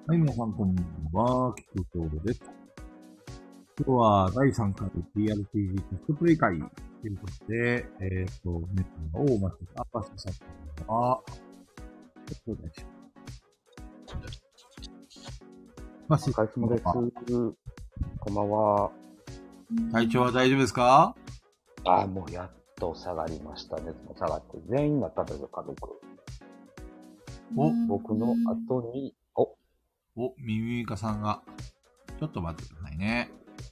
はい、皆さんこんばんは。キクトです。今日は第3回 TRPG テストプレイ会ということで、メンバーをお待ちして、パスさんは、お願いします。 お疲れ様です。こんばんは。 体調は大丈夫ですか？ もうやっと下がりましたね。下がって、全員なったんですよ、家族。僕の後に、 ミミカさんが、ちょっと待ってくださいね。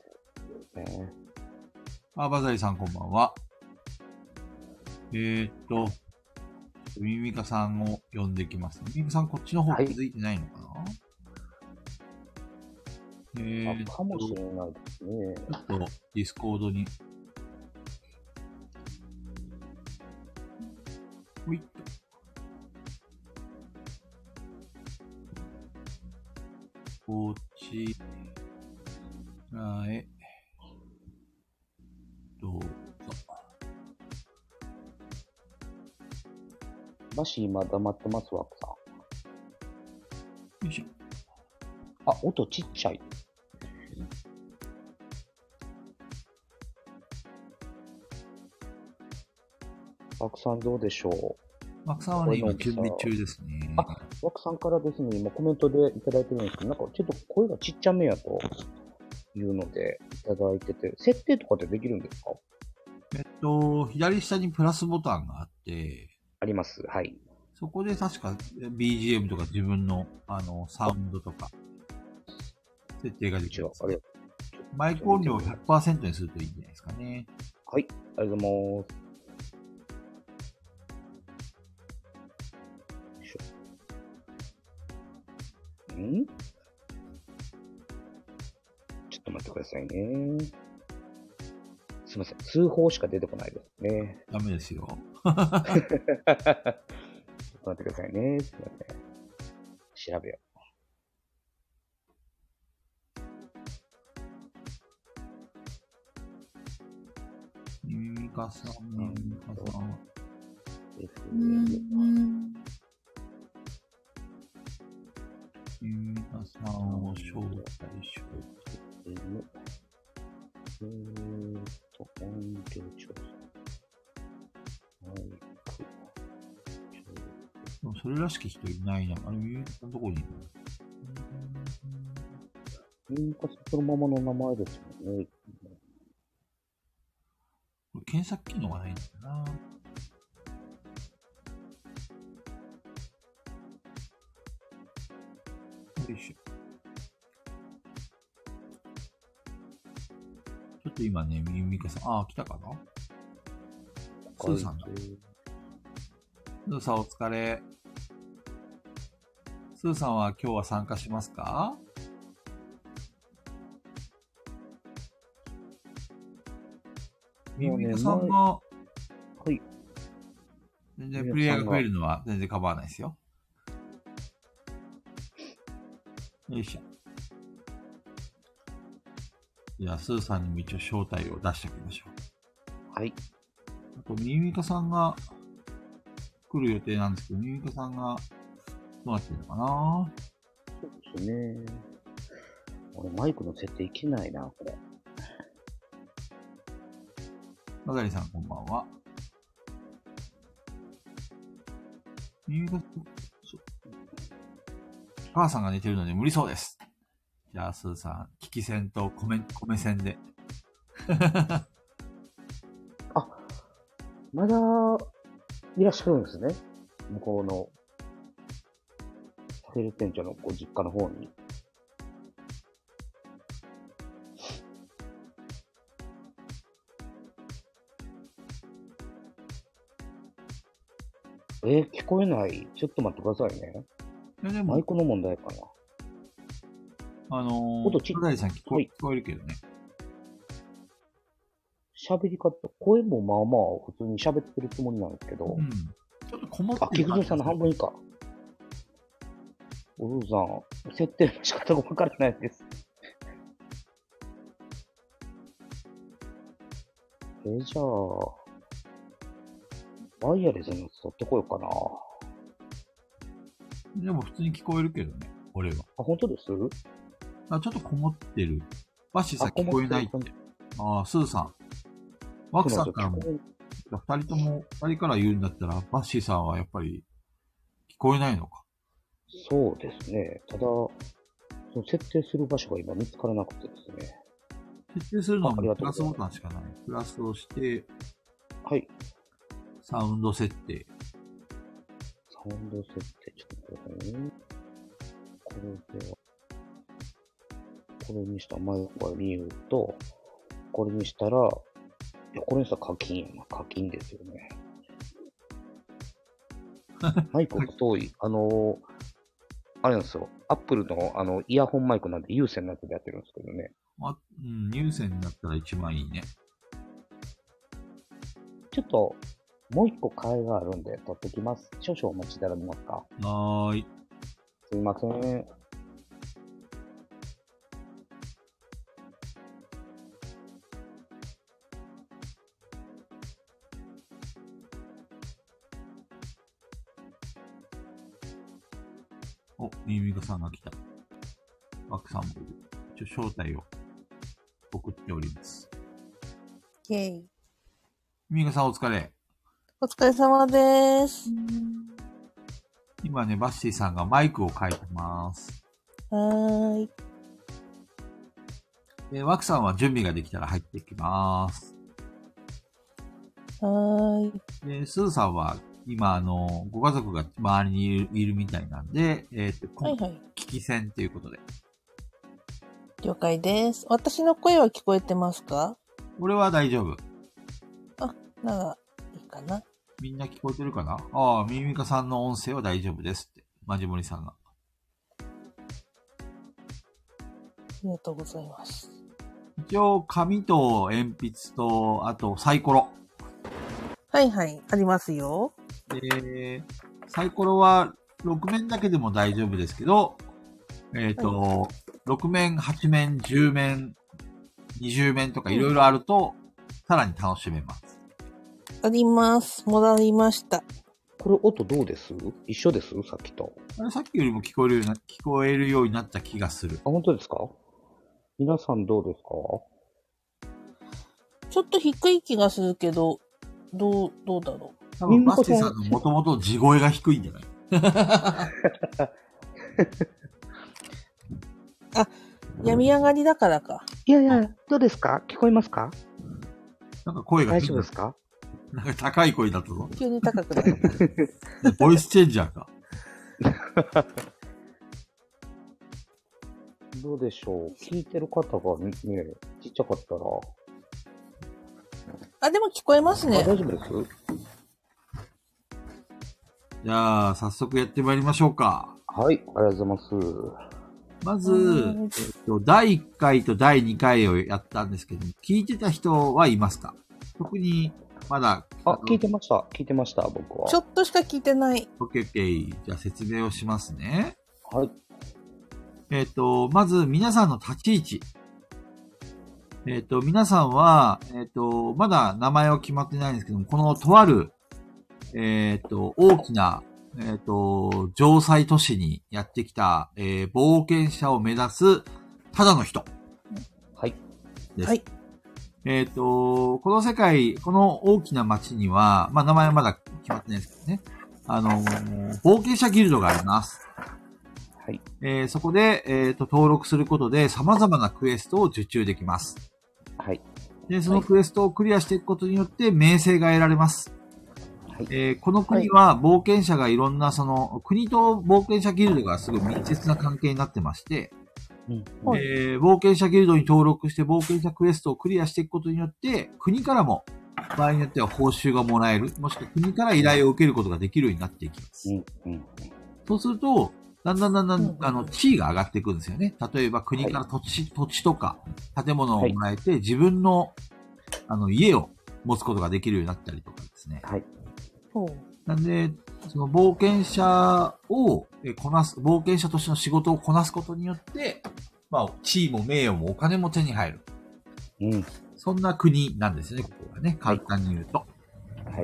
バザリさんこんばんは。ミミカさんを呼んできます。ミミカさんこっちの方気づいてないのかな？ かもしれないですね。 ちょっとディスコードに。ほいっと。こっちらへ、どうぞ。 マシ今黙ってます、ワークさよいしょ。 音ちっちゃい。ワークさんどうでしょう？ ワークさんはね、今準備中ですね。 ワークさんからですね、今コメントでいただいてるんですけど、なんかちょっと声がちっちゃめやというのでいただいてて、設定とかってできるんですか？ 左下にプラスボタンがあって、 あります。はい。 そこで確か BGM とか自分の、サウンドとか、設定ができるんです。マイク音量を 100% にするといいんじゃないですかね。 はい、ありがとうございます。ちょっと待ってくださいね。すいません。通報しか出てこないですね。 ダメですよ。 ちょっと待ってくださいね。すいません。調べよう。 ミミカさん、ミミカさん。ミミカさんを招待しよう。 音量調査。 でもそれらしき人いないな。ミミカさんどこにいるの？ ミミカさんそのままの名前ですよね。 これ検索機能がないんだよな。よいしょ。ちょっと今ね、ミミカさん、来たかな？スーさんだ。スーさんお疲れ。スーさんは今日は参加しますか？ミミカさんが、 はい。 全然プレイヤーが増えるのは全然構わないですよ。よいしょ。じゃあ、スーさんにも一応招待を出しておきましょう。はい。 あと、ミミカさんが来る予定なんですけど、ミミカさんがどうなってるのかな？ そうですね。俺、マイクの設定いけないな、これ。 マザリさん、こんばんは。ミミカさん、母さんが寝てるので無理そうです。じゃあ、スーさん、聞き戦と米戦で。 まだ、いらっしゃるんですね。向こうの、テレ店長のご実家の方に。聞こえない。ちょっと待ってくださいね。マイクの問題かな。 音ちっちゃいさん聞こえるけどね。 喋り方、声もまあまあ普通に喋ってるつもりなんですけど。 ちょっとこもってる。 菊池さんの半分以下。お父さん、設定の仕方がわからないです。じゃあ、ワイヤレスのやつ取ってこようかな。 でも普通に聞こえるけどね。 俺は。 あ、本当です？ あ、ちょっとこもってる。バッシーさん聞こえないって。ああ、スーさん。ワクさんからも、二人から言うんだったら、バッシーさんはやっぱり聞こえないのか。 そうですね。ただ、その設定する場所が今見つからなくてですね。 設定するのはプラスボタンしかない。プラスをして、 はい。 サウンド設定。 サウンド設定、ちょっと待ってくださいね。これでは、これにしたら、前から理由と、これにしたら、いや、これにしたら課金やな。課金ですよね。マイクが遠い。あれなんですよ。アップルのイヤホンマイクなんで有線のやつでやってるんですけどね。 有線になったら一番いいね。 ちょっと、もう一個替えがあるんで、取ってきます。少々お待ちいただけますか？ はーい。 すいません。 お、ミミカさんが来た。ワクさんもいる。招待を送っております。 イェイ。 ミミカさんお疲れ。 お疲れ様です。 今ね、バッシーさんがマイクを変えてます。 はーい。 ワクさんは準備ができたら入ってきます。 はーい。 スーさんは今ご家族が周りにいるみたいなんで、 はいはい。 聞き戦ということで。 了解です。私の声は聞こえてますか？ 俺は大丈夫。 なら、いいかな。 みんな聞こえてるかな？ああ、ミミカさんの音声は大丈夫ですって。マジモリさんが。 ありがとうございます。 一応、紙と鉛筆と、あとサイコロ。 はいはい。ありますよ。 サイコロは6面だけでも大丈夫ですけど、6面、8面、10面、20面とかいろいろあると、さらに楽しめます。 あります。もらいました。 これ音どうです？一緒です？さっきと。 あれさっきよりも聞こえるようになった気がする。 あ、本当ですか？皆さんどうですか？ ちょっと低い気がするけど、どうだろう。 多分バッシーさんのもともと地声が低いんじゃない？ あ、病み上がりだからか。 いやいや、どうですか？聞こえますか？ なんか声が大丈夫ですか？ なんか高い声だったぞ。 急に高くなる。 ボイスチェンジャーか。 どうでしょう？聞いてる方がね、ちっちゃかったら。 あ、でも聞こえますね。 あ、大丈夫です？ じゃあ、早速やってまいりましょうか。 はい、ありがとうございます。 まず、第1回と第2回をやったんですけど、聞いてた人はいますか？特に、まだ。 聞いてました、僕は。 ちょっとしか聞いてない。 オッケー。じゃあ説明をしますね。 はい。 まず、皆さんの立ち位置。皆さんは、まだ名前は決まってないんですけども、このとある、大きな、城塞都市にやってきた、冒険者を目指す、ただの人。 はい。 です。 はい。 この世界、この大きな町には、まあ、名前はまだ決まってないですけどね。冒険者ギルドがあります。 はい。 そこで、登録することで様々なクエストを受注できます。 はい。 で、そのクエストをクリアしていくことによって名声が得られます。はい。この国は冒険者がいろんな国と冒険者ギルドがすごい密接な関係になってまして、冒険者ギルドに登録して冒険者クエストをクリアしていくことによって、国からも場合によっては報酬がもらえる、もしくは国から依頼を受けることができるようになっていきます。そうすると、だんだん、地位が上がっていくんですよね。例えば国から土地とか建物をもらえて、自分の、家を持つことができるようになったりとかですね。 はい。 なんで、その冒険者を冒険者としての仕事をこなすことによって、まあ、地位も名誉もお金も手に入る。 うん。 そんな国なんですね、ここがね。簡単に言うと。 はい。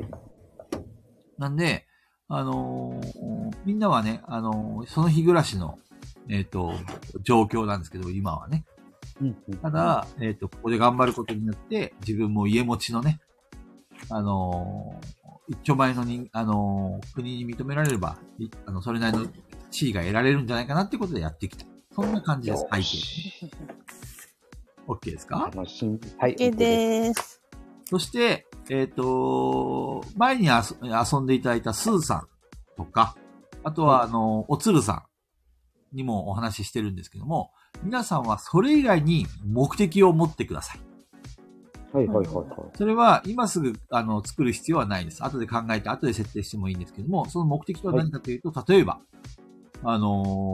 なんで、みんなはね、その日暮らしの、 状況なんですけど、今はね。 うんうん。 ただ、ここで頑張ることによって、自分も家持ちのね、一丁前のに、国に認められれば、それなりの地位が得られるんじゃないかなってことでやってきた。そんな感じです。背景。OK ですか？ 楽しみ。はい。 OK です。 そして、前に遊んでいただいたスーさんとか、あとは、おつるさんにもお話ししてるんですけども、皆さんはそれ以外に目的を持ってください。 はいはいはいはい。 それは今すぐ作る必要はないです。後で考えて後で設定してもいいんですけども、その目的とは何かというと、例えば、なん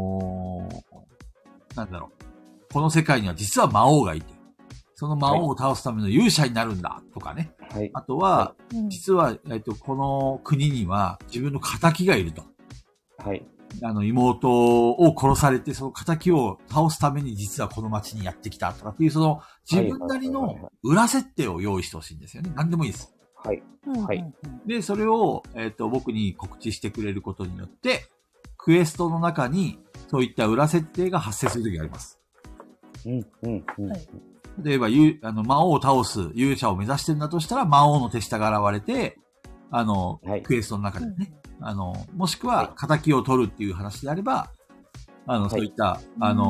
だろう。この世界には実は魔王がいて、その魔王を倒すための勇者になるんだとかね。 はい。 あとは、実は、この国には自分の仇がいると。 はい。 妹を殺されて、その仇を倒すために実はこの町にやってきたとかっていう、その自分なりの裏設定を用意してほしいんですよね。何でもいいです。 はい。はい。 で、それを、僕に告知してくれることによって、クエストの中にそういった裏設定が発生するときがあります。例えば、魔王を倒す勇者を目指してるんだとしたら、魔王の手下が現れて、クエストの中でね、もしくは、仇を取るっていう話であれば、そういった、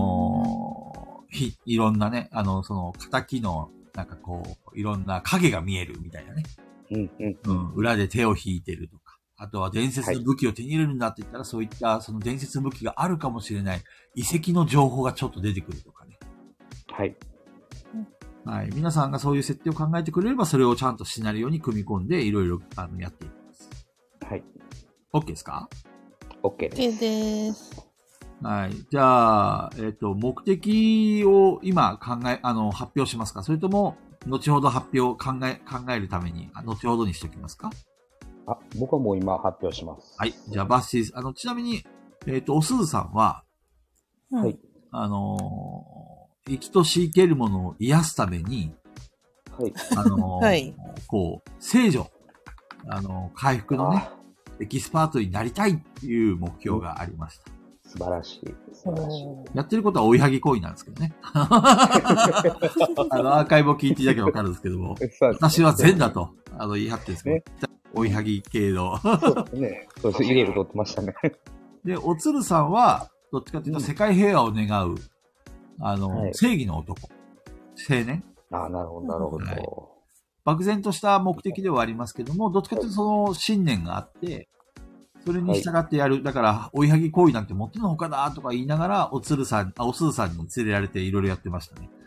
いろんなね、その、仇の、なんかこう、いろんな影が見えるみたいなね。裏で手を引いてるとか。あとは伝説の武器を手に入れるんだって言ったら、そういった、その伝説の武器があるかもしれない遺跡の情報がちょっと出てくるとかね。 はい。 はい。皆さんがそういう設定を考えてくれれば、それをちゃんとシナリオに組み込んで、いろいろ、やっていきます。 はい。 OK ですか？ OK です。 OK です。 はい。じゃあ、目的を今発表しますか？それとも、後ほど考えるために、後ほどにしておきますか？ 僕はもう今発表します。 はい。じゃあ、バッシー、ちなみに、おすずさんは、 はい。 生きとし生けるものを癒すために、 はい。 はい。 こう、聖女、回復のね、エキスパートになりたいっていう目標がありました。 素晴らしい。素晴らしい。 やってることは追いはぎ行為なんですけどね。アーカイブを聞いていただければわかるんですけども、私は善だと、言い張ってるんですけど、追いはぎ系の。 そうですね。そうです。入れるとってましたね。 で、おつるさんは、どっちかというと世界平和を願う、正義の男。青年。 なるほど、なるほど。 漠然とした目的ではありますけども、どっちかというとその信念があって、それに従ってやる。だから、追いはぎ行為なんてもってのほかだとか言いながら、おすずさんに連れられていろいろやってましたね。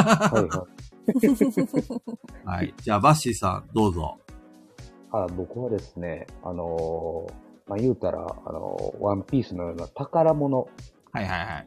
はい。じゃあ、バッシーさん、どうぞ。 僕はですね、言うたら、ワンピースのような宝物。 はいはいはい。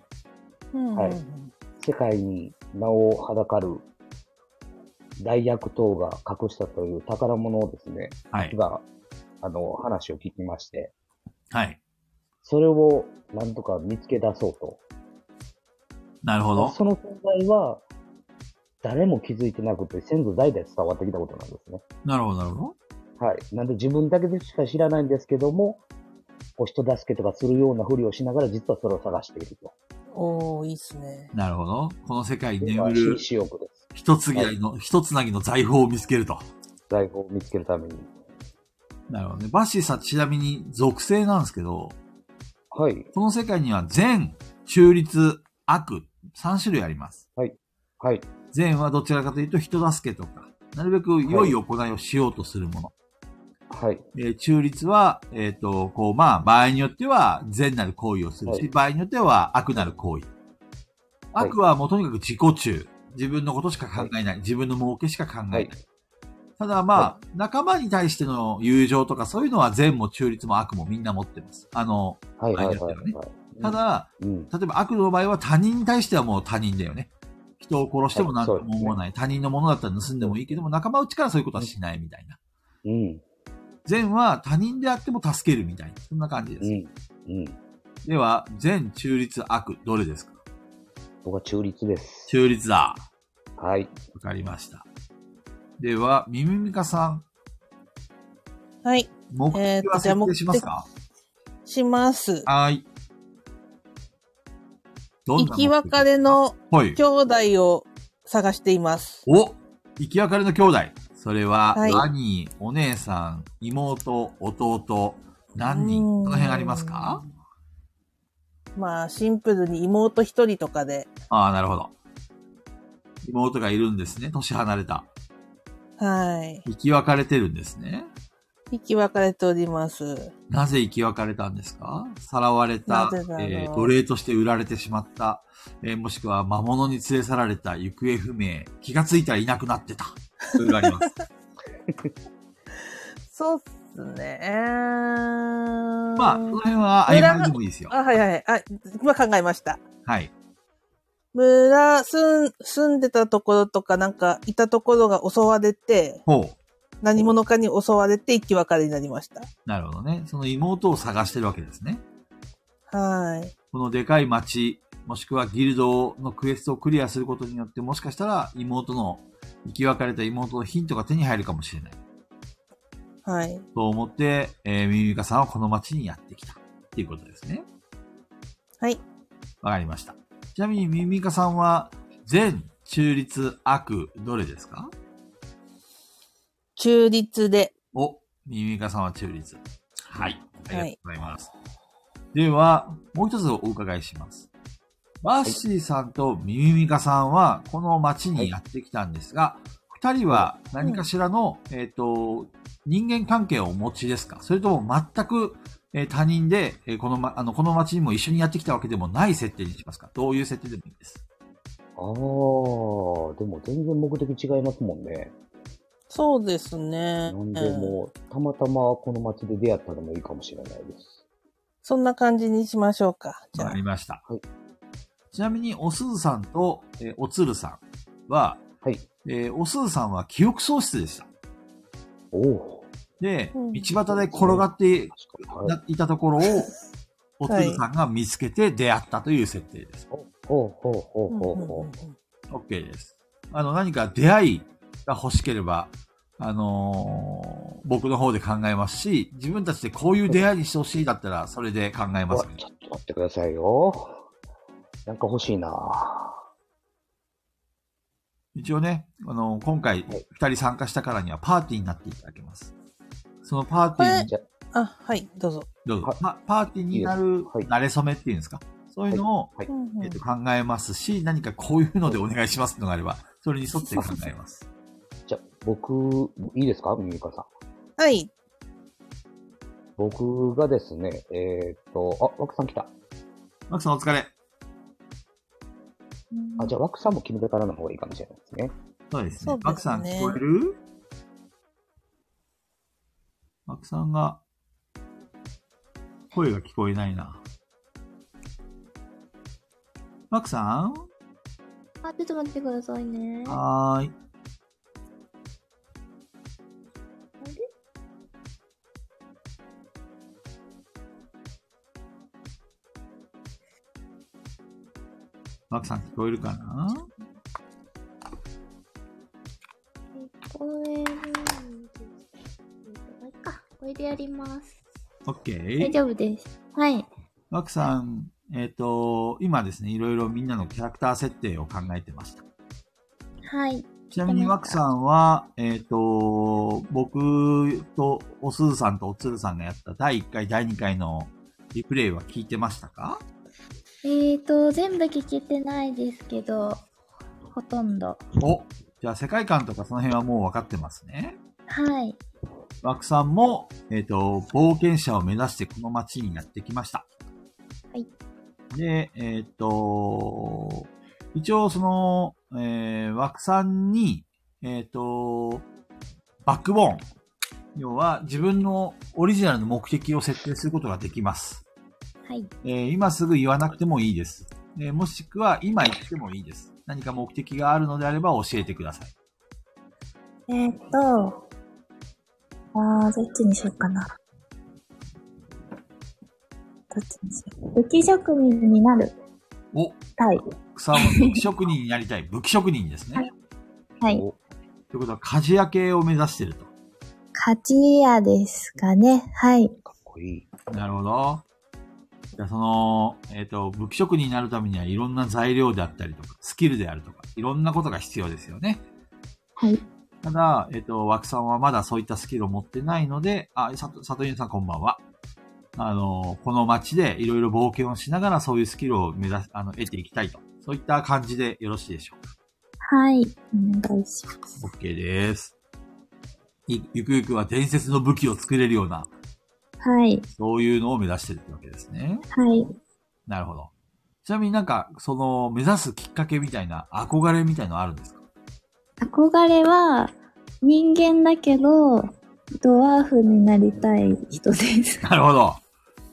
はい。世界に名をはだかる大悪党が隠したという宝物をですね、 はい。 話を聞きまして、 はい。 それをなんとか見つけ出そうと。 なるほど。 その存在は、誰も気づいてなくて、先祖代々伝わってきたことなんですね。 なるほど、なるほど。はい。なんで自分だけでしか知らないんですけども、人助けとかするようなふりをしながら、実はそれを探していると。 おー、いいっすね。 なるほど。この世界に眠る、 私欲です。 一つなぎの財宝を見つけると。 財宝を見つけるために。 なるほどね。バッシーさん、ちなみに属性なんですけど、 はい。 この世界には善、中立、悪、3種類あります。 はい。はい。 善はどちらかというと人助けとか、なるべく良い行いをしようとするもの。 はい。 中立は、場合によっては善なる行為をするし、はい、場合によっては悪なる行為。はい、悪はもうとにかく自己中。自分のことしか考えない。はい、自分の儲けしか考えない。はい、ただ仲間に対しての友情とかそういうのは善も中立も悪もみんな持ってます。場合によってはね。ただ、例えば悪の場合は他人に対してはもう他人だよね。人を殺しても何とも思わない。他人のものだったら盗んでもいいけども、仲間内からそういうことはしないみたいな。善は他人であっても助けるみたいな。そんな感じです。では、善、中立、悪、どれですか？ 僕は中立です。 中立だ。 はい。 わかりました。では、みみみかさん。 はい。 目的は設定しますか？ します。 はい。 どんな生き別れのはい。 兄弟を探しています。 お、生き別れの兄弟。それは、 はい兄、お姉さん、妹、弟、何人この辺ありますか？ まあ、シンプルに妹一人とかで。 ああ、なるほど。妹がいるんですね。年離れた。 はい。 生き別れてるんですね。 生き別れております。 なぜ生き別れたんですか？さらわれた、 なぜだろう奴隷として売られてしまった、もしくは魔物に連れ去られた行方不明、気がついたらいなくなってた。いろいろあります。 そうっすね。 まあ、その辺は曖昧でもいいですよ。 あ、はいはい。あ、今考えました。 はい。 住んでたところとかなんかいたところが襲われて、 ほう。 何者かに襲われて生き別れになりました。 なるほどね。その妹を探してるわけですね。 はい。 このでかい町、もしくはギルドのクエストをクリアすることによって、もしかしたら生き別れた妹のヒントが手に入るかもしれない。 はい。 と思って、ミミカさんはこの町にやってきた。っていうことですね。 はい。 わかりました。ちなみにミミカさんは、善、中立、悪、どれですか？ 中立で。 お、ミミカさんは中立。はい。ありがとうございます。では、もう一つお伺いします。バッシーさんとミミカさんは、この町にやってきたんですが、二人は何かしらの、人間関係をお持ちですか？それとも全く、他人で、この町にも一緒にやってきたわけでもない設定にしますか？どういう設定でもいいです。 ああ、でも全然目的違いますもんね。 そうですね。 なんでもう、たまたまこの街で出会ったのもいいかもしれないです。 そんな感じにしましょうか。じゃあ。 わかりました。 はい。 ちなみに、おすずさんと、おつるさんは、 はい。 おすずさんは記憶喪失でした。 おお。 で、 うん道端で転がって確かに。はい。 いたところを、おつるさんが見つけて出会ったという設定です。 ほうほうほうほうほう。 OK です。何か出会いが欲しければ、僕の方で考えますし、自分たちでこういう出会いにしてほしいだったら、それで考えます、ね。 ちょっと待ってくださいよ。なんか欲しいな。 一応ね、今回、二人参加したからにはパーティーになっていただけます。そのパーティーに、 あ、はい、どうぞ。 どうぞ。パーティーになる、慣れ初めっていうんですか？そういうのを、 はい。 考えますし、何かこういうのでお願いしますのがあれば、それに沿って考えます。 じゃあ、僕、いいですか？ミミカさん。 はい。 僕がですね、ワクさん来た。 マックさんお疲れ。 あ、じゃあワクさんも決めてからの方がいいかもしれないですね。 そうですね。 そうですねマックさん聞こえる？マックさんが、声が聞こえないな。マックさん？ あ、ちょっと待ってくださいね。 はーい。 あれ？ マックさん聞こえるかな？ 聞こえるんですけど、あれか、これでやります。大 OK。 丈夫です。はい。 マックさん、今ですね、いろいろみんなのキャラクター設定を考えてました。 はい。 ちなみにマックさんは、僕とおすずさんとおつるさんがやった第1回、第2回のリプレイは聞いてましたか？ 全部聞けてないですけど、ほとんど。 お、じゃあ世界観とかその辺はもう分かってますね。 はい。 マックさんも、冒険者を目指してこの街にやってきました。 はい。 で、一応その、ワクさんに、バックボーン。要は自分のオリジナルの目的を設定することができます。 はい。 今すぐ言わなくてもいいです。もしくは今言ってもいいです。何か目的があるのであれば教えてください。 どっちにしようかな。どっちにしよう。武器職人になる。 お、 はい。 草は武器職人になりたい。武器職人ですね。 はい。 ということは、鍛冶屋系を目指していると。 鍛冶屋ですかね。はい。 かっこいい。 なるほど。 じゃあその、武器職人になるためにはいろんな材料であったりとか、スキルであるとか、いろんなことが必要ですよね。 はい。 ただ、枠さんはまだそういったスキルを持ってないので、里犬さんこんばんは。この街でいろいろ冒険をしながらそういうスキルを得ていきたいと。そういった感じでよろしいでしょうか。 はい。お願いします。 OK です。ゆくゆくは伝説の武器を作れるような、 はい。 そういうのを目指してるってわけですね。 はい。 なるほど。ちなみになんか、その、目指すきっかけみたいな、憧れみたいなのあるんですか？ 憧れは、人間だけど、ドワーフになりたい人です。 なるほど。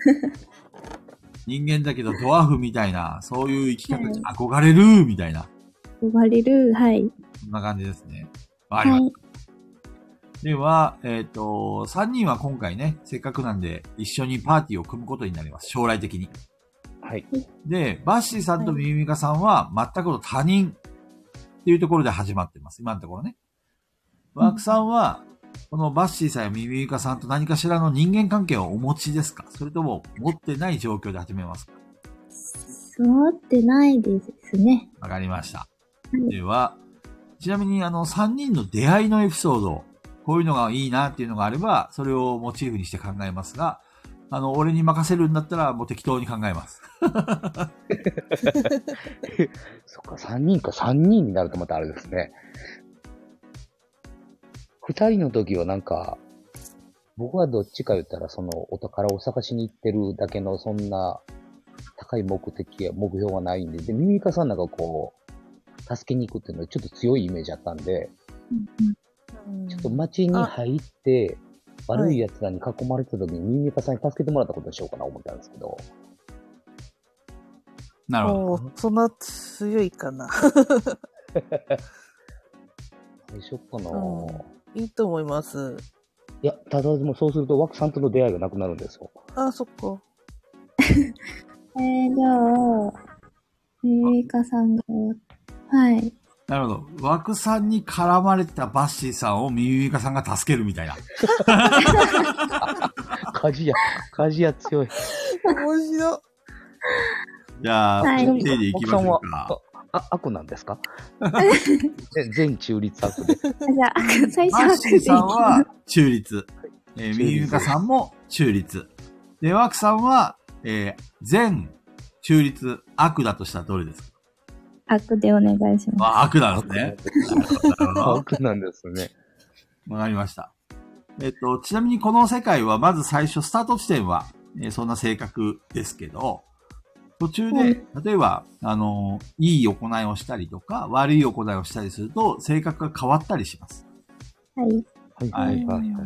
人間だけどドワーフみたいな、そういう生き方に憧れるみたいな。 憧れる、はい。 そんな感じですね。わかりました。はい、では、3人は今回ね、せっかくなんで一緒にパーティーを組むことになります。将来的に。 はい。 で、バッシーさんとミミミカさんは全くの他人っていうところで始まってます。今のところね。ワークさんは、このバッシーさんやミミミカさんと何かしらの人間関係をお持ちですか？それとも持ってない状況で始めますか？ 持ってないですね。 わかりました。では、ちなみに3人の出会いのエピソード、こういうのがいいなっていうのがあれば、それをモチーフにして考えますが、俺に任せるんだったらもう適当に考えます。 そっか、3人か、3人になるとまたあれですね。2人の時はなんか、僕はどっちか言ったら、その、お宝を探しに行ってるだけの、そんな、高い目的や目標はないんで、で、ミミカさんなんかこう、助けに行くっていうのはちょっと強いイメージあったんで、ちょっと街に入って、悪い奴らに囲まれてた時にミミカさんに助けてもらったことにしようかな思ったんですけど。 なるほど。 そんな強いかな。 最初かな、 いいと思います。 いや、ただでもそうすると枠さんとの出会いがなくなるんですよ。 あ、そっか。 じゃあ、ミミカさんが、はい。 なるほど。枠さんに絡まれたバッシーさんをミミカさんが助けるみたいな。 鍛冶屋強い。 面白い。 じゃあ、 はい、 手でいきましょうか。 悪なんですか？全中立悪で。 じゃあ、最初はバッシーさんは中立。ミミカさんも中立。で、枠さんは、全中立悪だとしたらどれですか？ 悪でお願いします。 あ、悪なんですね。 悪なんですね。 わかりました。ちなみにこの世界はまず最初スタート地点は、そんな性格ですけど、途中で、例えば、いい行いをしたりとか、悪い行いをしたりすると、性格が変わったりします。 はい。 はいはいはい。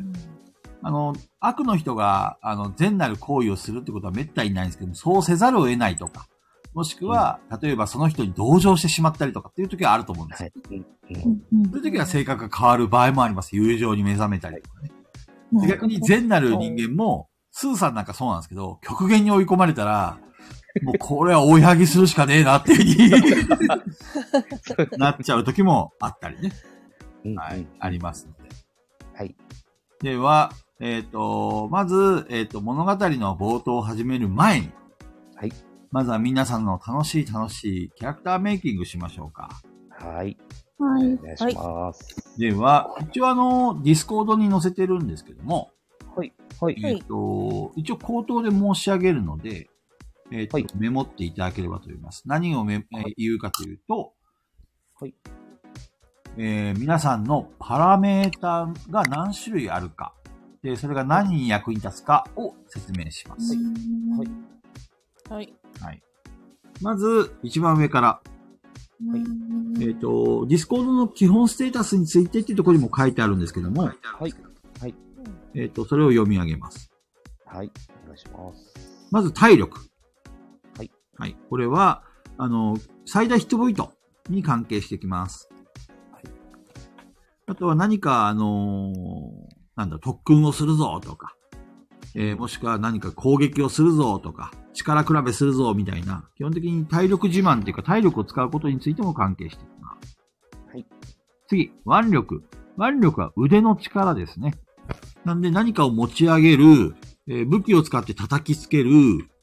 悪の人が、善なる行為をするってことは滅多にないんですけど、そうせざるを得ないとか、もしくは、例えばその人に同情してしまったりとかっていう時はあると思うんですよ。そういう時は性格が変わる場合もあります。友情に目覚めたりとかね。逆に善なる人間も、スーさんなんかそうなんですけど、極限に追い込まれたら、もうこれは追いはぎするしかねえなっていう風になっちゃう時もあったりね。はい、ありますので。 はい。 では、まず、物語の冒頭を始める前に、 はい。 まずは皆さんの楽しいキャラクターメイキングしましょうか。 はい。 はい。 お願いします。 では、一応ディスコードに載せてるんですけども、 はい。はい。 一応口頭で申し上げるので、 はい、 メモっていただければと思います。何を言うかというと、 はい。 皆さんのパラメータが何種類あるか、で、それが何に役に立つかを説明します。 はい。 はい。 はい。まず、一番上から、はい。ディスコードの基本ステータスについてっていうところにも書いてあるんですけども、はい。 はい。 それを読み上げます。 はい。お願いします。 まず、体力。 はい。 はい。これは、最大ヒットポイントに関係してきます。はい。あとは何か、特訓をするぞとか、もしくは何か攻撃をするぞとか、力比べするぞみたいな、基本的に体力自慢というか体力を使うことについても関係してきます。はい。次、腕力。腕力は腕の力ですね。なんで何かを持ち上げる、武器を使って叩きつける、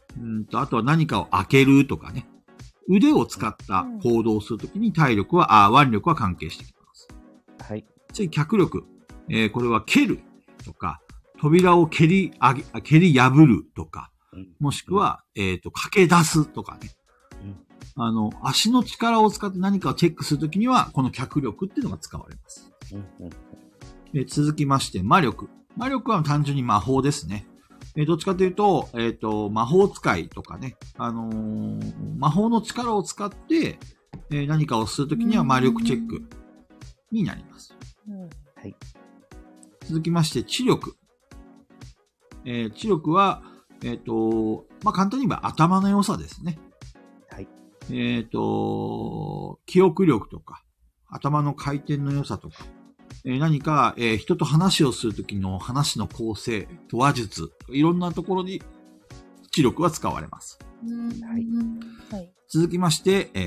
あとは何かを開けるとかね。腕を使った行動をするときに体力は、腕力は関係してきます。 はい。 次、脚力。これは蹴るとか、扉を蹴り破るとか、もしくは、駆け出すとかね。足の力を使って何かをチェックするときには、この脚力っていうのが使われます。続きまして、魔力。魔力は単純に魔法ですね。どっちかというと、魔法使いとかね、魔法の力を使って、何かをするときには魔力チェックになります。 はい。 続きまして、知力。知力は、簡単に言えば頭の良さですね。 はい。 記憶力とか、頭の回転の良さとか、何か、人と話をするときの話の構成、話術、いろんなところに知力は使われます。 はい。 続きまして、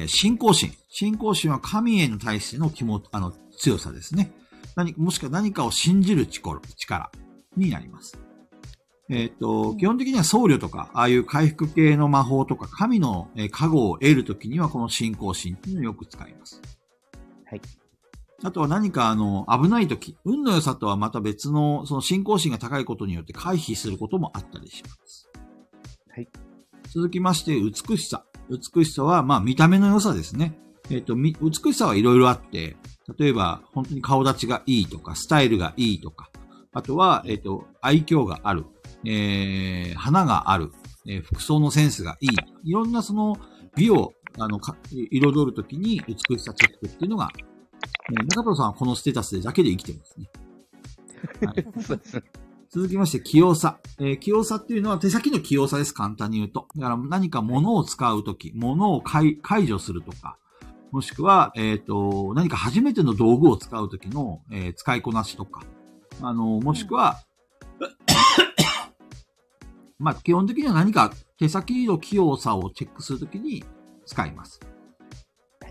信仰心。信仰心は神への対しての強さですね。もしくは何かを信じる力になります。基本的には僧侶とか、ああいう回復系の魔法とか、神の加護を得るときにはこの信仰心っていうのをよく使います。 はい。 あとは何か危ないとき、運の良さとはまた別の、その信仰心が高いことによって回避することもあったりします。 はい。 続きまして、美しさ。美しさは、見た目の良さですね。美しさはいろいろあって、例えば、本当に顔立ちがいいとか、スタイルがいいとか、あとは、愛嬌がある、花がある、服装のセンスがいい。いろんなその美を、彩るときに美しさチェックっていうのが、中藤さんはこのステータスだけで生きてますね。はい、続きまして、器用さ。器用さっていうのは手先の器用さです。簡単に言うと。だから何か物を使うとき、物を解除するとか、もしくは、何か初めての道具を使うときの、使いこなしとか、もしくは、基本的には何か手先の器用さをチェックするときに使います。 はい。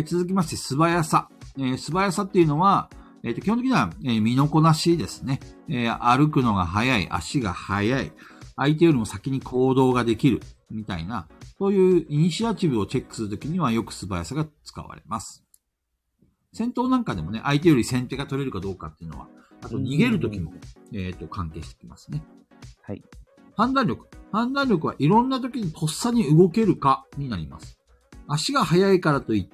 続きまして、素早さ。素早さっていうのは、基本的には、身のこなしですね。歩くのが速い、足が速い、相手よりも先に行動ができる、みたいな、そういうイニシアチブをチェックするときにはよく素早さが使われます。戦闘なんかでもね、相手より先手が取れるかどうかっていうのは、あと逃げるときも、関係してきますね。 はい。 判断力。判断力はいろんなときにとっさに動けるかになります。足が速いからといって、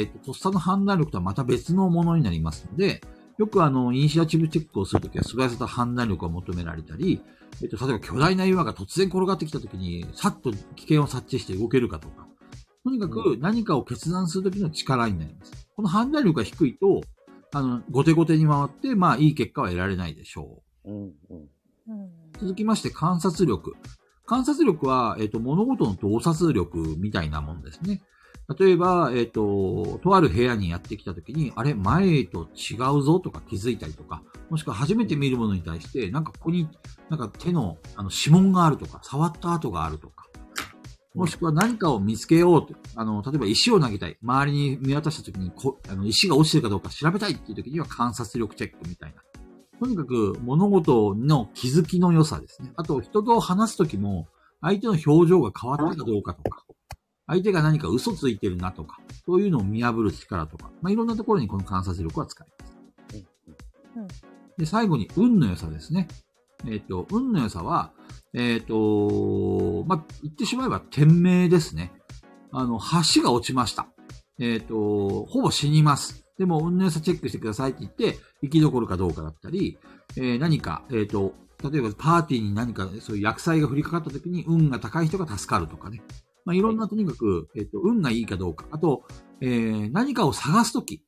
とっさの判断力とはまた別のものになりますので、よくイニシアチブチェックをするときは素早さと判断力が求められたり、例えば巨大な岩が突然転がってきたときに、さっと危険を察知して動けるかとか、とにかく何かを決断するときの力になります。この判断力が低いと、後手後手に回って、いい結果は得られないでしょう。続きまして、観察力。観察力は、物事の洞察力みたいなものですね。例えば、とある部屋にやってきたときに、あれ、前と違うぞとか気づいたりとか、もしくは初めて見るものに対して、ここに、手の、指紋があるとか、触った跡があるとか、もしくは何かを見つけようと、例えば石を投げたい。周りに見渡したときに石が落ちてるかどうか調べたいっていうときには観察力チェックみたいな。とにかく物事の気づきの良さですね。あと人と話すときも相手の表情が変わったかどうかとか、相手が何か嘘ついてるなとか、そういうのを見破る力とか、いろんなところにこの観察力は使います。で、最後に運の良さですね。運の良さは、言ってしまえば天命ですね。橋が落ちました。ほぼ死にます。でも、運の良さチェックしてくださいって言って、生き残るかどうかだったり、何か、例えばパーティーに何かそういう薬剤が降りかかった時に運が高い人が助かるとかね。いろんなとにかく、運がいいかどうか。あと、何かを探すとき、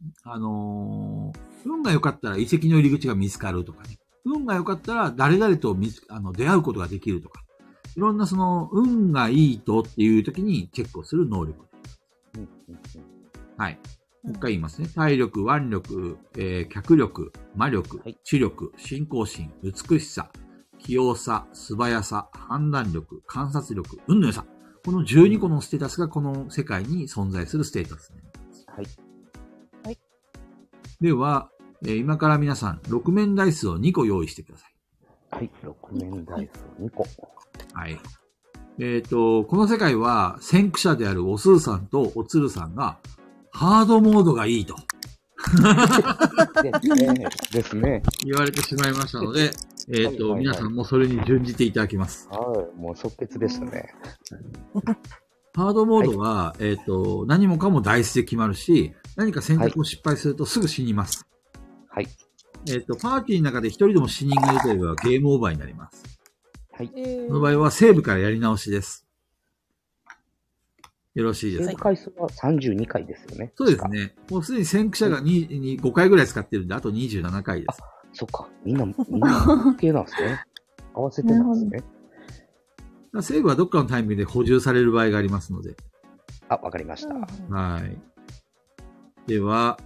運が良かったら遺跡の入り口が見つかるとかね。運が良かったら誰々と出会うことができるとか。いろんなその、運がいいとっていう時にチェックをする能力。はい。もう一回言いますね。体力、腕力、脚力、魔力、知力、信仰心、美しさ、器用さ、素早さ、判断力、観察力、運の良さ。この12個のステータスがこの世界に存在するステータスになります。 はい。 はい。 では、今から皆さん、6面ダイスを2個用意してください。 はい。6面ダイスを2個。 はい。 この世界は先駆者であるおすーさんとおつるさんが、ハードモードがいいとですね。 言われてしまいましたので、 はい皆さんもそれに準じていただきます。 はい、もう即決ですね。 ハードモードは、何もかもダイスで決まるし、何か選択を失敗するとすぐ死にます。 はい。 パーティーの中で一人でも死人が出ていればゲームオーバーになります。 はい。 その場合はセーブからやり直しです。よろしいですか？ セーブ回数は32回ですよね。 そうですね。もうすでに先駆者が5回ぐらい使ってるんで、あと27回です。 そっか。みんな系なんですね。合わせてなんですね。 セーブはどっかのタイミングで補充される場合がありますので。 あ、わかりました。 はい。では、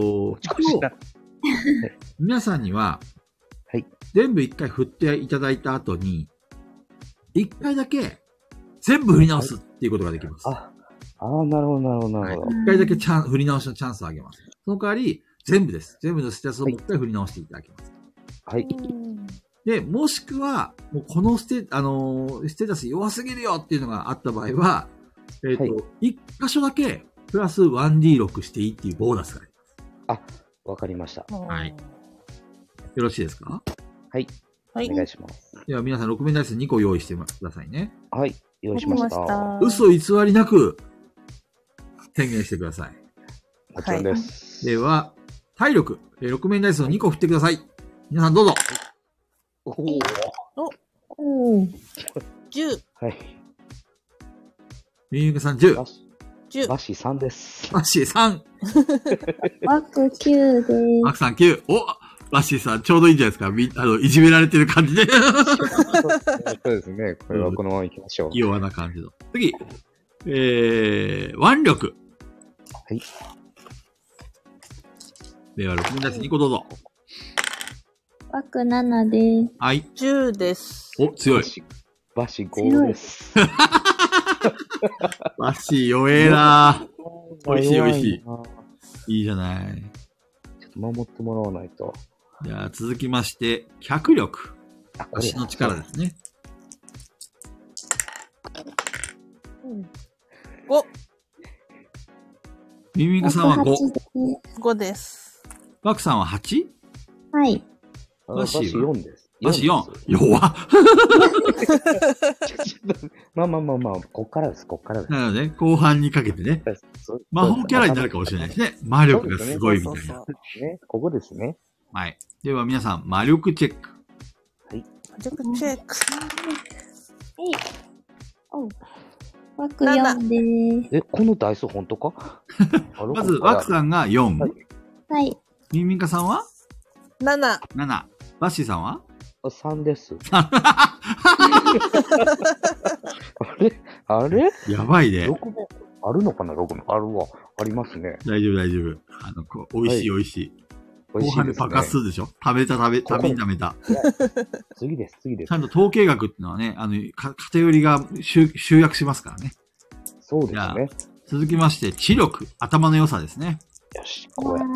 皆さんには、 はい。 全部一回振っていただいた後に、一回だけ全部振り直すっていうことができます。 ああ、なるほど、なるほど、なるほど。 一回だけ振り直しのチャンスをあげます。その代わり、全部です。全部のステータスをもう一回振り直していただきます。 はい。 で、もしくは、もうこのステータス弱すぎるよっていうのがあった場合は、一箇所だけ、プラス 1D6 していいっていうボーナスがあります。 あ、わかりました。 はい。よろしいですか？ はい。お願いします。 では皆さん6面ダイス2個用意してくださいね。 はい。用意しました。 嘘偽りなく宣言してください。 もちろんです。 では、体力、6面ダイスを2個振ってください。皆さんどうぞ。 おおー。10。 はい。 みゆかさん10。 バシ3です。 バッシー3。 ワク9です。 マクさん9。お、バッシーさんちょうどいいんじゃないですか。いじめられてる感じで。 そうですね。これはこのまま行きましょう。 気弱な感じの。次。腕力。 はい。 では、6面ダイス2個どうぞ。 ワク7です。 はい。 10です。 お、強い。 バシ5です。 バッシー弱えなぁ。美味しい美味しい。いいじゃない。 ちょっと守ってもらわないと。 じゃあ続きまして、脚力。足の力ですね。 5。 ミミカさんは5。 5です。 バクさんは 8？ はい。 バシー 4です。 バシ4。弱っ。 まあ、こっからです、こっからです。 なので、後半にかけてね、魔法キャラになるかもしれないですね。魔力がすごいみたいな。 ここですね。 はい。では皆さん、魔力チェック。 はい。魔力チェック。 おワク4です。 このダイス本当か？ まず、ワクさんが4。 はい。 ミミカさんは 7。 7。バッシーさんは 3です。あれやばいね。 6面あるのかな ?6 面。あるわ。ありますね。 大丈夫、大丈夫。美味しい、美味しい。後半で爆発するでしょ？食べた。 次です。 ちゃんと統計学っていうのはね、偏りが集約しますからね。 そうですね。 続きまして、知力、頭の良さですね。 よし、来い。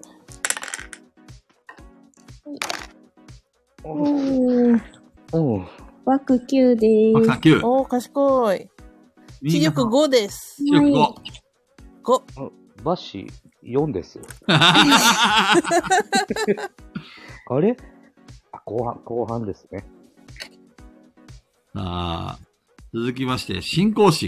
ワク9です。 ワクさん9。 おー、賢い。知力5です。 知力5。 5。 バシ4です。あれ後半ですね。 続きまして、信仰心。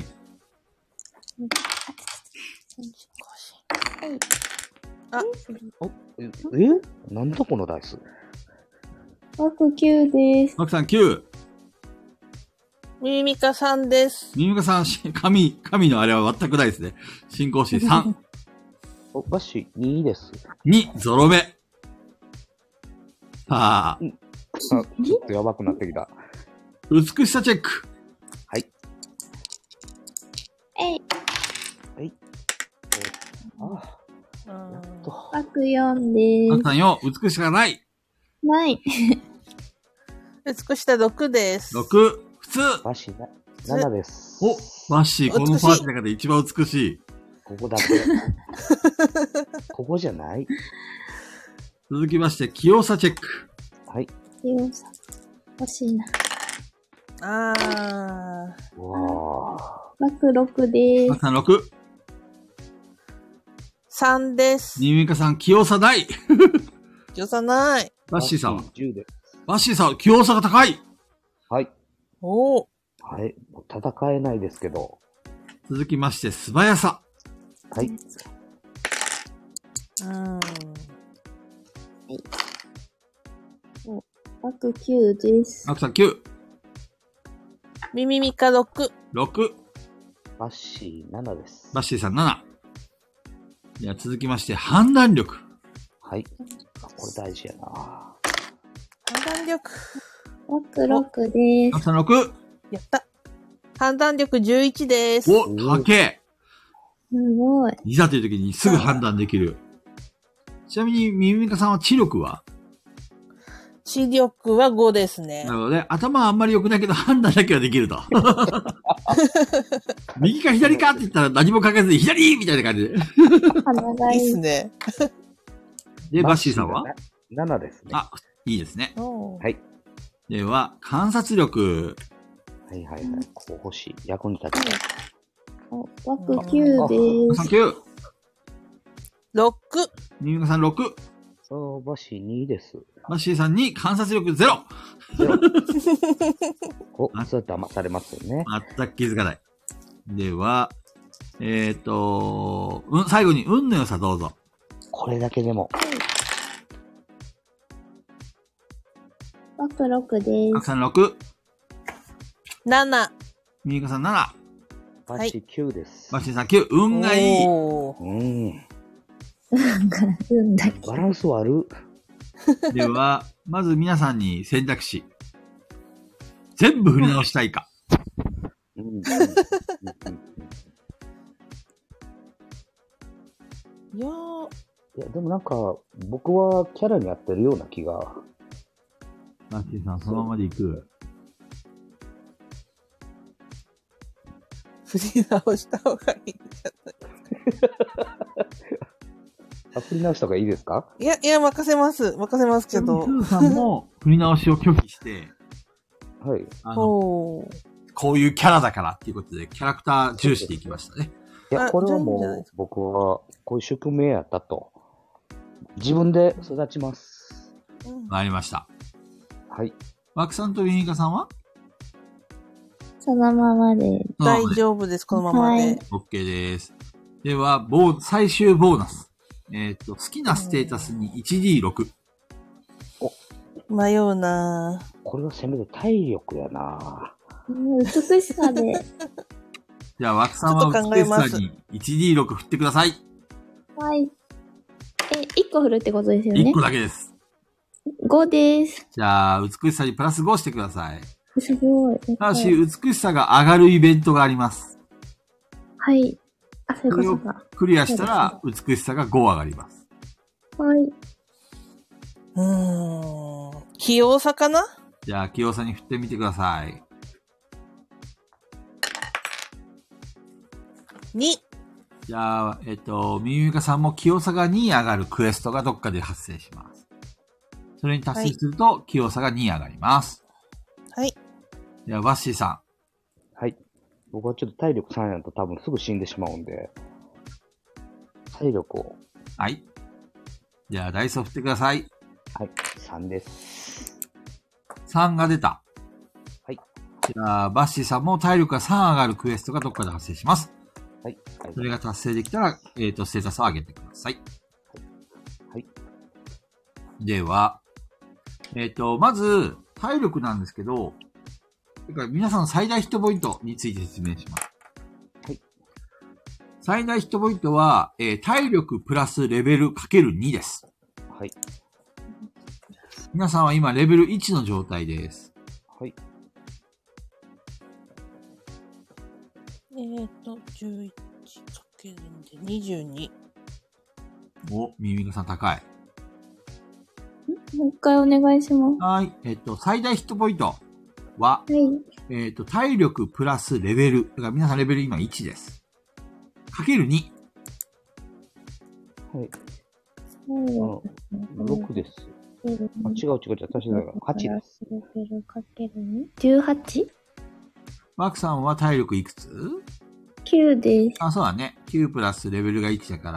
なんだこのダイス。 ワク9です。 ワクさん9。 ミミカ3です。 ミミカさん、神のあれは全くないですね。信仰心3。 バッシー2です。 2、ゾロ目。さあ。 ちょっとやばくなってきた。 美しさチェック。 はい。はい。やっと。 ワク4です。 ワクさん4、美しさない。 ない。 美しさ6です。 6、普通。 バッシー7です。 お、バッシー、このパーティーの中で一番美しい。 ここだけ。ここじゃない。 続きまして、器用さチェック。 はい。 器用さ。欲しいな。 あー。 わバク6でマキさん6。 3です。 ニミミカさん、器用さない。 よさない。 バッシーさんは 10です。 バッシーさん、器用さが高い。 はい。 おー。 はい。もう戦えないですけど。 続きまして、素早さ。 はい。 バク9です。 マキさん9。 ミミミカ6。 6。 バッシー7です。 バッシーさん7。では続きまして、判断力。 はい。これ大事やな。 判断力。 バク6でマキさん6。 やった。判断力11です。 お、高え。 す。すごい。 いざという時にすぐ判断できる。ちなみに、ミミミカさんは知力は視力は5ですねな。るほどね。頭はあんまり良くないけど、判断だけはできると。右か左かって言ったら何も考えずに、左みたいな感じで。 鼻がいいいいっす。ね。 で、バッシーさんは 7ですね。 あ、いいですね。 おーはい。 では、観察力。 はいはいはい。こう欲しい。役に立つ。 おバク9でサンす。 キュー。 6。 ミミカさん6。 そう、バッシー2です。 バッシーさんに観察力0。 お、そう騙されますよね。 全く気づかない。では、最後に運の良さどうぞ。 これだけでも。 バク6です。 マキさん6。 7。 ミミカさん7。 バッシー9です。 バッシーさん9。運がいい。 おー。 うん。 なんか、運だけ。 バランス悪。 では、まず皆さんに選択肢。全部振り直したいか。 うん。 いやー、 いや、でもなんか、僕はキャラに合ってるような気が。 バッシーさんそのままでいく。 振り直した方がいいんじゃない振り直した方がいいですか？ いや、任せますけど。 スーさんも振り直しを拒否して、 はい。 おー。 こういうキャラだからっていうことで、キャラクター重視でいきましたね。 いや、 あこれはじゃあいいんじゃないもう、僕は、こういう宿命やったと。自分で育ちます。 うんわかりました。 はい。 ワクさんとミミカさんはそのままで。 大丈夫です、このままで。 はい OK です。では、最終ボーナス。好きなステータスに 1D6。 迷うなぁ。 これはせめて体力やな。 美しさで。 じゃあ、ワクさんはちょっと考えます美しさに 1D6 振ってください。 はい。1個振るってことですよね 1。個だけです。 5です。 じゃあ、美しさにプラス5してください。 すごい。 ただし、美しさが上がるイベントがあります。 はい。あ、そういうそれをことか。 クリアしたら、美しさが5上がります。 はい。 器用さかな？ じゃあ、清さに振ってみてください。 2。 じゃあ、ミミカさんも清さが2上がるクエストがどっかで発生します。それに達成すると、清さが2上がります。 はい。 では、バッシーさはい。僕はちょっと体力3やと多分すぐ死んでしまうんで、体力を、 ん。はい。じゃあ、ダイスを振ってください。 はい、3です。 3が出た。 はい。 じゃあ、バッシーさんも体力が3上がるクエストがどっかで発生します。 はい。はいそれが達成できたら、ステータスを上げてください。 はい。 では、まず、体力なんですけど、それから皆さんの最大ヒットポイントについて説明します。 はい。 最大ヒットポイントは、体力プラスレベル ×2 です。 はい。 皆さんは今レベル1の状態です。 はい。 11かけるんで22。 お、耳がさん高い。 もう一回お願いしまはい。最大ヒットポイントは、 す。はい。 体力プラスレベル。だから皆さんレベル今1です。かける2。 はい。 そう 6です。あ、違う。私だから8です。 レベルかける 2? 18? ワークさんは体力いくつ 9です。 あ、そうだね。9プラスレベルが1だから、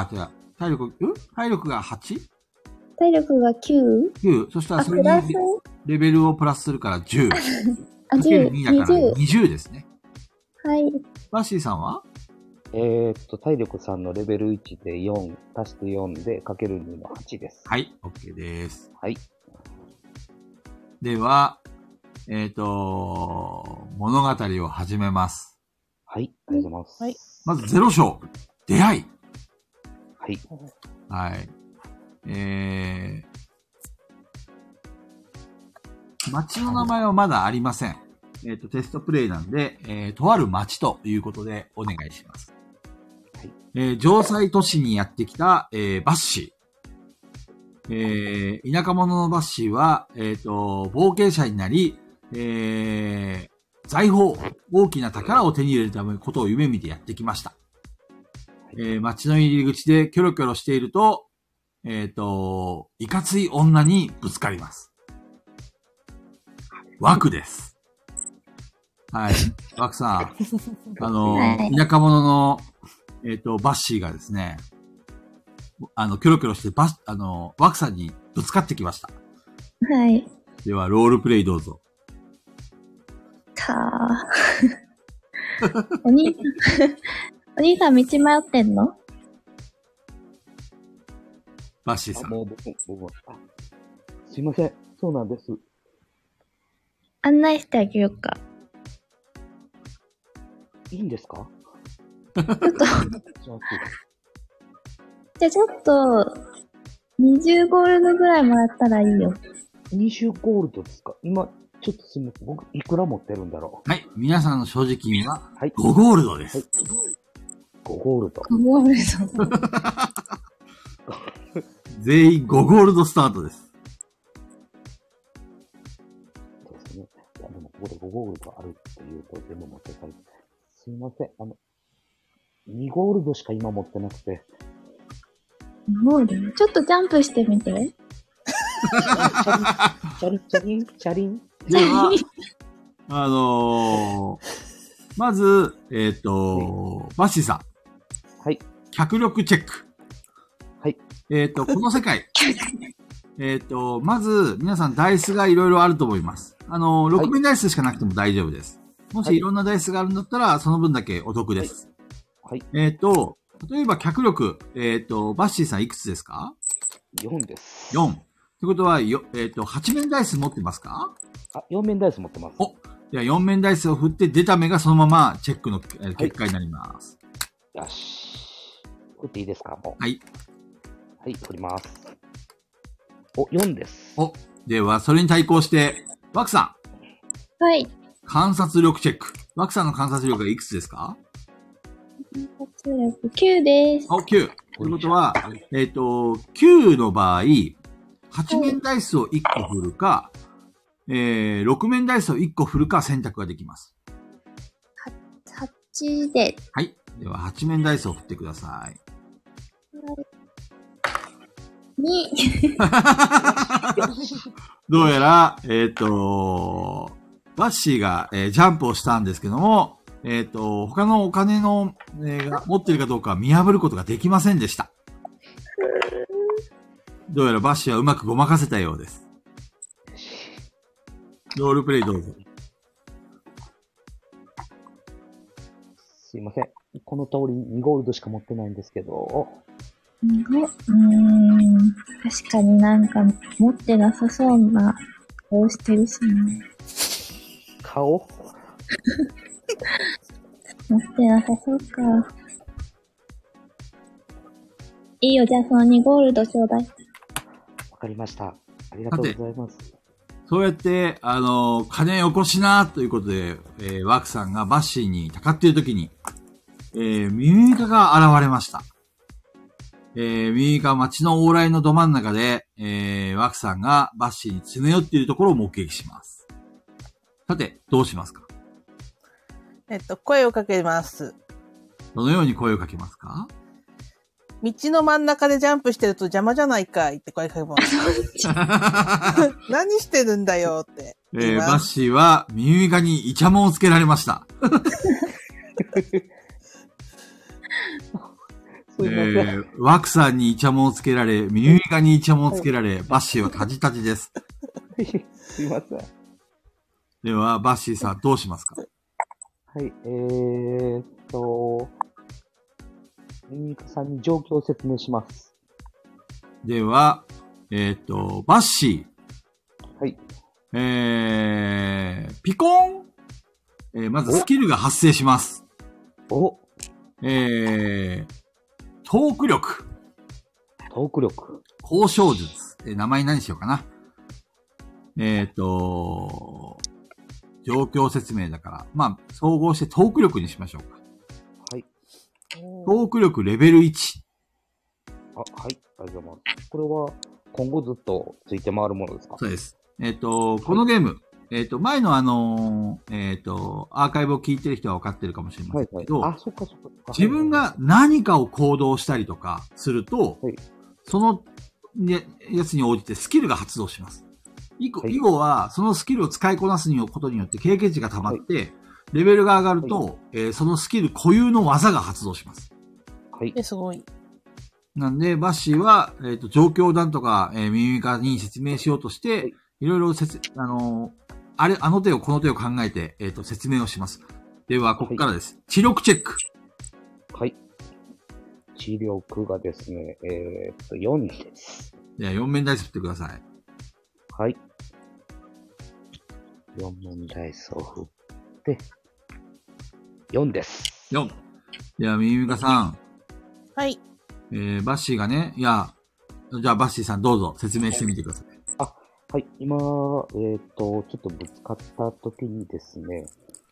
違う。体力が 8？ 体力が 9？ 9。そしたらそれプラスにレベルをプラスするから10。 あ、 かける 10、 2だから 20。 20ですね。 はい。 バッシーさんは体力3のレベル1で4、足して4で、かける2の8です。 はい、OK です。 はい。 では、物語を始めます。 はい、ありがとうございます。 はい。 まず0章、出会い。 はい。 はい。町の名前はまだありません。テストプレイなんで、とある町ということでお願いします。はい。城塞都市にやってきた、バッシー。田舎者のバッシーは、冒険者になり、財宝、大きな宝を手に入れるためのことを夢見てやってきました。町の入り口でキョロキョロしていると、いかつい女にぶつかります。ワクです。はい。ワクさん。田舎者の、バッシーがですね、キョロキョロしてワクさんにぶつかってきました。 はい。 では、ロールプレイどうぞ。 お兄さん道迷ってんの？ バッシーさん。 もう僕、すいません。そうなんです。 案内してあげようか。 いいんですか？ ちょっと、じゃあちょっと、20ゴールドぐらいもらったらいいよ。 20ゴールドですか？今、ちょっとすみません。僕、いくら持ってるんだろう？ はい。皆さんの正直金は、 はい。 5ゴールドです。 はい。5ゴールド。 5ゴールド。 全員5ゴールドスタートです。 そうですね。いや、でもここで5ゴールドあるっていうと、全部持ってかれて。すいません。2ゴールドしか今持ってなくて。 ゴールド？ちょっとジャンプしてみて。 チャリン、チャリン、チャリン。 では、まず、バッシーさん。 はい。 脚力チェック。 はい。 この世界。まず、皆さんダイスがいろいろあると思います。6面ダイスしかなくても大丈夫です。もしいろんなダイスがあるんだったら、その分だけお得です。 はい。 例えば脚力、バッシーさんいくつですか？ 4 です。 4。ってことは、8面ダイス持ってますか？ 4面ダイス持ってます。 お、では4面ダイスを振って出た目がそのままチェックの結果になります。 よし。振っていいですか？もう。 はい。 はい、振ります。お、4です。 お、ではそれに対抗して、ワクさん。 はい。 観察力チェック。ワクさんの観察力はいくつですか観察力9です。 お、9。ということは、9の場合、8面ダイスを1個振るか、6面ダイスを1個振るか選択ができます。 8で。 はい。では、8面ダイスを振ってください。 2。 どうやら、バッシーが、ジャンプをしたんですけども、他のお金の、が持っているかどうか見破ることができませんでした。どうやらバッシーはうまくごまかせたようです。ロールプレイどうぞ。 すいません。この通り2ゴールドしか持ってないんですけど。 確かになんか持ってなさそうな顔してるしね。 顔持ってなさそうか。いいよ、じゃあその2ゴールドちょうだい。 わかりました。ありがとうございます。 そうやって、金よこしなということで、ワクさんがバッシーにたかっているときに、ミミイカが現れました。ミミイカは街の往来のど真ん中で、ワクさんがバッシーに詰め寄っているところを目撃します。さて、どうしますか？ 声をかけます。 どのように声をかけますか？ 道の真ん中でジャンプしてると邪魔じゃないかいって声かけます。何してるんだよって。 バッシーはミミイカにイチャモンをつけられました。 すいません。 ワクさんにイチャモンをつけられ、ミミカにイチャモンをつけられ、バッシーはタジタジです。 すいません。 では、バッシーさんどうしますか？ はい、ミミカさんに状況を説明します。 では、バッシー。はい。 ピコン、まずスキルが発生します。 おトーク力。 トーク力。 交渉術。名前何しようかな。状況説明だから。まあ、総合してトーク力にしましょうか。 はい。 トーク力レベル1。 はい。ありがとうございます。これは今後ずっとついて回るものですか？ そうです。このゲーム、前のアーカイブを聞いてる人は分かってるかもしれませんけど、 あ、そっか。 自分が何かを行動したりとかすると、 はい、 その、ね、やつに応じてスキルが発動します。以後は、そのスキルを使いこなすことによって経験値が溜まって、レベルが上がると、そのスキル固有の技が発動します。 はい。 すごい。 なんで、バッシーは、状況なんとか、ミミカに説明しようとして、いろいろあの手をこの手を考えて、説明をします。では、ここからです。知力チェック。 はい。知力がですね、4です。 じゃあ、4面ダイス振ってください。 はい。4面ダイスを振って、4です。 4。では、ミミカさん。 はい。 バッシーがね、じゃあ、バッシーさんどうぞ説明してみてください。 はい。今、ちょっとぶつかった時にですね、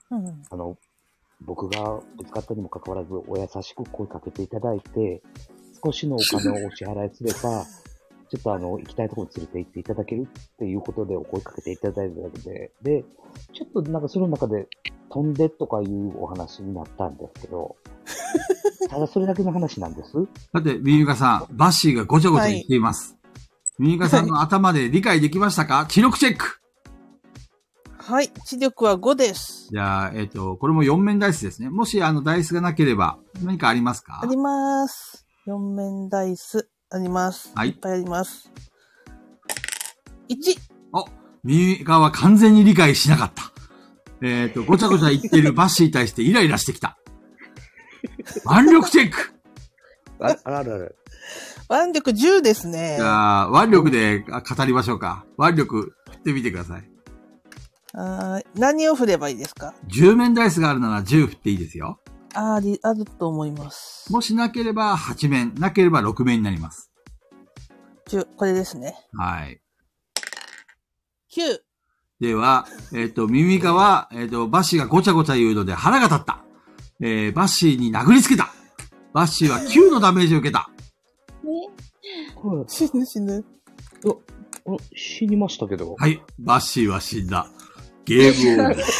僕がぶつかったにもかかわらず、お優しく声かけていただいて、少しのお金をお支払いすれば、ちょっと行きたいところに連れて行っていただけるっていうことでお声かけていただいたので、ちょっとなんかその中で飛んでとかいうお話になったんですけど、ただそれだけの話なんです。 さて、ミミカさん、バッシーがごちゃごちゃ言っています。ミミカさんの頭で理解できましたか？知力チェック。 はい、知力は5です。 じゃあ、これも4面ダイスですね。もしダイスがなければ何かありますか？ あります。4面ダイスあります。 はい。 いっぱいあります。1。 ミミカは完全に理解しなかった。ごちゃごちゃ言ってるバッシーに対してイライラしてきた。腕力チェック。 あら。 腕力10ですね。 じゃあ、腕力で語りましょうか。腕力振ってみてください。 何を振ればいいですか ？10面ダイスがあるなら10振っていいですよ。 あると思います。 もしなければ8面、なければ6面になります。 10、これですね。 はい。 9。 では、ミミカは、バッシーがごちゃごちゃ言うので腹が立った。バッシーに殴りつけた。バッシーは9のダメージを受けた。 死ぬ。 死にましたけど。 はい。バッシーは死んだ。ゲームオーバー。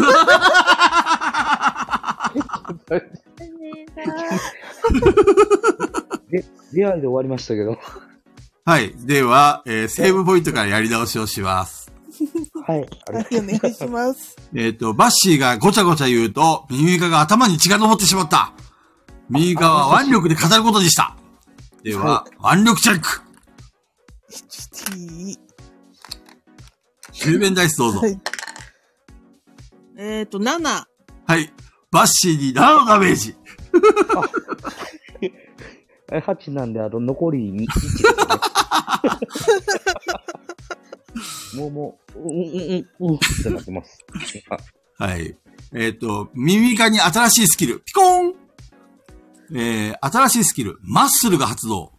リアルで終わりましたけど。 はい。では、セーブポイントからやり直しをします。 はい。 お願いします。 バッシーがごちゃごちゃ言うと、ミミカが頭に血が上ってしまった。ミミカは腕力で語ることにした。では、腕力チェック。10面ダイスどうぞ。 はい、7。 はい。バッシーに7のダメージ。 8なんで、残り1ですね。もう、ってなってます。 はい。ミミカに新しいスキル、ピコーン新しいスキル、マッスルが発動。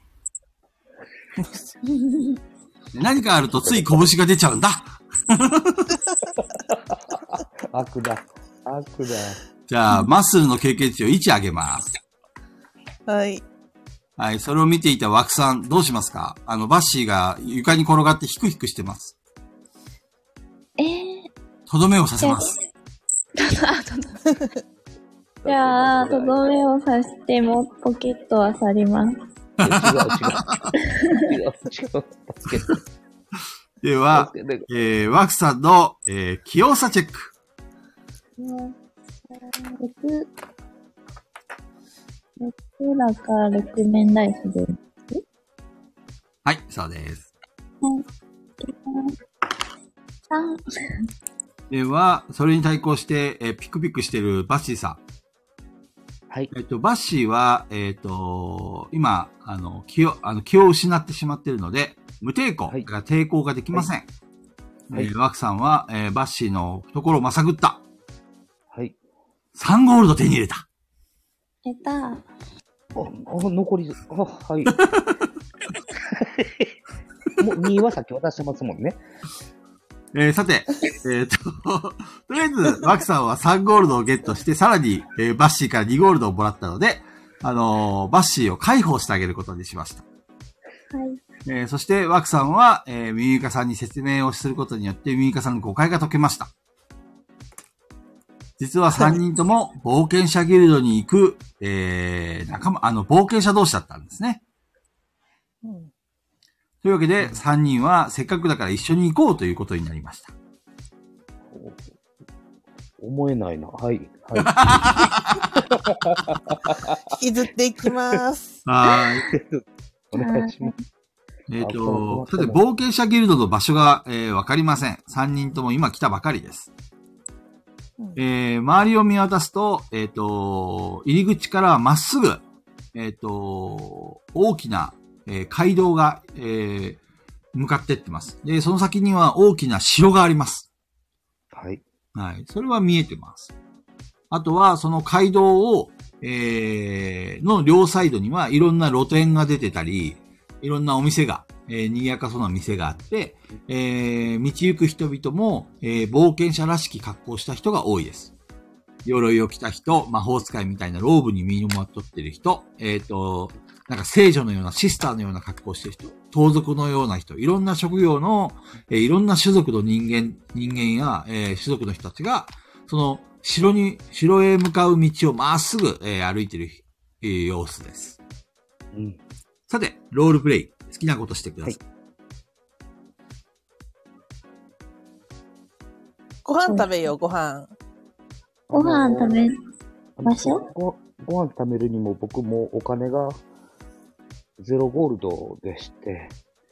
何かあるとつい拳が出ちゃうんだ。 悪だ。 じゃあ、マッスルの経験値を1上げます。 はい。 はい、それを見ていた枠さん、どうしますか？バッシーが床に転がってヒクヒクしてます。とどめをさせます。 じゃあ、とどめをさしてもポケットは去ります。 違う。 では、ワクさんの、器用さチェック。 6だから6面ダイスで。 はい、そうです。 3。 では、それに対抗して、ピクピクしてるバッシーさん。 はい。 バッシーは、今、気を失ってしまっているので、無抵抗が抵抗ができません。はい。ワクさんは、バッシーのところをまさぐった。 はい。 3ゴールド手に入れた。 やったー。 残り、はい。もう2はさっき渡してますもんね。 さて、とりあえず、ワクさんは3ゴールドをゲットして、さらに、バッシーから2ゴールドをもらったので、バッシーを解放してあげることにしました。 はい。 そして、ワクさんは、ミミカさんに説明をすることによって、ミミカさんの誤解が解けました。実は3人とも、冒険者ギルドに行く、冒険者同士だったんですね。というわけで、3人はせっかくだから一緒に行こうということになりました。 思えないな。はい。 引きずっていきます。 はい。 お願いします。 さて、冒険者ギルドの場所が、わかりません。3人とも今来たばかりです。周りを見渡すと、入り口からまっすぐ、大きな、街道が、向かってってます。で、その先には大きな城があります。 はい。 はい。それは見えてます。あとは、その街道を、の両サイドにはいろんな露店が出てたり、いろんなお店が、賑やかそうな店があって、道行く人々も、冒険者らしき格好をした人が多いです。鎧を着た人、魔法使いみたいなローブに身をまとってる人、なんか聖女のようなシスターのような格好をしてる人、盗賊のような人、いろんな職業の、いろんな種族の人間や、種族の人たちが、その城へ向かう道をまっすぐ、歩いてる、様子です。 うん。 さて、ロールプレイ。好きなことしてください。はい、 ご飯食べよう、ご飯。 ご飯食べましょう。 ご飯食べるにも僕もお金が0ゴールドでして。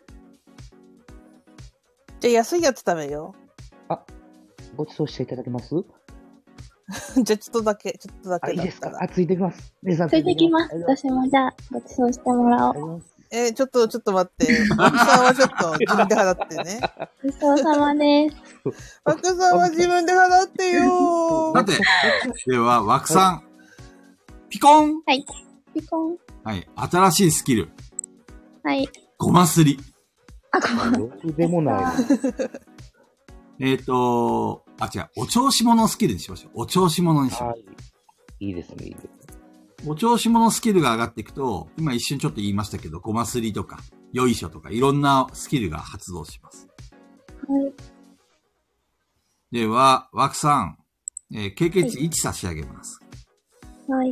じゃあ安いやつ食べよう。ご馳走していただけますじゃあちょっとだけいいですか？ついてきます。 ついてきます。私もじゃあご馳走してもらおう。 ちょっと待って。ワクさんはちょっと自分で払ってね。 ごちそうさまです。 ワクさんは自分で払ってよ。 さて、では、ワクさん。ピコン。 はい。ピコン。 はい。新しいスキル。 はい。 ごますり。 ろくでもない。 違う。お調子者スキルにしましょう。お調子者にしましょう。 いいですね、いいですね。 お調子者スキルが上がっていくと、今一瞬ちょっと言いましたけど、ごますりとか、よいしょとか、いろんなスキルが発動します。 はい。 では、ワクさん、経験値1差し上げます。 はい。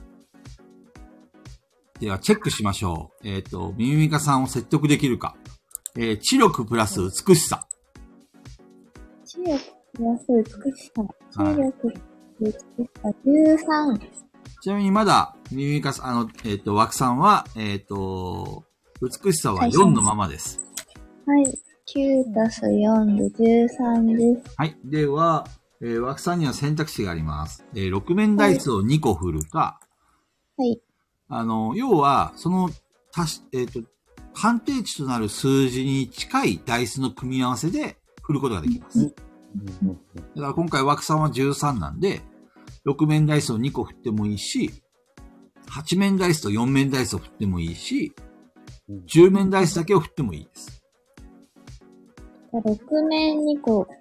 では、チェックしましょう。ミミミカさんを説得できるか。知力プラス美しさ。 知力プラス美しさ。知力プラス美しさ13。 ちなみにまだ、ミミミカさん、ワクさんは、美しさは4のままです。 はい。9たす4で13です。 はい。では、ワクさんには選択肢があります。6面ダイスを2個振るか。 はい。 要は、その、判定値となる数字に近いダイスの組み合わせで振ることができます。だから今回ワクさんは13なんで、6面ダイスを2個振ってもいいし、8面ダイスと4面ダイスを振ってもいいし、10面ダイスだけを振ってもいいです。 6面2個。 はい。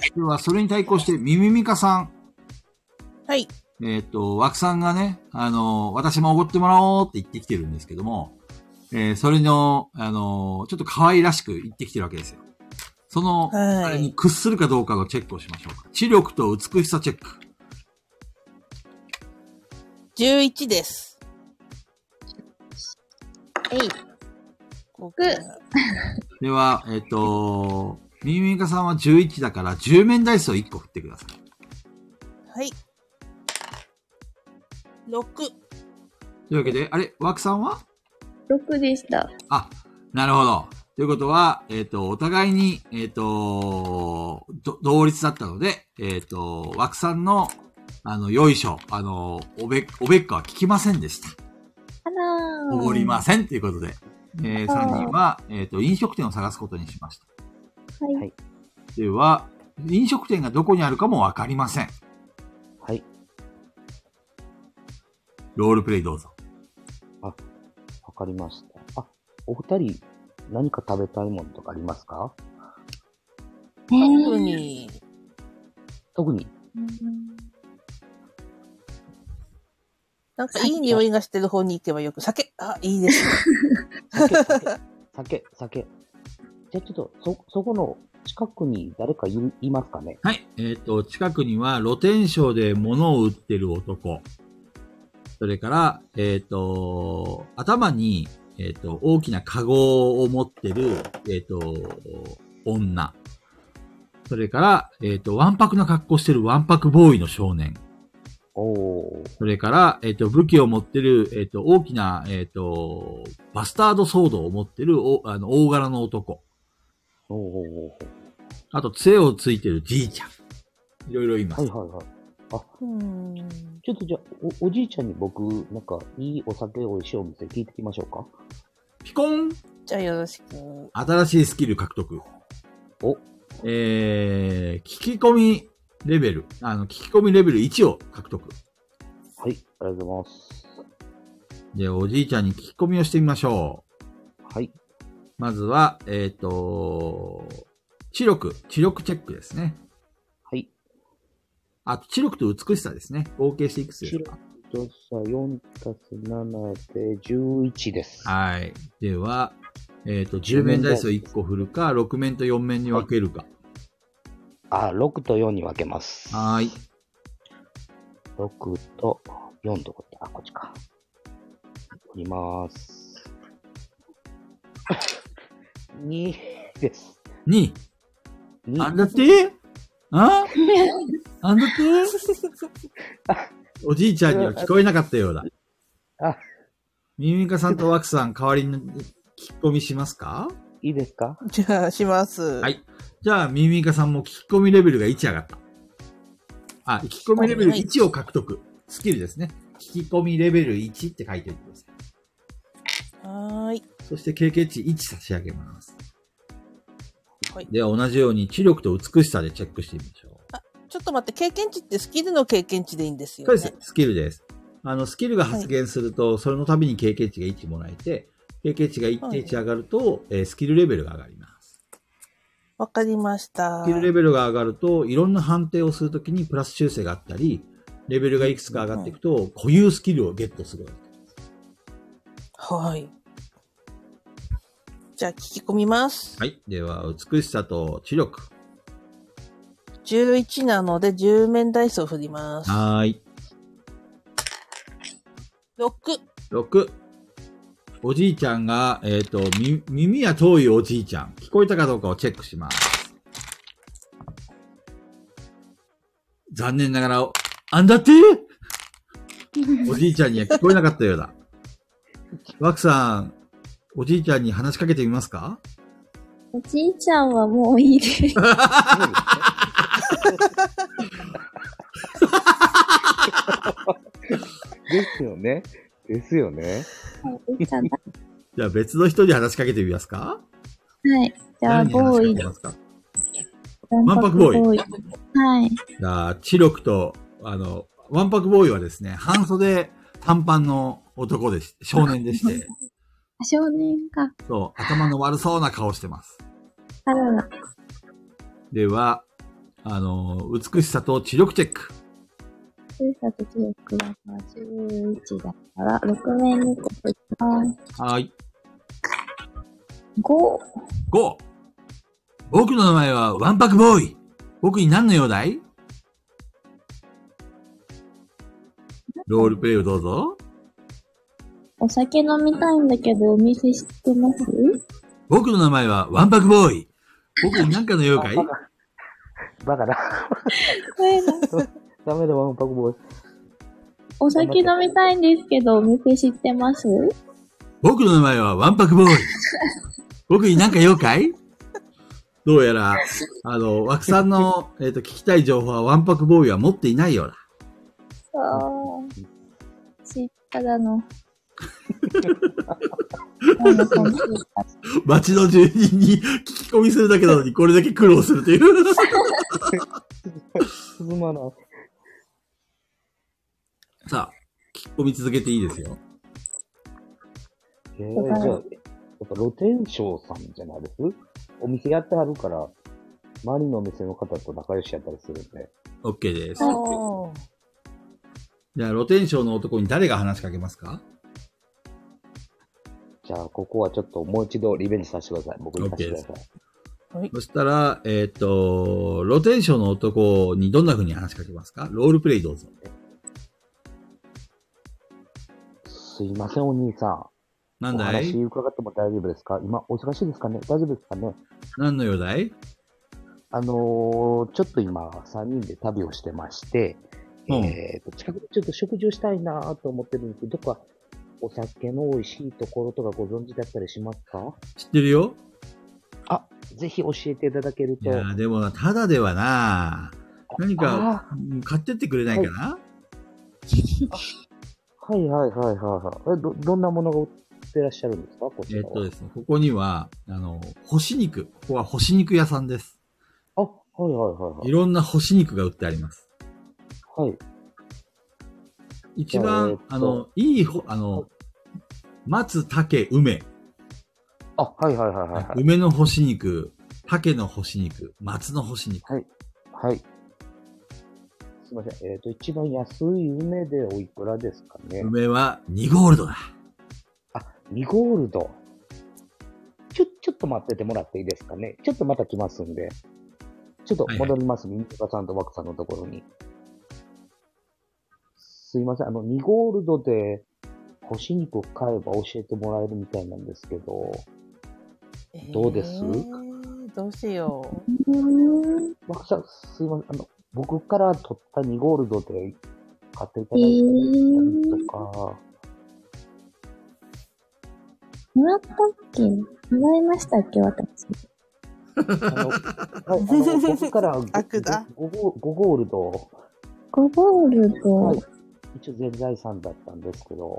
では、それに対抗して、ミミミカさん。 はい。 ワクさんがね、私もおごってもらおうって言ってきてるんですけども、それの、ちょっと可愛らしく言ってきてるわけですよ。その、あれに屈するかどうかのチェックをしましょうか。知力と美しさチェック。 11です。 6。 では、ミミミカさんは11だから10面ダイスを1個振ってください。 はい。 6。 というわけで、あれ、枠さんは 6でした。 あ、なるほど。ということは、お互いに、同率だったので、枠さんの、よいしょ、おべっかは聞きませんでした。 あらー。 おごりませんということで、3人は、飲食店を探すことにしました。 はい。 では、飲食店がどこにあるかもわかりません。 はい。 ロールプレイどうぞ。 わかりました。お二人、何か食べたいものとかありますか？ 特に。 特に。 なんかいい匂いがしてる方に行けばよく。酒。いいです。 酒。じゃあちょっと、そこの近くに誰かいますかね？ はい。近くには露天商で物を売ってる男。それから、頭に、大きなカゴを持ってる、女。それから、わんぱくな格好してるわんぱくボーイの少年。それから、武器を持ってる、大きな、バスタードソードを持ってる、大柄の男。あと、杖をついてるじいちゃん。いろいろいます。 はい。ちょっとじゃあ、おじいちゃんに僕、なんか、いいお酒美味しいお店聞いてきましょうか。 ピコン。 じゃあよろしく。 新しいスキル獲得。聞き込みレベル。聞き込みレベル1を獲得。 はい、ありがとうございます。 で、おじいちゃんに聞き込みをしてみましょう。はい。 まずは、知力チェックですね。 はい。 あと、知力と美しさですね。合計していくつですか？ 知力とさ、4たす7で11です。 はい。では、10面ダイスを1個振るか、6面と4面に分けるか。 6と4に分けます。 はい。 6と4どこだ？こっちか。振ります。2です。 2。なんだってなんだっておじいちゃんには聞こえなかったようだ。ミミカさんとワクさん代わりに聞き込みしますか？ いいですか？ じゃあ、します。 はい。じゃあ、ミミカさんも聞き込みレベルが1上がった。聞き込みレベル1を獲得。スキルですね。聞き込みレベル1って書いておいてください。 はーい。 そして経験値1差し上げます。 はい。 では、同じように知力と美しさでチェックしてみましょう。 ちょっと待って、経験値ってスキルの経験値でいいんですよね。 ね。 そうです。スキルです。スキルが発現すると、それの度に経験値が1もらえて、経験値が1定値上がると、スキルレベルが上がります。 わかりました。 スキルレベルが上がると、いろんな判定をするときにプラス修正があったり、レベルがいくつか上がっていくと、固有スキルをゲットするわけです。 はい。じゃあ、聞き込みます。 はい。では、美しさと知力。 11なので、10面ダイスを振ります。 はーい。6。おじいちゃんが、耳や遠いおじいちゃん。聞こえたかどうかをチェックします。残念ながら、あんだっておじいちゃんには聞こえなかったようだ。ワクさん、おじいちゃんに話しかけてみますか？ おじいちゃんはもういいです。 ですよね。ですよね。 じゃあ別の人に話しかけてみますか？ はい。じゃあ、ボーイ。 わんぱくボーイ。 はい。 じゃあ、知力と、わんぱくボーイはですね、半袖短パンの男でし、少年でして。 少年か。 そう、頭の悪そうな顔してます。 あらら。 では、美しさと知力チェック。 美しさと知力は11だから、6面2個振ります。 はい。 5。 僕の名前はわんぱくボーイ。僕に何の用だい？ロールプレイをどうぞ。 お酒飲みたいんだけど、お店知ってます？ 僕の名前はわんぱくボーイ。僕に何かの用かい？ バカだ。ダメだ、わんぱくボーイ。 お酒飲みたいんですけど、お店知ってます？ 僕の名前はワンパクボーイ。僕に何か用かい？どうやら、枠さんの、聞きたい情報はワンパクボーイは持っていないようだ。 そう。知っただの。 町の住人に聞き込みするだけなのにこれだけ苦労するという。 進まない。 さあ、聞き込み続けていいですよ。 じゃあ、やっぱ露天商さんじゃないです？お店やってはるから、周りのお店の方と仲良しやったりするんで。 OK です。 おー。 じゃあ、露天商の男に誰が話しかけますか？ じゃあ、ここはちょっともう一度リベンジさせてください。僕にさせてください。 はい。 そしたら、露天商の男にどんな風に話しかけますか？ロールプレイどうぞ。 すいません、お兄さん。 なんだい？ お話伺っても大丈夫ですか？今、お忙しいですかね？大丈夫ですかね？ 何の用だい？ ちょっと今、3人で旅をしてまして、近くでちょっと食事をしたいなと思ってるんですけど、どこかお酒の美味しいところとかご存知だったりしますか？ 知ってるよ。 あ、ぜひ教えていただけると。 いやでもな、ただではな、何か買ってってくれないかな？ はいはいはいはいはい。どんなものが売ってらっしゃるんですか？こちらは。 ですね、ここには、干し肉。ここは干し肉屋さんです。 あ、はいはいはいはい。 いろんな干し肉が売ってあります。 はい。 一番、いい松、竹、梅。 あ、はいはいはいはい、はい。 梅の干し肉、竹の干し肉、松の干し肉。 はい。はい。すいません。一番安い梅でおいくらですかね？ 梅は2ゴールドだ。 あ、2ゴールド。ちょっと待っててもらっていいですかね？ちょっとまた来ますんで。ちょっと戻ります。ミニカさんとワクさんのところに。すいません。2ゴールドで干し肉を買えば教えてもらえるみたいなんですけど、どうです？ どうしよう。ワクさん、すいません。僕から取った2ゴールドで買っていただいたりとか。 もらったっけ？もらいましたっけ、私。 僕から悪だ。 5ゴールド。 5ゴールド。 はい。一応全財産だったんですけど。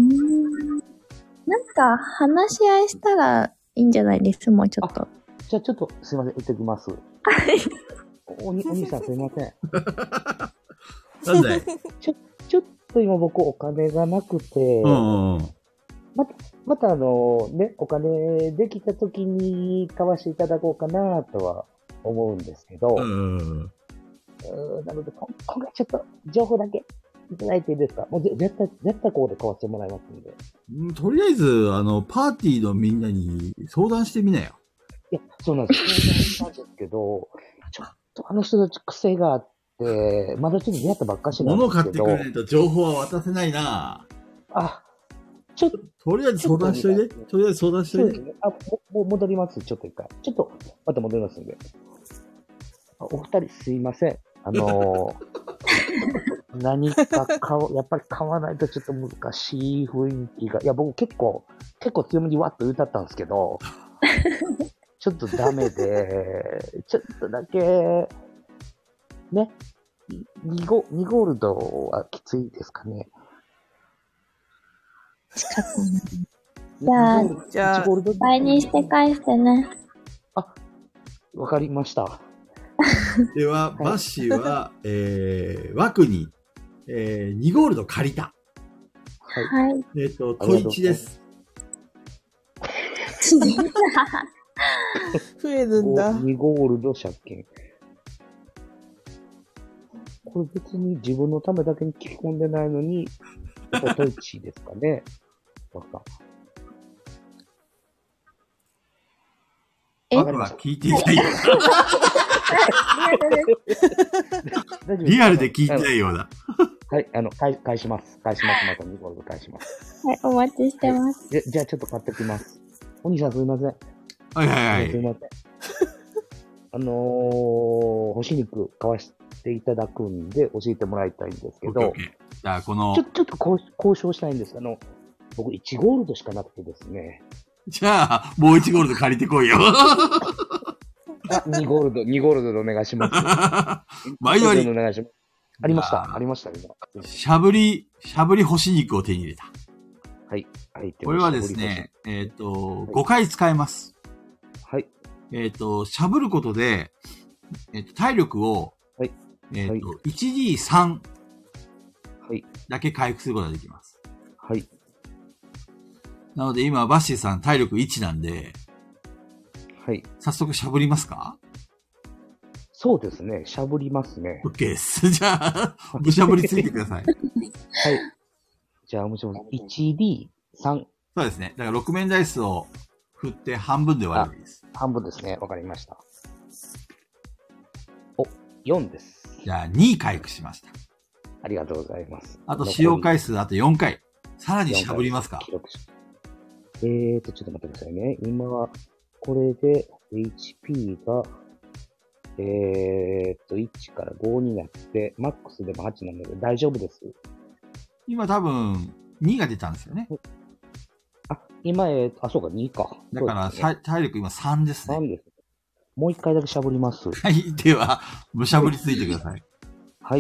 なんか、話し合いしたらいいんじゃないです？もうちょっと。 じゃあちょっと、すいません、言ってきます。お兄さんすいません。 なんだい？ ちょっと今僕お金がなくて、またお金できた時に買わせていただこうかなとは思うんですけど、なので、今回ちょっと情報だけいただいていいですか？もう絶対ここで買わせてもらいますんで。 とりあえず、パーティーのみんなに相談してみなよ。 いや、そうなんです。相談したんですけど、ちょっと人たち癖があって、まだちょっと出会ったばっかしなんですけど。 物買ってくれないと情報は渡せないな。とりあえず相談しといて。とりあえず相談しといて。 ね、もう戻ります。ちょっと一回。ちょっと、また戻りますんで。お二人すいません。何かやっぱり買わないとちょっと難しい雰囲気が。いや、僕結構強めにわっと歌ったんですけど、ちょっとダメで、ちょっとだけ、ね、2ゴールドはきついですかね。 じゃあ、倍にして返してね。 あ、わかりました。 では、バッシーは、枠に、2ゴールド借りた。 はい。 小1です。 増えるんだ。 2ゴールド借金。これ別に自分のためだけに聞き込んでないのに、やっぱトイチですかね。 僕は聞いていないよ。リアルで聞いてないようだ。 はい、返します。また2ゴールド返します。 はい、お待ちしてます。 じゃあちょっと買ってきます。お兄さんすいません。 はい。 すいません。干し肉買わせていただくんで、教えてもらいたいんですけど、 じゃあ、この、 ちょっと交渉したいんです。僕1ゴールドしかなくてですね。 じゃあ、もう1ゴールド借りてこいよ。 2ゴールドでお願いします。 毎度あり。 お願いします。ありました、今。 しゃぶり干し肉を手に入れた。 はい。 これはですね、5回使えます。 はい。 しゃぶることで、体力を、 はい。 1D3 だけ回復することができます。 はい。 なので今、バッシーさん体力1なんで、 はい。 早速しゃぶりますか？ そうですね。しゃぶりますね。 OK です。じゃあ、ぶしゃぶりついてください。 はい。じゃあ、もちろん 1D3。 そうですね。だから6面ダイスを振って半分で割るわけです。 半分ですね。わかりました。お、4です。 じゃあ、2回復しました。 ありがとうございます。 あと使用回数あと4回。さらにしゃぶりますか？ ちょっと待ってくださいね。今は、これで HP が、1から5になって、マックスでも8なので大丈夫です。 今多分、2が出たんですよね。 今、そうか、2か。 だから、ね、体力今3ですね。 3です。もう1回だけしゃぶります。 はい。では、むしゃぶりついてください。 はい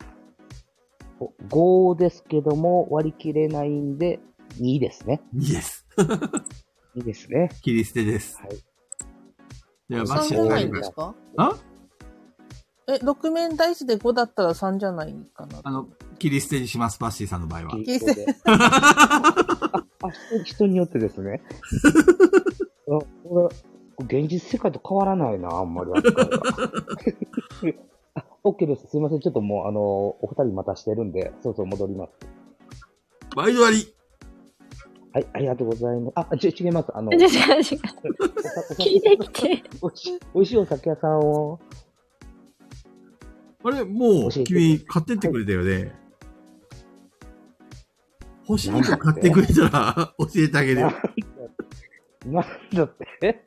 。5ですけども、割り切れないんで、2ですね。 2です。 2ですね。 切り捨てです。 はい。 では、 バッシー3じゃないんですか？6面ダイスで5だったら3じゃないかな。 切り捨てにします、バッシーさんの場合は。 切り捨てで。人によってですね。これ、現実世界と変わらないな、あんまり扱いが。OK です。すいません。ちょっともう、お二人待たしてるんで、そうそう戻ります。 毎度あり。 はい、ありがとうございます。違います。 違う。聞いてきて。 美味しいお酒屋さんを。 あれ、もう、君、買ってってくれたよね。欲しいの買ってくれたら、教えてあげるよ。 なんだって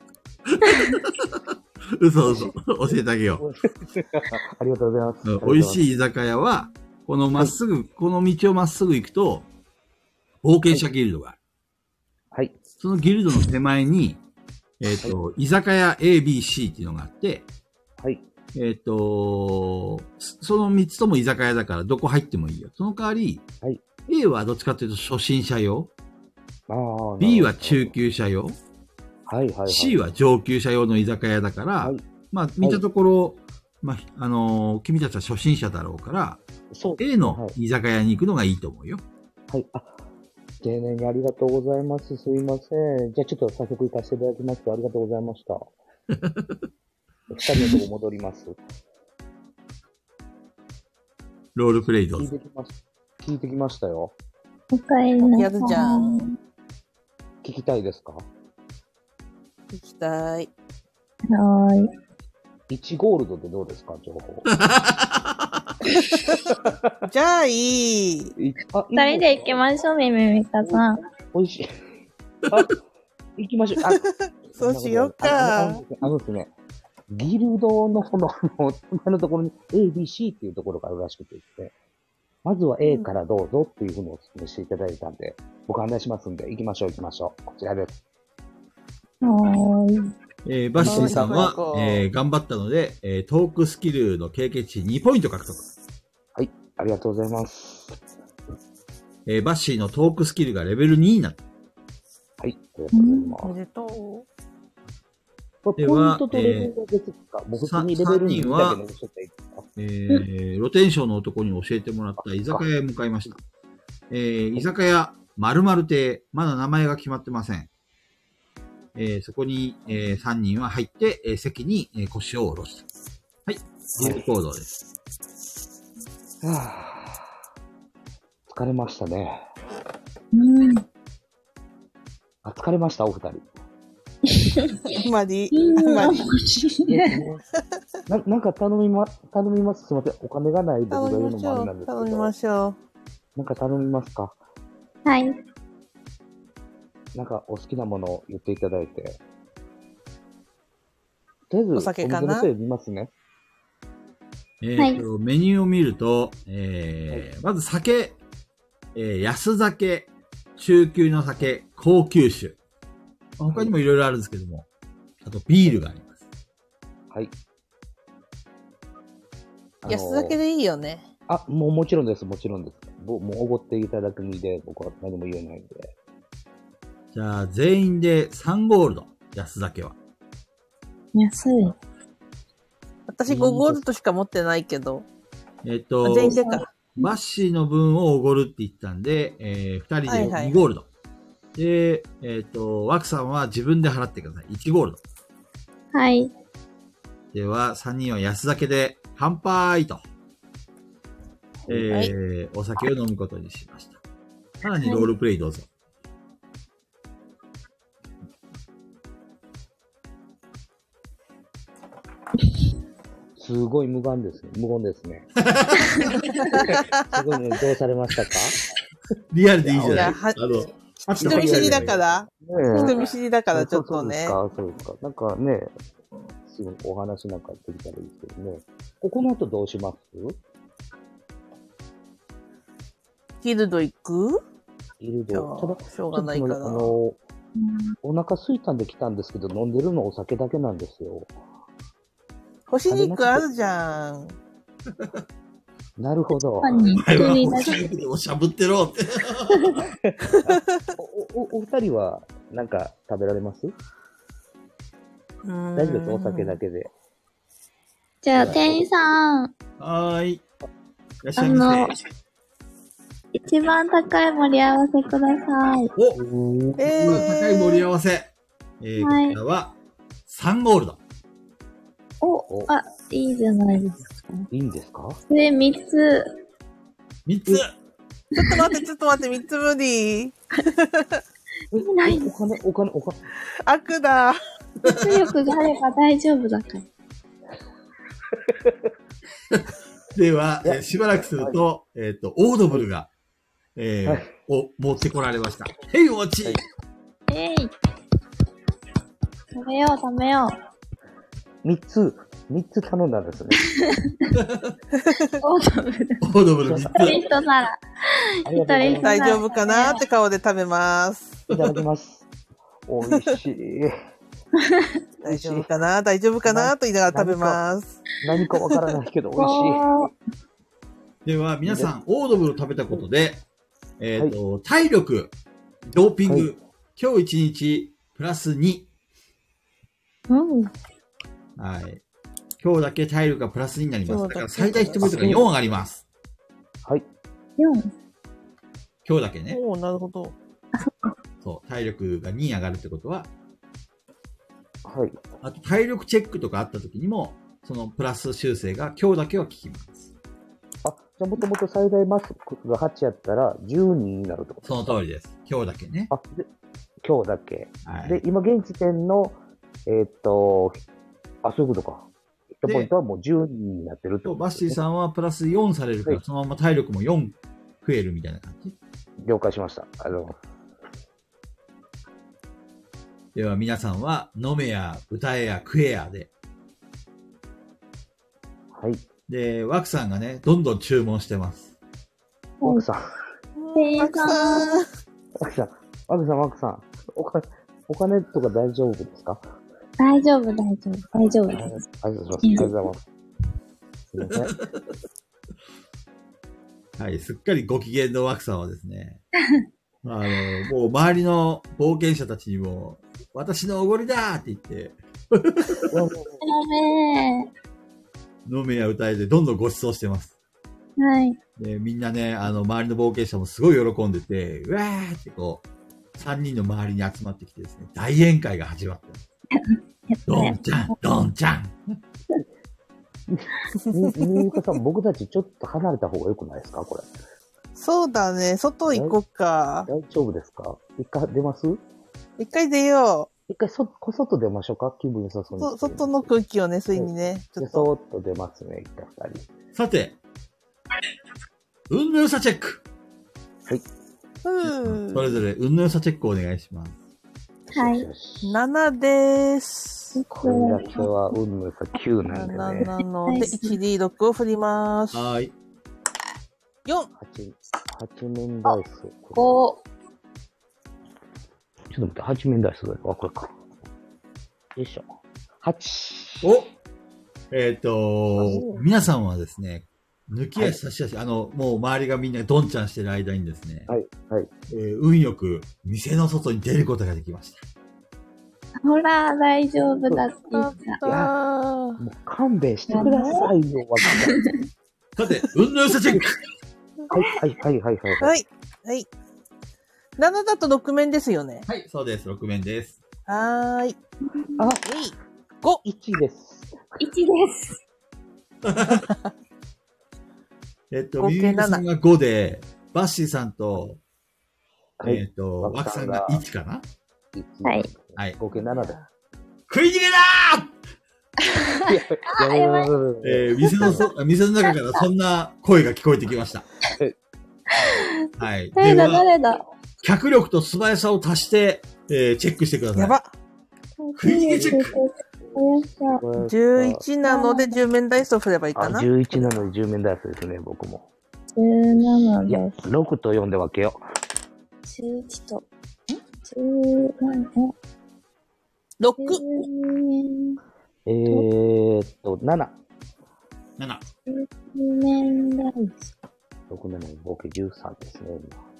嘘。教えてあげよう。 ありがとうございます。 美味しい居酒屋は、このまっすぐ、この道をまっすぐ行くと、冒険者ギルドがある。 はい。 そのギルドの手前に、居酒屋 A、B、C っていうのがあって、 はい。 その3つとも居酒屋だからどこ入ってもいいよ。その代わり、 はい、 A はどっちかっていうと初心者用。 B は中級者用。 はいはいはい。 C は上級者用の居酒屋だから、はい、まあ見たところ、まあ、君たちは初心者だろうから、A の居酒屋に行くのがいいと思うよ。 はい。丁寧にありがとうございます。すいません。じゃあちょっと早速行かせていただきます。ありがとうございました。二人のとこ戻ります。 ロールプレイどうぞ。 聞いてきましたよ。 おかえりなさい。 やるじゃん。 聞きたいですか？ 聞きたい。 はーい。1ゴールドでどうですか、情報。 じゃあいい。 二人で行きましょう、ミミカさん。 美味しい。行きましょう。 そうしようか。 ですね。ギルドのこのところに A、B、C っていうところがあるらしくてですね。まずは A からどうぞっていうふうにお勧めしていただいたんで、僕案内しますんで、行きましょう。こちらです。 はーい。バッシーさんは、頑張ったので、トークスキルの経験値2ポイント獲得。 はい。ありがとうございます。 バッシーのトークスキルがレベル2になった。 はい。ありがとうございます。 おめでとう。 では、 3人は、 露天商の男に教えてもらった居酒屋へ向かいました。居酒屋〇〇亭、まだ名前が決まってません。そこに、3人は入って、席に、腰を下ろした。はい。自由行動です。 疲れましたね。疲れました、お二人。 まで。 なんか頼みます。すみません。お金がないで僕が言うのもあれなんですけど。 頼みましょう。 なんか頼みますか？ はい。 なんかお好きなものを言っていただいて。とりあえず、 お酒かな？ お店のせい見ますね。 はいメニューを見ると、まず酒、安酒、中級の酒、高級酒。他にもいろいろあるんですけども、あとビールがあります。 はい。 安酒でいいよね。 もちろんです、もちろんです。もうおごっていただく身で、僕は何も言えないんで。 じゃあ、全員で3ゴールド。安酒は。 安い。 私5ゴールドしか持ってないけど。全員でか。 バッシーの分をおごるって言ったんで、2人で2ゴールド。で、ワクさんは自分で払ってください。1ゴールド。 はい。 では、3人は安酒で乾杯と。お酒を飲むことにしました。さらにロールプレイどうぞ。 すごい無言ですね。無言ですね。すごいね、どうされましたか？ リアルでいいじゃない。 いや人見知りだから。人見知りだからちょっとね。 そうですか。なんかね、すぐお話なんかできたらいいですけどね。この後どうします？ ギルド行く？ ギルド。 しょうがないから。 お腹空いたんで来たんですけど、飲んでるのお酒だけなんですよ。 干し肉あるじゃん。 なるほど。 干し肉でもしゃぶってろって。 お二人はなんか食べられます？大丈夫です、お酒だけで。 じゃあ、店員さん。 はーい。いらっしゃいませ。 一番高い盛り合わせください。 高い盛り合わせ。こちらは3ゴールド。 いいじゃないですか。 いいんですか？ 3つ。 3つ。 ちょっと待って、3つ無理。 お金。 悪だ。 実力があれば大丈夫だから。 では、しばらくすると、オードブルが、持ってこられました。へい、お待ち。 食べよう。 3つ頼んだんですね。 オードブル3つ。 一人なら。 大丈夫かなって顔で食べます。 いただきます。美味しい。 大丈夫かなと言いながら食べます。 何かわからないけど美味しい。では、皆さん、オードブルを食べたことで、体力、ドーピング、今日1日、プラス2。はい。今日だけ体力がプラス2になります。だから最大1ポイントが4上がります。 はい。 4？ 今日だけね。 なるほど。 そう、体力が2上がるってことは、 はい。 あと体力チェックとかあった時にも、そのプラス修正が今日だけは効きます。 じゃあもともと最大マスクが8やったら12になるってことですか？ その通りです。今日だけね。 で今日だけ。 はい。 で、今現時点の、そういうことか。ヒットポイントはもう12になってるってことバッシーさんはプラス4されるから、そのまま体力も4増えるみたいな感じ。 了解しました。 では皆さんは飲めや歌えや食えやで。 はい。 で、ワクさんがね、どんどん注文してます。 ワクさん。 ワクさん。お金とか大丈夫ですか？ 大丈夫です。 ありがとうございます。すいません。 はい、すっかりご機嫌のワクさんはですね、もう周りの冒険者たちにも、私のおごりだーって言って、飲めや歌えでどんどんご馳走してます。 はい。 で、みんなね、周りの冒険者もすごい喜んでて、うわーってこう、3人の周りに集まってきてですね、大宴会が始まってます。ドンちゃん、ドンちゃん。 みゆかさん、僕たちちょっと離れた方が良くないですかこれ。 そうだね。外行こっか。 大丈夫ですか？一回出ます？ 一回出よう。一回外出ましょうか？気分良さそうに。 外の空気をね、吸いにね。 ちょっと。そーっと出ますね、一回二人。 さて、運の良さチェック。 はい。 それぞれ運の良さチェックをお願いします。 しはいよし。 7でーす。 これだけは運の差9なんで 7 ね。 なので、1D6 を振ります。 はーい。 4。 8面ダイス。ちょ 5、 っと待って、8面ダイス。あ、これか。よいしょ。8。 お皆さんはですね、抜き足差し足、もう周りがみんなドンちゃんしてる間にですね、 はい、はい。 運よく店の外に出ることができました。 ほら、大丈夫だって言っあもう勘弁してくださいよ、わさて、運の良さチェックはい、はい、はい、はい。 ー。はい。はい。7だと6面ですよね。 はい、そうです。6面です。 はーい。 あ、 5。 1です。 た。1です。 合計みゆみさんが5で、バッシーさんと、 はい。 ワクさんが1かなはい。 はい。 合計7で。 食い逃げだやばい。 店の中からそんな声が聞こえてきました。はい。 誰だ、 では、 誰だ。 脚力と素早さを足して、チェックしてください。 やば。 食い逃げチェックよいしょ。 11なので10面ダイスを振ればいいあ、 かな。 11なのに10面ダイスですね、僕も。 17 いや、 です。 6と4で分けよ 11と、17、 6。 10 う。7。 7。 面ダイス。 6、7、合計13ですね、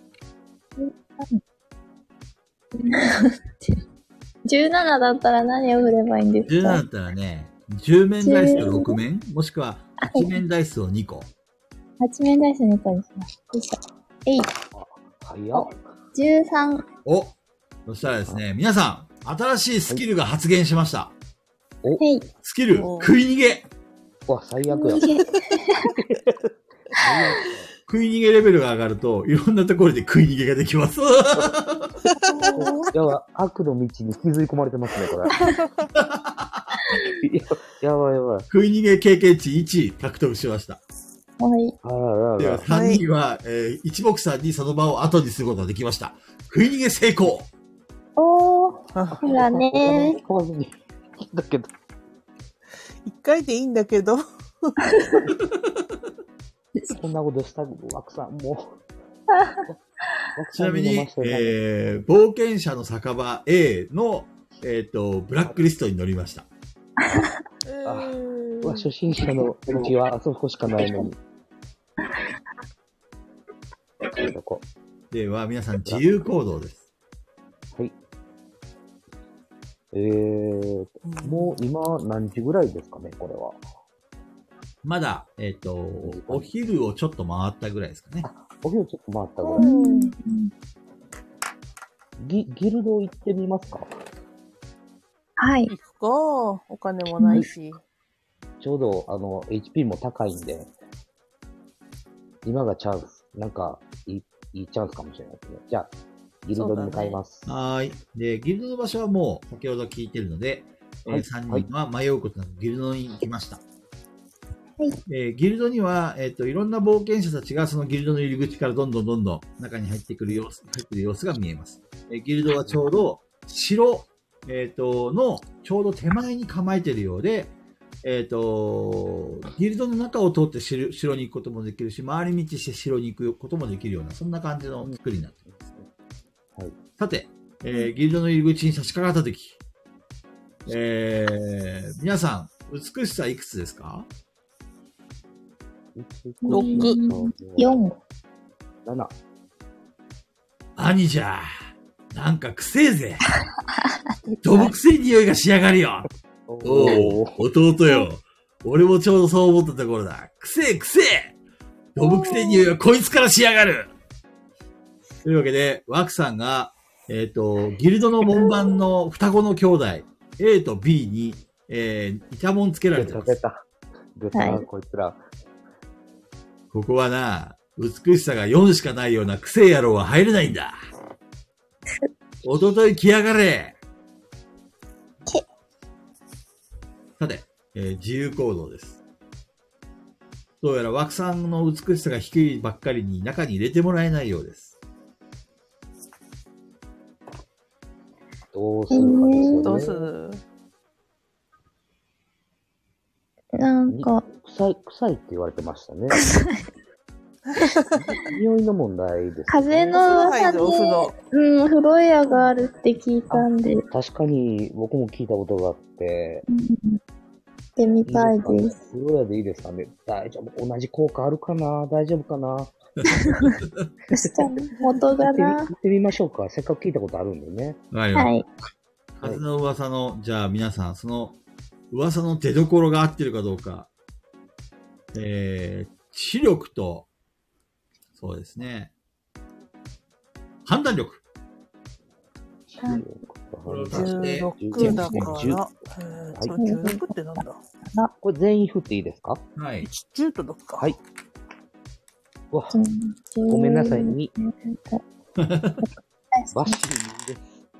17だったら何を振ればいいんです 17だか？ ったらね、10面ダイスと6面、もしくは8面ダイスを2個。 8面ダイス2個にします。よいしょ。えい。 早っ。 13。 お、そしたらですね、皆さん、新しいスキルが発現しました。 えい。 スキル、 お食い逃げ。 うわ、最悪や。 食い逃げレベルが上がると、いろんなところで食い逃げができます。 やばい、悪の道に引きずり込まれてますね、これ。やばいやばい。 食い逃げ経験値1獲得しました。 はい。 あらでは、 らら。 3人は、一目散にその場を後にすることができました。食い逃げ成功。 おー。ほらね他にだけど、 1回でいいんだけど。 こんなことした枠さん、もう。 ちなみに、 枠さん見れ冒険者の酒場 A の、ブラックリストに載りました。 うわ、初心者のうちはあそこしかないのに。どこでは、皆さん自由行動です。 はい。もう今何時ぐらいですかね、これは。 まだ、お昼をちょっと回ったぐらいですかね。 お昼ちょっと回ったぐらい。 うんギルド行ってみますか？ はい。 行くか。お金もないし。 ちょうど、HP も高いんで、今がチャンス。なんか、いいチャンスかもしれないですね。じゃあ、ギルドに向かいます。 はーい。で、ギルドの場所はもう先ほど聞いてるので、 はい 3人は迷うことなくギルドに行きました。 はいギルドには、いろんな冒険者たちがそのギルドの入り口からどんどん中に入ってくる様子が見えます。ギルドはちょうど城、のちょうど手前に構えているようで、ギルドの中を通って城に行くこともできるし、回り道して城に行くこともできるような、そんな感じの作りになっています。 はい。 さて、ギルドの入り口に差し掛かったとき、皆さん、美しさいくつですか 6 4。 7。 兄じゃ、なんかくせえぜ。どぶくせえ匂いがしやがるよ。おう、弟よ。俺もちょうどそう思ったところだ。くせえくせえどぶくせえ匂いはこいつからしやがるというわけで、ワクさんが、ギルドの門番の双子の兄弟、A と B に、イチャモンつけられてます。 出た。出た、 はいこいつら。 ここはな、美しさが4しかないようなくせえ野郎は入れないんだ。おととい来やがれ。さて、自由行動です。どうやら枠さんの美しさが低いばっかりに中に入れてもらえないようです。 どうするかですよね。 どうする？ なんか、 臭いって言われてましたね。匂いの問題です、ね。 風の噂で、 お風呂。 風呂屋があるって聞いたんで、 確かに僕も聞いたことがあって、 行ってみたいです。 風呂屋でいいですかね。大丈夫。同じ効果あるかな？大丈夫かな？ 元がな。 行ってみましょうか。せっかく聞いたことあるんでね。 わかりました。 はい。 風の噂の、じゃあ皆さん、その噂の出所が合ってるかどうか、視力と、そうですね、判断力。これを足して 16だから、16ってなんだ？ これ全員振っていいですか？ はい。 10と6か。 はい。わ、ごめんなさい、2。バッシーです。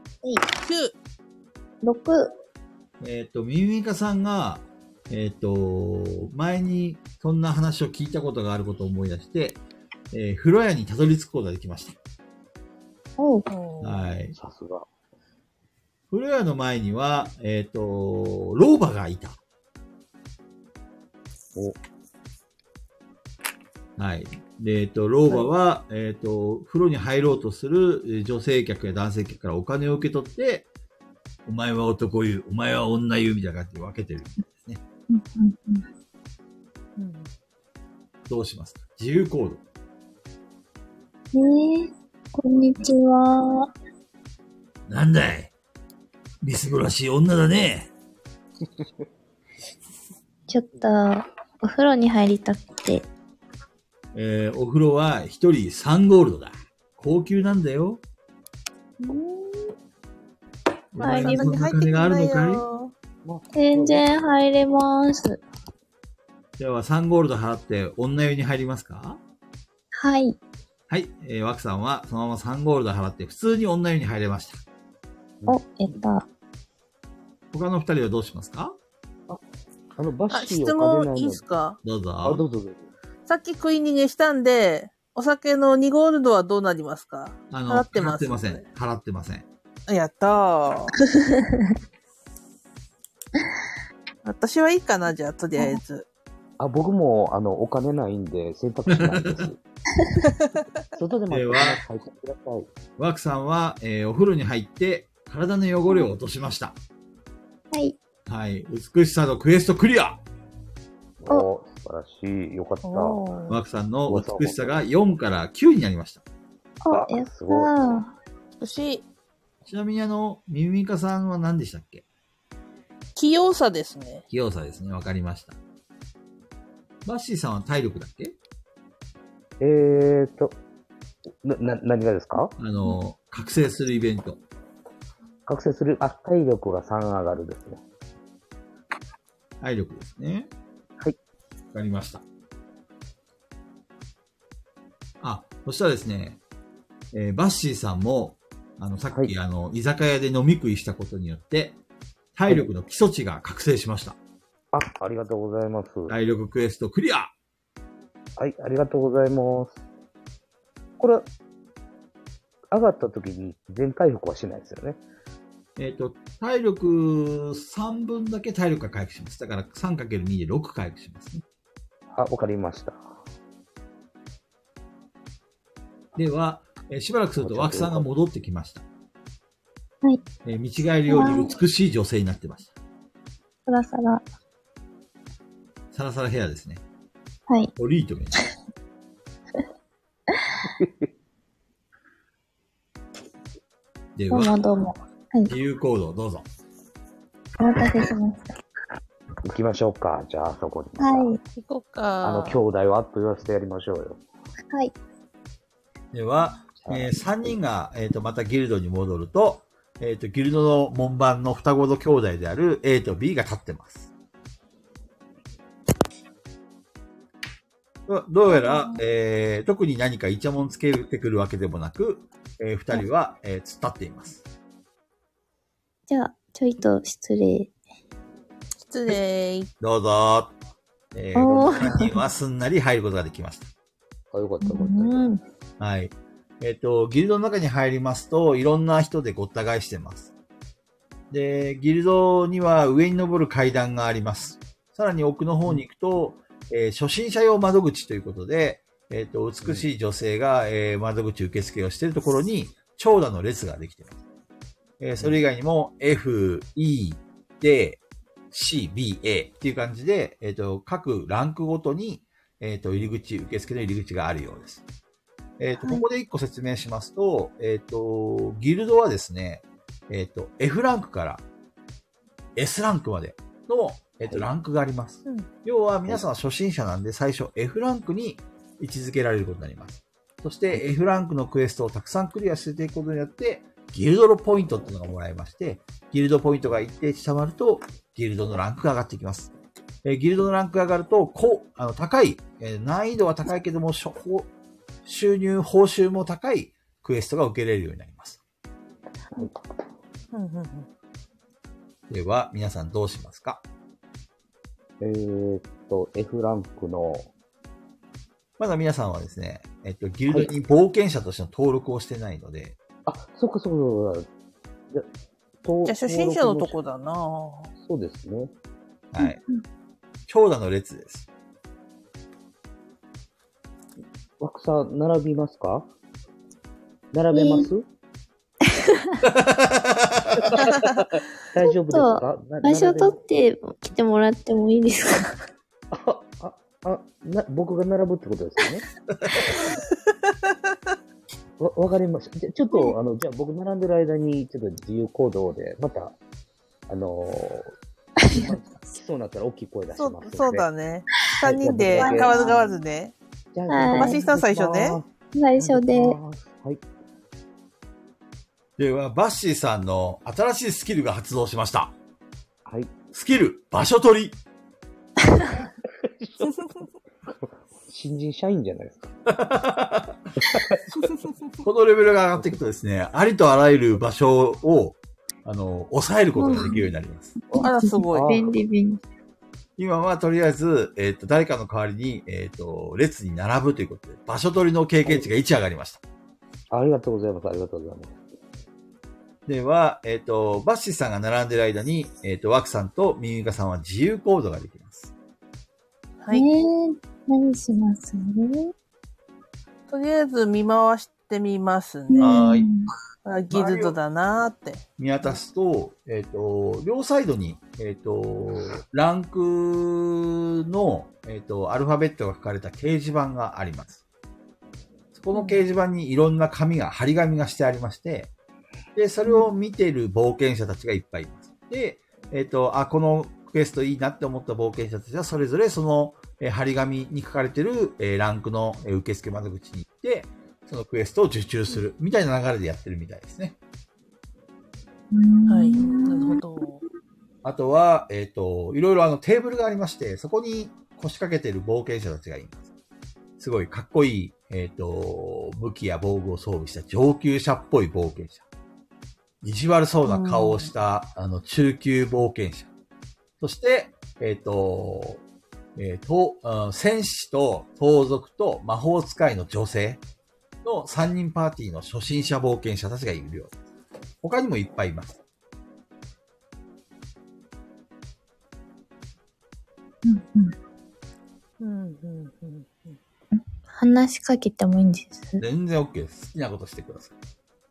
9。 6。 ミミカさんが、前にそんな話を聞いたことがあることを思い出して、風呂屋にたどり着くことができました。はい。 さすが。 風呂屋の前には、老婆がいた。はい。で、老婆は、風呂に入ろうとする女性客や男性客からお金を受け取って、お前は男湯、お前は女湯みたいな感じで分けてるんですね。どうしますか？自由行動。 こんにちは。 なんだい？みすぼらしい女だね。 ちょっと、お風呂に入りたくて。 お風呂は一人3ゴールドだ。高級なんだよ。お前にそんな金があるのかい？ 全然入れます。 では3ゴールド払って女湯に入りますか？ はい。 はい。ワクさんはそのまま3ゴールド払って普通に女湯に入れました。 お、やった。 他の2人はどうしますか？ バッシー質問いいですか？ どうぞ。 どうぞ。 さっき食い逃げしたんで、お酒の2ゴールドはどうなりますか？払ってます。 払ってません。払ってません。 やったー。私はいいかな、じゃあ、とりあえず。 僕も、お金ないんで選択肢ないです。外で待って入ってください。 ワクさんは、お風呂に入って体の汚れを落としました。 はい。 はい。美しさのクエストクリア。 素晴らしい。よかった。 ワクさんの美しさが4から9になりました。 やったー。 美しい。 ちなみにミミカさんは何でしたっけ？ 器用さですね。 器用さですね。わかりました。バッシーさんは体力だっけ？ 何がですか？ 覚醒するイベント。 覚醒する、体力が3上がるですね。 体力ですね。 はい。 わかりました。そしたらですね、バッシーさんも、さっき、居酒屋で飲み食いしたことによって、体力の基礎値が覚醒しました。 ありがとうございます。 体力クエストクリア！ はい、ありがとうございます。これ、上がった時に全回復はしないですよね。 体力3分だけ体力が回復します。だから 3×2 で6回復しますね。 わかりました。 では、しばらくすると枠さんが戻ってきました。 はい。 見違えるように美しい女性になってました。 サラサラ。 サラサラヘアですね。 はい。 トリートメント。では、 どうも。はい。 自由行動どうぞ。 お待たせしました。 行きましょうか。じゃあ、そこに。 はい。 行こうか。 兄弟をアッと言わせてやりましょうよ。 はい。 では、3人が、またギルドに戻ると、ギルドの門番の双子の兄弟である A と B が立ってます。どうやら、特に何かイチャモンつけてくるわけでもなく、2人は、突っ立っています。 じゃあ、ちょいと失礼。 失礼。 どうぞ。3人はすんなり入ることができました。 よかったよかった。 はい。ギルドの中に入りますと、いろんな人でごった返してます。 で、ギルドには上に登る階段があります。さらに奥の方に行くと、初心者用窓口ということで、美しい女性が、窓口受付をしているところに長蛇の列ができています。それ以外にも F、E、D、C、B、A っていう感じで、各ランクごとに、受付の入り口があるようです。ここで一個説明しますと、ギルドはですね、F ランクから S ランクまでの、ランクがあります。要は皆さんは初心者なんで最初 F ランクに位置づけられることになります。そして F ランクのクエストをたくさんクリアしていくことによって、ギルドのポイントっていうのがもらえまして、ギルドポイントが一定値たまると、ギルドのランクが上がっていきます。ギルドのランクが上がると、高い、難易度は高いけども、報酬も高いクエストが受けれるようになります。では、皆さんどうしますか？ F ランクの、 まだ皆さんはですね、ギルドに冒険者としての登録をしてないので、 そっか。 じゃあ初心者のとこだな。 そうですね。 はい。長蛇の列です。 枠さん、並びますか？並べます？大丈夫ですか？ 場所取って来てもらってもいいですか？ 僕が並ぶってことですよね。わかりました。ちょっと、じゃあ僕並んでる間に、ちょっと自由行動で、また、そうなったら大きい声出しますので。 そうだね。3人で変わらずね。バシさん最初ね。 最初で。 はい。 では、バッシーさんの新しいスキルが発動しました。 はい。 スキル、場所取り。 新人社員じゃないですか。 このレベルが上がっていくとですね、ありとあらゆる場所を、抑えることができるようになります。 あら、すごい。 便利。 今はとりあえず、誰かの代わりに、列に並ぶということで、場所取りの経験値が1上がりました。 ありがとうございます。ありがとうございます。 では、バッシーさんが並んでる間に、ワクさんとミミカさんは自由行動ができます。 はい。 何します？ とりあえず見回してみますね。 はい。 ギルドだなーって。 見渡すと、両サイドに、ランクの、アルファベットが書かれた掲示板があります。そこの掲示板にいろんな張り紙がしてありまして、で、それを見ている冒険者たちがいっぱいいます。で、このクエストいいなって思った冒険者たちは、それぞれその、張り紙に書かれている、ランクの受付窓口に行って、そのクエストを受注するみたいな流れでやってるみたいですね。 はい。なるほど。 あとは、いろいろテーブルがありまして、そこに腰掛けている冒険者たちがいます。すごいかっこいい、武器や防具を装備した上級者っぽい冒険者。意地悪そうな顔をした、中級冒険者。そして、戦士と盗賊と魔法使いの女性の3人パーティーの初心者冒険者たちがいるようです。他にもいっぱいいます。 話しかけてもいいんです？ 全然 OK です。好きなことしてください。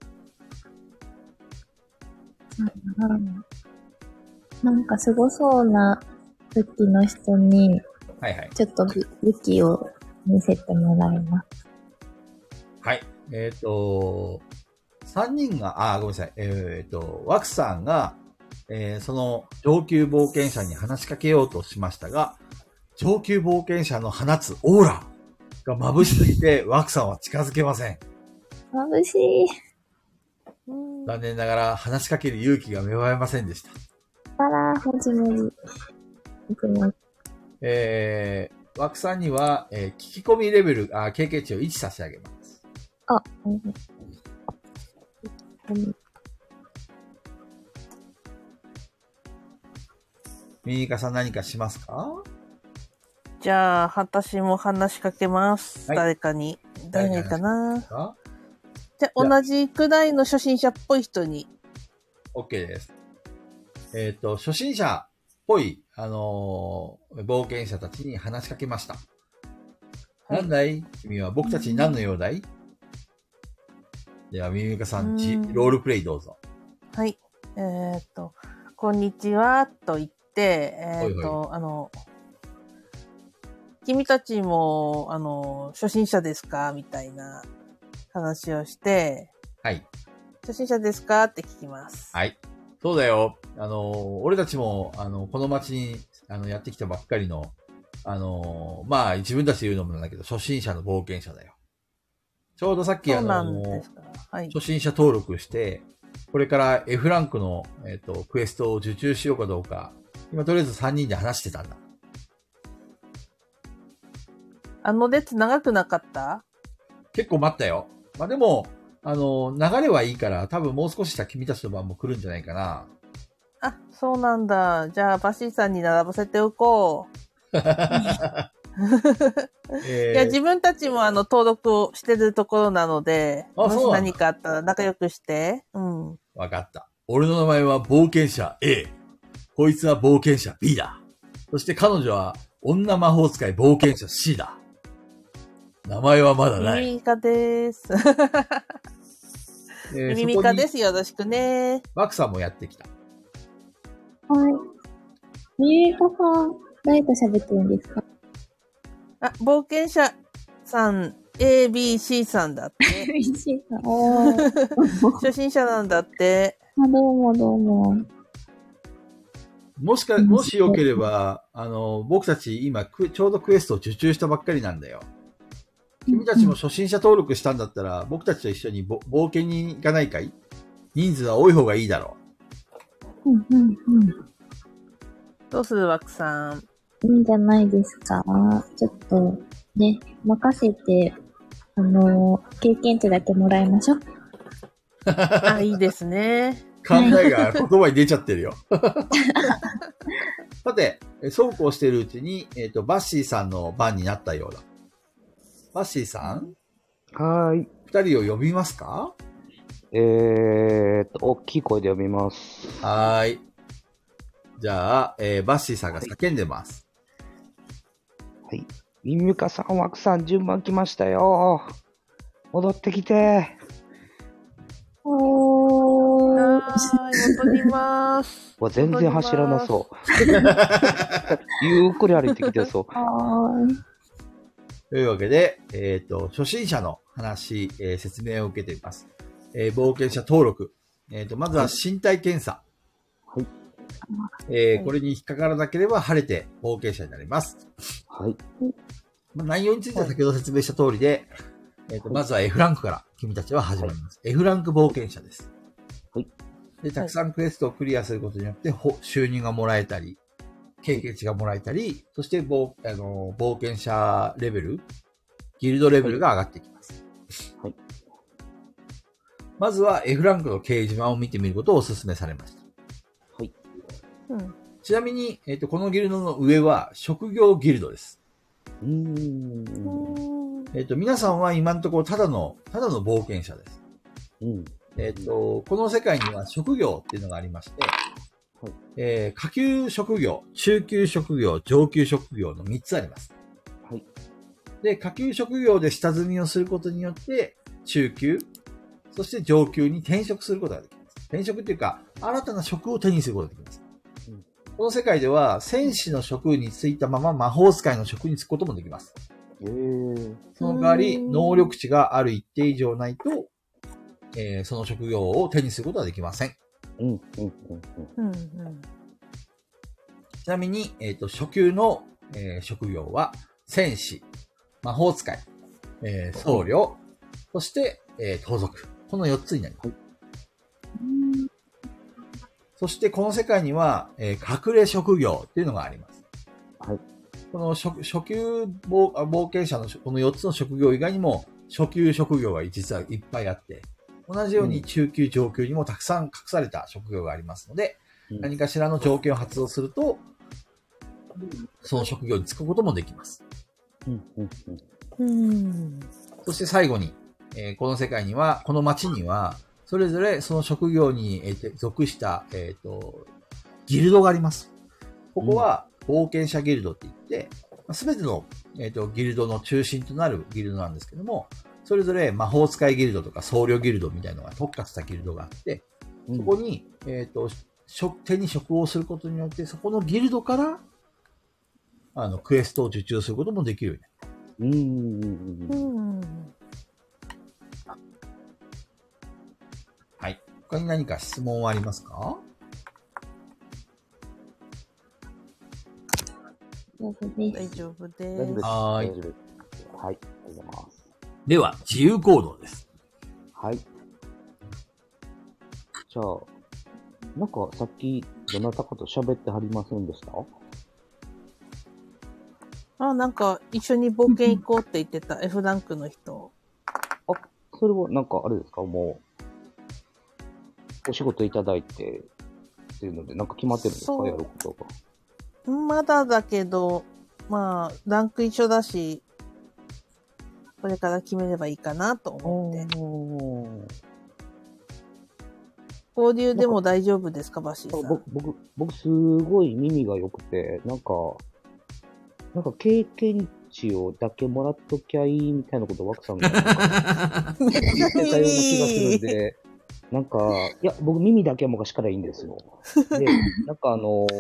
なんかすごそうな武器の人に、 はいはい。 ちょっと武器を見せてもらいます。 はい。3人が、ごめんなさい。ワクさんが、その上級冒険者に話しかけようとしましたが、上級冒険者の放つオーラが眩しすぎて、ワクさんは近づけません。 眩しい。 残念ながら話しかける勇気が芽生えませんでした。 あら、もじもじ。 ワクさんには、聞き込みレベル、経験値を1差し上げます。ミニカさん何かしますか？ じゃあ、私も話しかけます。はい、誰かに。誰がいいかな？じゃあ、同じくらいの初心者っぽい人に。 OK です。 初心者っぽい、冒険者たちに話しかけました。 はいなんだい君は僕たちに何の用だい？では、ミミカさん、ロールプレイどうぞ。 はい。こんにちは、と言って、君たちも、初心者ですかみたいな話をして、 はい。 初心者ですかって聞きます。 はい。そうだよ。俺たちも、この町に、やってきたばっかりの、まあ、自分たちで言うのもなんだけど、初心者の冒険者だよ。ちょうどさっきそうなんですか。はい。 初心者登録して、これから F ランクの、クエストを受注しようかどうか、今とりあえず3人で話してたんだ。 列長くなかった？ 結構待ったよ。まあ、でも、流れはいいから、多分もう少しした君たちの番も来るんじゃないかな。 あ、そうなんだ。じゃあ、バシーさんに並ばせておこう。いや、自分たちも登録をしてるところなので、もし何かあったら仲良くして。うん。 わかった。俺の名前は冒険者 A。こいつは冒険者 B だ。そして彼女は女魔法使い冒険者 C だ。名前はまだない。 ミミカです。ミミカです。よろしくね。 ワクさんもやってきた。 はい。ミミカさん、誰と喋ってるんですか？ あ、冒険者さん、A、B、C さんだって。 C さん、おー。 初心者なんだって。 あ、どうもどうも。 もしよければ、僕たち今ちょうどクエストを受注したばっかりなんだよ。君たちも初心者登録したんだったら、僕たちと一緒に冒険に行かないかい？人数は多い方がいいだろう。 どうするワクさん。 いいんじゃないですか。ちょっと、ね、任せて、経験値だけもらいましょう。 あ、いいですね。 考えが言葉に出ちゃってるよ。さて、そうこうしているうちに、バッシーさんの番になったようだ。バッシーさん？ はーい。 二人を呼びますか？ 大きい声で呼びます。 はーい。じゃあ、バッシーさんが叫んでます。 はい。ミミカさん、ワクさん、順番来ましたよ。戻ってきて。 はーい、戻ります。 全然走らなそう。ゆっくり歩いてきてそう。 というわけで、初心者の話、説明を受けています。冒険者登録。まずは身体検査。 はい。 これに引っかからなければ晴れて冒険者になります。 はい。 内容については先ほど説明した通りで、まずは F ランクから君たちは始まります。F ランク冒険者です。 はい。 で、たくさんクエストをクリアすることによって、収入がもらえたり、経験値がもらえたり、そして冒険者レベル、ギルドレベルが上がってきます。 はい。 まずは F ランクの掲示板を見てみることをお勧めされました。 はい。 うん、 ちなみに、このギルドの上は職業ギルドです。皆さんは今のところただの冒険者です。この世界には職業っていうのがありまして、はい下級職業、中級職業、上級職業の3つあります。 はい。 で、下級職業で下積みをすることによって、中級、そして上級に転職することができます。転職っていうか、新たな職を手にすることができます。この世界では、戦士の職に就いたまま魔法使いの職に就くこともできます。その代わり、能力値がある一定以上ないと、その職業を手にすることはできません。ちなみに、初級の、職業は、戦士、魔法使い、僧侶、そして、盗賊。この4つになります。そして、この世界には、隠れ職業っていうのがあります。 はい。 この初級冒険者のこの4つの職業以外にも、初級職業が実はいっぱいあって、同じように中級上級にもたくさん隠された職業がありますので、何かしらの条件を発動すると、その職業に就くこともできます。そして最後に、この世界には、この街には、それぞれその職業に属した、 ギルドがあります。ここは冒険者ギルドって言って、すべての、ギルドの中心となるギルドなんですけども、それぞれ魔法使いギルドとか僧侶ギルドみたいなのが特化したギルドがあって、そこに、手に職をすることによって、そこのギルドから、クエストを受注することもできるようになる。はい。他に何か質問はありますか？ 大丈夫です。 大丈夫です。 大丈夫です。 はーい大丈夫です。はい。ありがとうございます。 では、自由行動です。 はい。じゃあ、なんかさっき、どなたかと喋ってはりませんでした？ なんか、一緒に冒険行こうって言ってた F ランクの人。 あ、それはなんかあれですか？もう、お仕事いただいて、っていうので、なんか決まってるんですか？ そうやることが。 まだだけど、まあ、ランク一緒だし、これから決めればいいかなと思って。交流でも大丈夫ですか、バッシーさん。 僕、すごい耳が良くて、なんか経験値をだけもらっときゃいいみたいなことをワクさんが言ってたような気がするんで、なんか、いや、僕耳だけは昔からいいんですよ。で、なんか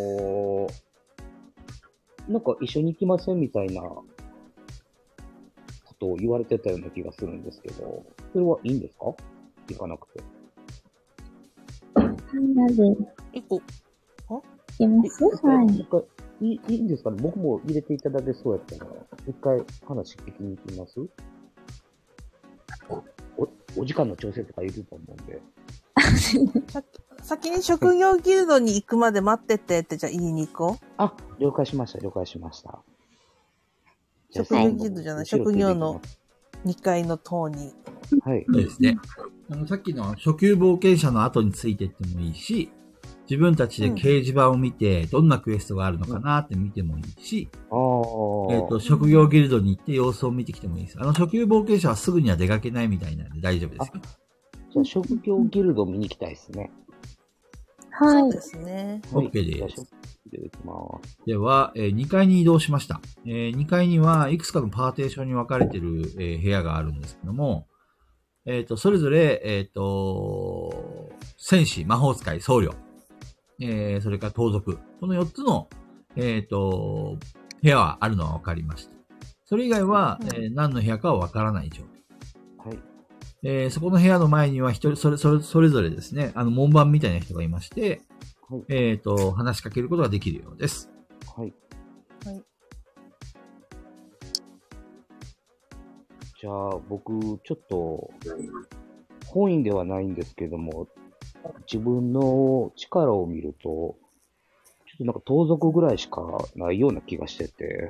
なんか一緒に行きませんみたいなことを言われてたような気がするんですけど、それはいいんですか？行かなくて。 なぜ、 一個。 いけますはい。 いいんですかね？僕も入れていただけそうやったら、一回話聞きに行きます？お時間の調整とかいると思うんで。 先に職業ギルドに行くまで待っててって、じゃあ言いに行こう。 あ、了解しました。 職業ギルドじゃない、職業の2階の塔に。 はい。 そうですね。さっきの初級冒険者の後についてってもいいし、自分たちで掲示板を見て、どんなクエストがあるのかなって見てもいいし、職業ギルドに行って様子を見てきてもいいです。初級冒険者はすぐには出かけないみたいなんで大丈夫ですよ。 じゃあ、職業ギルド見に行きたいですね。 はい。 そうですね。 OK です。 では、2階に移動しました。2階にはいくつかのパーテーションに分かれている、部屋があるんですけども、それぞれ、戦士、魔法使い、僧侶、それから盗賊。この4つの、部屋はあるのは分かりました。それ以外は、何の部屋かは分からない状況。 はい。 そこの部屋の前にはそれぞれですね、門番みたいな人がいまして、はい、話しかけることができるようです。 はい。はい。じゃあ、僕、ちょっと、本意ではないんですけども、自分の力を見ると、ちょっとなんか盗賊ぐらいしかないような気がしてて、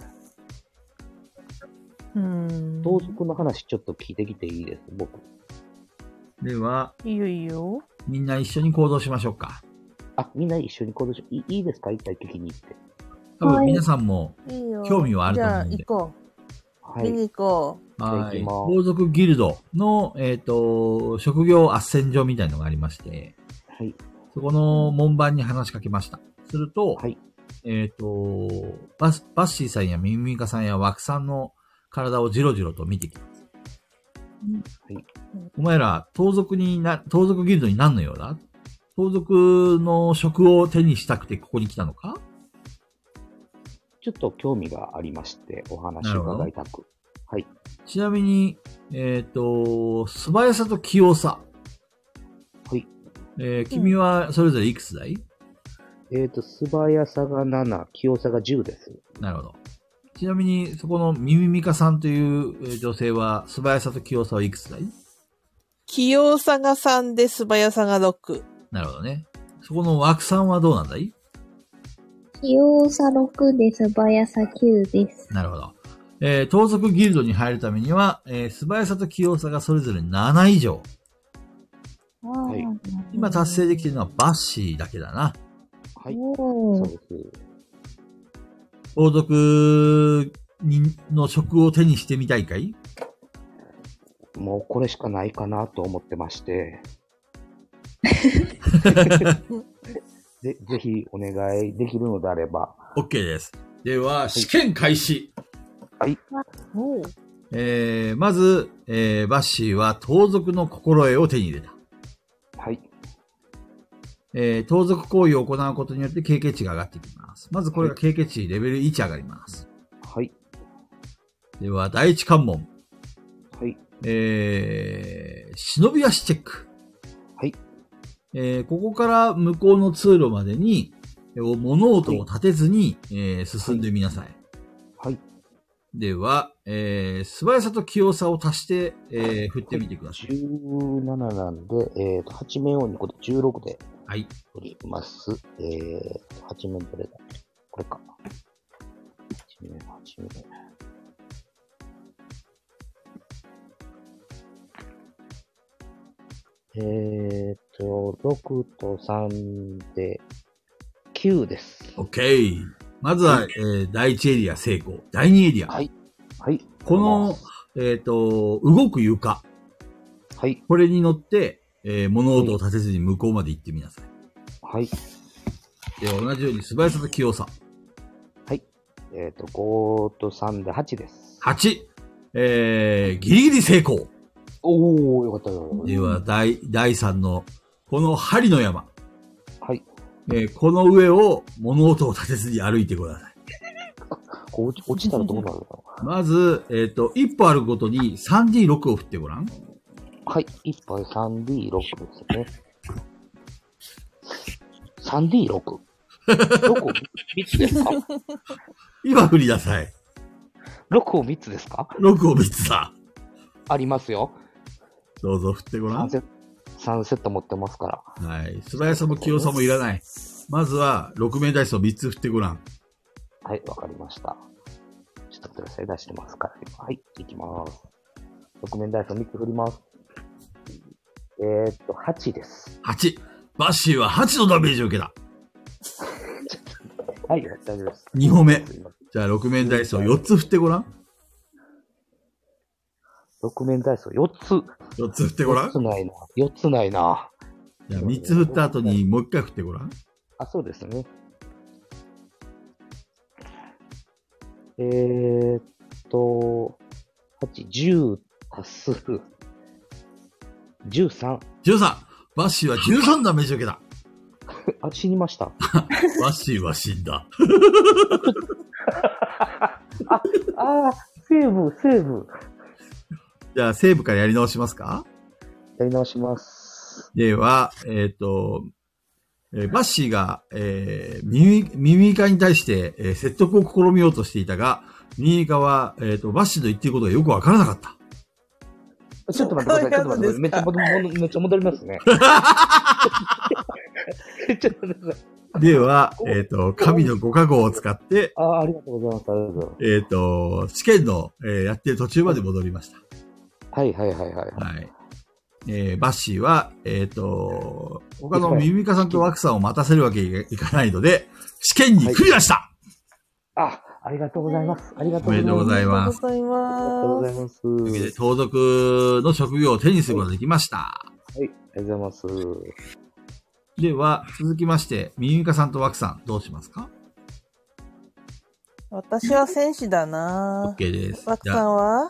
盗賊の話ちょっと聞いてきていいです、僕。 では、 いいよいいよ。 みんな一緒に行動しましょうか。 あ、みんな一緒に行動いいですか？一回聞きに行って。 多分皆さんも興味はあると思うんで。 じゃあ行こう。見に行こう。はい。盗賊ギルドの、職業斡旋所みたいのがありまして、 はい。 そこの門番に話しかけました。すると、 はい。 バッシーさんやミミカさんやワクさんの体をじろじろと見てきます。はい。お前ら、盗賊ギルドに何の用だ？盗賊の職を手にしたくてここに来たのか？ ちょっと興味がありまして、お話を伺いたく。はい。 ちなみに、素早さと器用さ。 はい。 君はそれぞれいくつだい？ 素早さが7、器用さが10です。 なるほど。ちなみに、そこのミミミカさんという女性は、素早さと器用さはいくつだい？ 器用さが3で素早さが6。 なるほどね。そこのワクさんはどうなんだい？ 器用さ6で素早さ9です。 なるほど。盗賊ギルドに入るためには、素早さと器用さがそれぞれ7以上。 はい。 今達成できているのはバッシーだけだな。 はい。そうです。 盗賊の職を手にしてみたいかい？ もうこれしかないかなと思ってまして。 ぜひお願いできるのであれば。 OK です。では、試験開始。 はい。 おうまず、バッシーは盗賊の心得を手に入れた。 はい。 盗賊行為を行うことによって経験値が上がっていきます。まずこれが経験値レベル1上がります。 はい。 では、第一関門。 はい。 忍び足チェック。 はい。 ここから向こうの通路までに、物音を立てずに、進んでみなさい。 はい。 では、素早さと器用さを足して、振ってみてください。 17なんで、8面を2個で16で。 はい。 振ります。8面どれだ？これか。8面。6と3で9です。 OK。まずは、第1エリア成功。第2エリア。 はい。はい。 この、動く床。 はい。 これに乗って、物音を立てずに向こうまで行ってみなさい。 はい。 では、同じように素早さと器用さ。 はい。5と3で8です。 8。ギリギリ成功。 おー、よかったよ。 では、第3の、この針の山。 はい。 この上を物音を立てずに歩いてください。 落ちたらどうなるの？ まず、一歩歩くごとに 3D6 を振ってごらん。 はい。一歩 3D6 ですね。3D6? 6を3つですか？ 今振りなさい。 6を3つですか？ 6 を3つだ。 ありますよ。 どうぞ振ってごらん。 3セット持ってますから。 はい。素早さも器用さもいらない。まずは、6面ダイスを3つ振ってごらん。 はい、わかりました。ちょっと待ってください。出してますから。はい、いきます。6面ダイスを3つ振ります。8です。 8。バッシーは8のダメージを受けた。 はい、大丈夫です。 2歩目。じゃあ6面ダイスを4つ振ってごらん。 6面ダイスを4つ。 4つ振ってごらん。 4つないな。 じゃあ3つ振った後にもう1回振ってごらん。 あ、そうですね。8、10足す、13。 13! バッシーは13ダメージを受けた。 あ、死にました。 バッシーは死んだ。 セーブ。 じゃあ、セーブからやり直しますか？ やり直します。 では、バッシーが、ミミカに対して、説得を試みようとしていたが、ミミカは、バッシーの言っていることがよくわからなかった。 ちょっと待ってください。めっちゃ戻りますね。ちょっと待ってください。 では、神の5カ号を使って、 ありがとうございます。ありがとうございます。 試験の、やってる途中まで戻りました。 はい。 バッシーは、他のミミカさんとワクさんを待たせるわけにいかないので、試験にクリアした、 ありがとうございます。 おめでとうございます。 ありがとうございます。 というわけで、盗賊の職業を手にすることができました。 はい、ありがとうございます。 では、続きまして、ミミカさんとワクさん、どうしますか？ 私は戦士だな。 OK です。 ワクさんは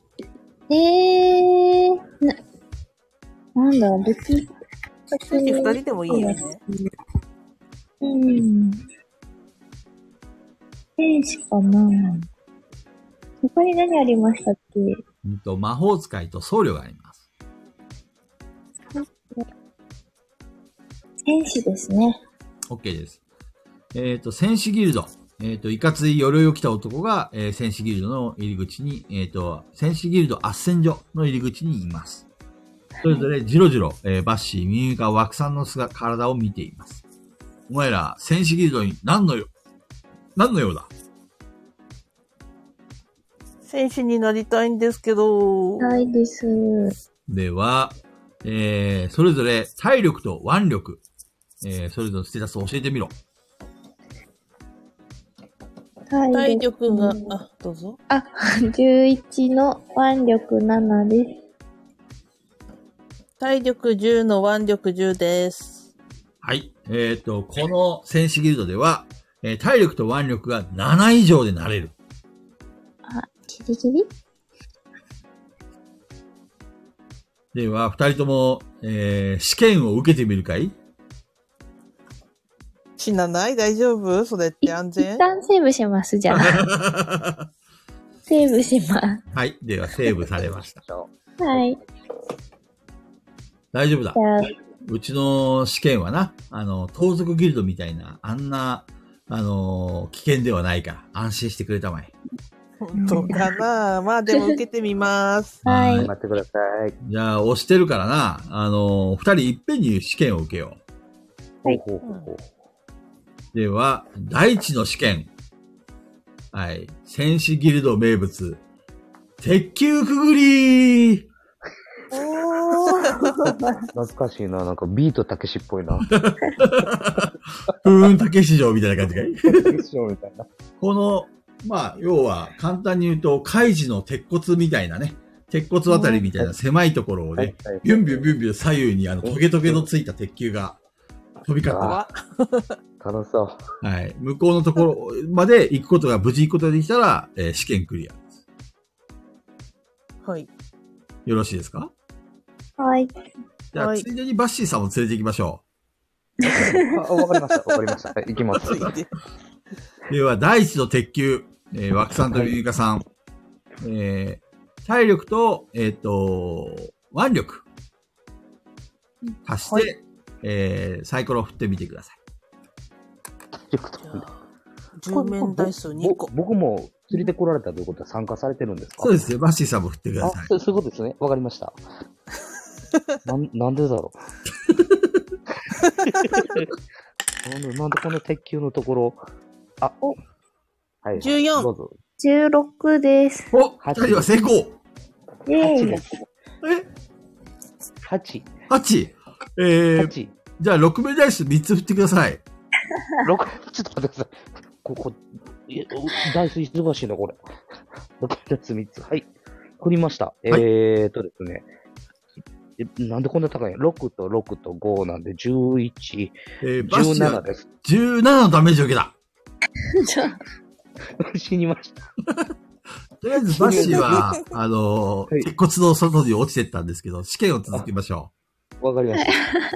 なんだ、別に。 戦士2人でもいいよね。 戦士かな。他に何ありましたっけ？ 魔法使いと僧侶があります。 戦士ですね。 OK です。戦士ギルド。いかつい鎧を着た男が、戦士ギルドの入り口に、戦士ギルド斡旋所の入り口にいます。それぞれじろじろ、バッシー、ミミカ、ワクさんの体を見ています。お前ら、戦士ギルドに何の用だ？ 戦士になりたいんですけど。 ないです。 では、それぞれ体力と腕力、それぞれのステータスを教えてみろ。 体力が、どうぞ。 11の腕力7です。 体力10の腕力10です。 はい。 この戦士ギルドでは、体力と腕力が7以上でなれる。 あ、ギリギリでは、二人とも、試験を受けてみるかい？ 死なない？大丈夫？それって安一全？ 旦セーブします、じゃあ。セーブしまはい。では、セーブされました。 す。はい。 大丈夫だじ。ゃあ、 うちの試験はな、盗賊ギルドみたいな、あんな、危険ではないから、安心してくれたまえ。 本当かな？まあでも受けてみます。 はい待ってください。 じゃあ、押してるからな、二人いっぺんに試験を受けよはいほうほうほう。 う。では、第一の試験。はい。戦士ギルド名物。鉄球くぐりー懐かしいな。なんかビートたけしっぽいな。 竹市場みたいな感じかい？ たけしよみたいな。 この、まあ、要は、簡単に言うと、海事の鉄骨みたいなね、鉄骨渡りみたいな狭いところをね、 はいビュンビュンビュンビュン左右にトゲトゲのついた鉄球が飛び交って楽しそう。 る。はい。向こうのところまで行くことが、無事行くことができたら、試験クリア。 はい。 よろしいですか？ はい。 じゃあ、 はいついでにバッシーさんを連れて行きましょあ、わかりました。わかりました。はい、行きます。 ついて。 う。では、第一の鉄球、枠さんとミミカさん、体力と、腕力、足して、 はサイコロを振ってみてください。 10面台数2個。 僕も釣りで来られたということは参加されてるんですか？ そうですね。バッシーさんも振ってくだあ、 さい。 そういうことですね。わかりました。なんでだろう。なんでこの鉄球のところ、あ、はい。 14 どうぞ。 16です。 お、二人は成功。 8 イェーイで。す。 え 8。 8。 8。 じゃあ6面ダイス3つ振ってください。 6、ちょっと待ってください。ダイス忙しいな、これ。6ダイス3つ。はい。振りました。ですね。なんでこんな高いの？ 6 と6と5なんで11、 バッシー 17 はです。 17のダメージを受けた。 じゃあ、 死にました。 とりあえずバッシーは、 い鉄骨の外に落ちてったんですけど、試験を続けましょわかりました。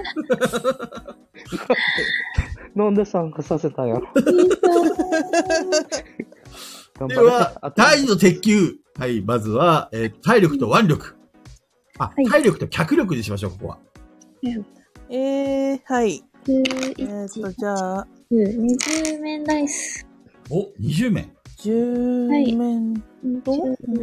なんで参加させたんやろ。 う。では、第2の鉄球。はい、まずは、体力と腕力。あ、 はい体力と脚力にしましょう、ここは。 はい。 11、 じゃあ、 20面ダイス。 お、20面。 10面と、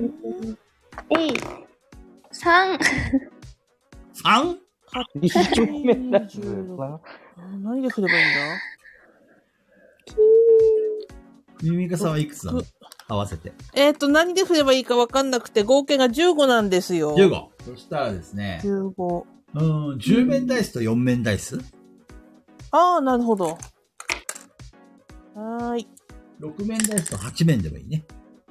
3。 3? 20面だ。 何で振ればいいんだ？ ミミカさんはいくつなの？合わせて。 何で振ればいいか分かんなくて、合計が15なんですよ。 15。そしたらですね、 15。 10面ダイスと4面ダイス。 ああ、なるほど。はーい。 6面ダイスと8面でもいいね。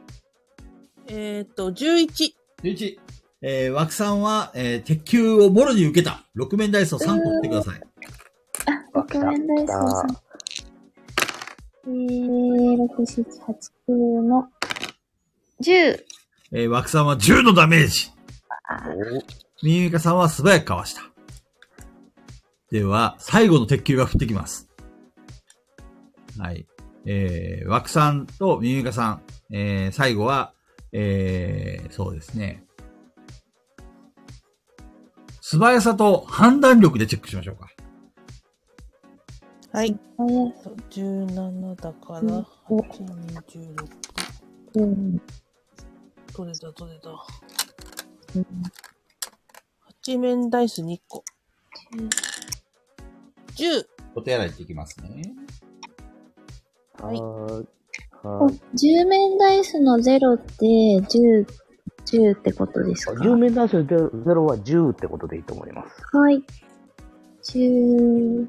11。 11。枠さんは、鉄球をもろに受けた。6面ダイスを3個振ってください。 あ、6面ダイスを3。6、7、8、9の10。 枠さんは10のダメージ。ミミカさんは素早くかわした。では、最後の鉄球が降ってきます。はい。枠さんとミミカさん、最後は、そうですね。素早さと判断力でチェックしましょうか。 はい。 あや 17だから、 うん 8、26。 うん。 どれだ。8面ダイス2個。10。 お手洗いっていきますね。 はい 10面ダイスの0って10ってことですか 10面ダイスで0は10ってことでいいと思います。 はい。10。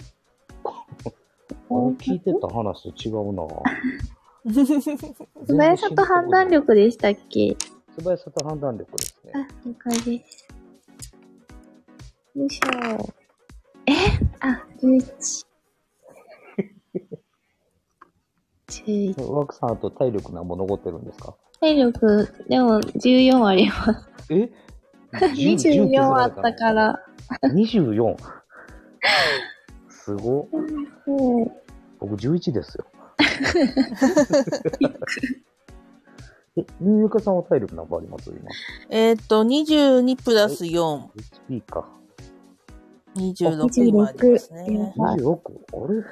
聞いてた話と違うな。 素早さと判断力でしたっけ？ 素早さと判断力ですね。 あ、了解です。よいしょ。あ、11。 ワークさん、あと体力何も残ってるんですか？ 体力、でも14あります。 え 24あったから。 24? すごっ。 うん。 僕11ですよ。ゆうかさんは体力何本あります今。 22プラス4。 HP か。 26今ありますね。 26? あれ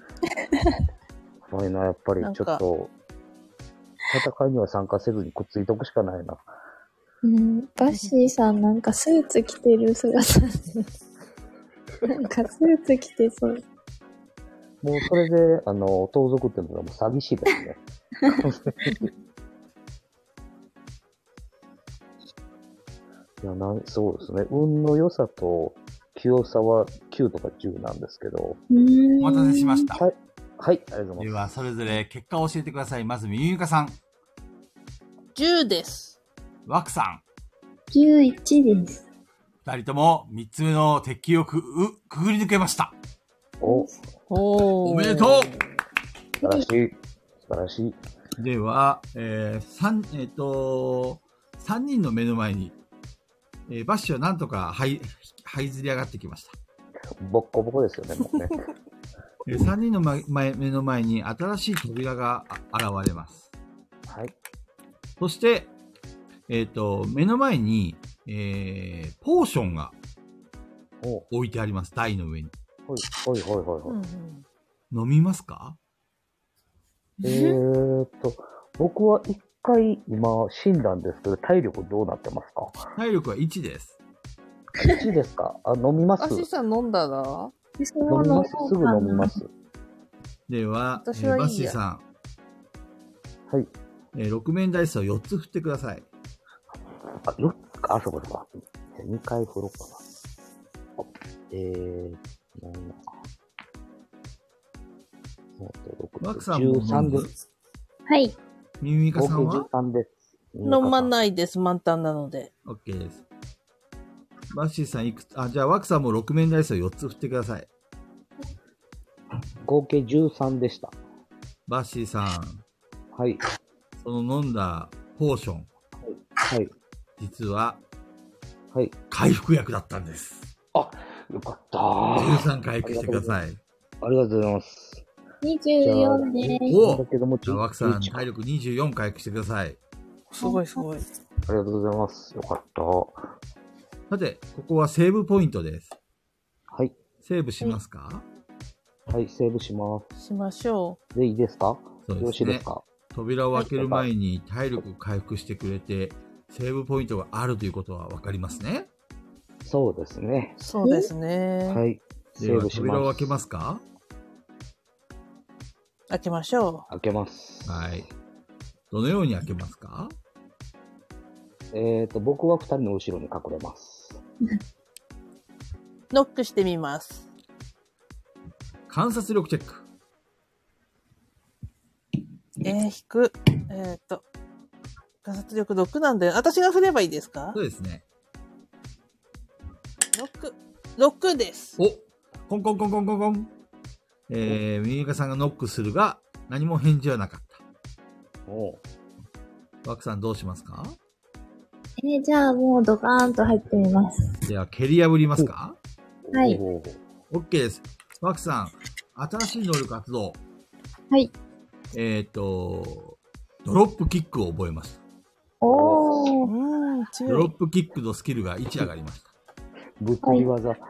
ないな、やっぱりちょっと、戦いには参加せずにくっついとくしかないな。 うん、バッシーさんなんかスーツ着てる姿で、なんかスーツ着てそう。 もうそれで、盗賊っていうのがもう寂しいですね。いやそうですね。運の良さと強さは9とか10なんですけど。 お待たせしました。 はい。はい、ありがとうございます。 では、それぞれ結果を教えてください。まず、みゆかさん。 10です。 わくさん。 11です。 二人とも3つ目の敵をくぐり抜けました。 おめでとう。 素晴らしい。素晴らしい。 では、3人の目の前に、バッシュはなんとか這いずり上がってきました。 ボッコボコですよね、もうね。 3人の目の前に新しい扉が現れます。 はい。 そして、目の前に、ポーションが置いてあります。台の上に。 はい。 飲みますか？ 僕は一回今死んだんですけど、体力どうなってますか？ 体力は1です。 1ですか？飲みます。 アシさん飲んだら飲みます。すぐ飲みます。 では、バ私はいいやッシーさん。はい。 6面ダイスを4つ振ってください。 4つか。そうか。2回振ろうかな。 ワクさんも 13です。 はい。 ミミカさんは 13です。 飲まないです。満タンなので。 OK です。バッシーさんじゃあワクさんも6面ダイスを4つ振ってください。 合計13でした。 バッシーさん。 はい。 その飲んだポーション。 はい。 実は、 はい。 回復薬だったんです。 あ、よかった 13回復してください。 ありがとうございます。 24です。 じゃあワクさん、体力24回復してください。 すごいすごい。 ありがとうございます。よかった。 さて、ここはセーブポイントです。 はい。 セーブしますか？ はい、セーブします。 しましょう。で、いいですか？ そうですね。 よろしいですか？ 扉を開ける前に体力回復してくれて、セーブポイントがあるということはわかりますね。 そうですね。 そうですね。 はい。 では、扉を開けますか？ 開けましょう。開けます。 はい。どのように開けますか？ 僕は2人の後ろに隠れます。 ノックしてみます。 観察力チェック。 引く。観察力6なんで、私が振ればいいですか？ そうですね。 6です。 お、コンコンコンコンコンコン。ミミカさんがノックするが、何も返事はなかった。ワクさんどうしますか？ じゃあもうドカーンと入ってみます。 では、蹴り破りますか？ はい。 OK です。ワクさん、新しい能力発動。 はい。 ドロップキックを覚えました。 おー。 強い。 ドロップキックのスキルが1上がりました。 物理技。はい。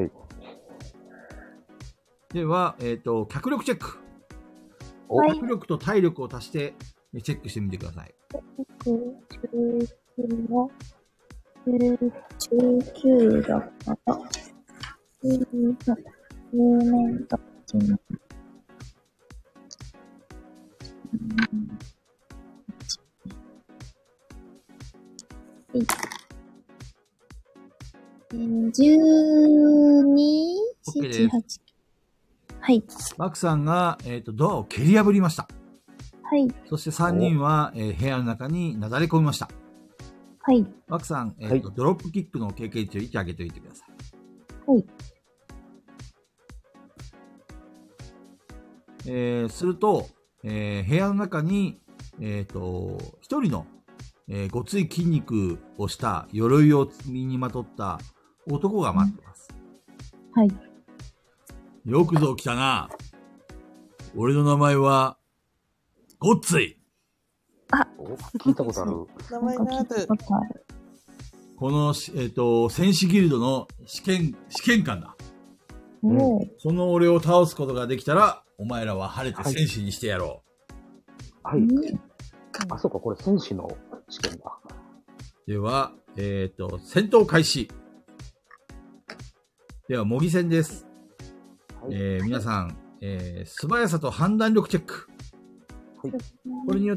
では、脚力チェック。 はい、 脚力と体力を足してチェックしてみてください。 19だから、10年どっちの12、7、8。はい。 バクさんが、ドアを蹴り破りました。 はい。 そして3人は、部屋の中になだれ込みました。 はい。 バクさん、 はい、 ドロップキックの経験値を1上げておいてください。 はい。 すると、 部屋の中に、一人の、ごつい筋肉をした鎧を身にまとった男が待ってます。 はい。 よくぞ来たな。俺の名前は、ごっつい。 お、聞いたことある。 名前がある。 この、戦士ギルドの試験官だ。その俺を倒すことができたら、お前らは晴れて戦士にしてやろう。はい。あ、そうか、これ戦士の試験だ。 では、戦闘開始。では、模擬戦です。はい、皆さん、素早さと判断力チェック。はい、これによって、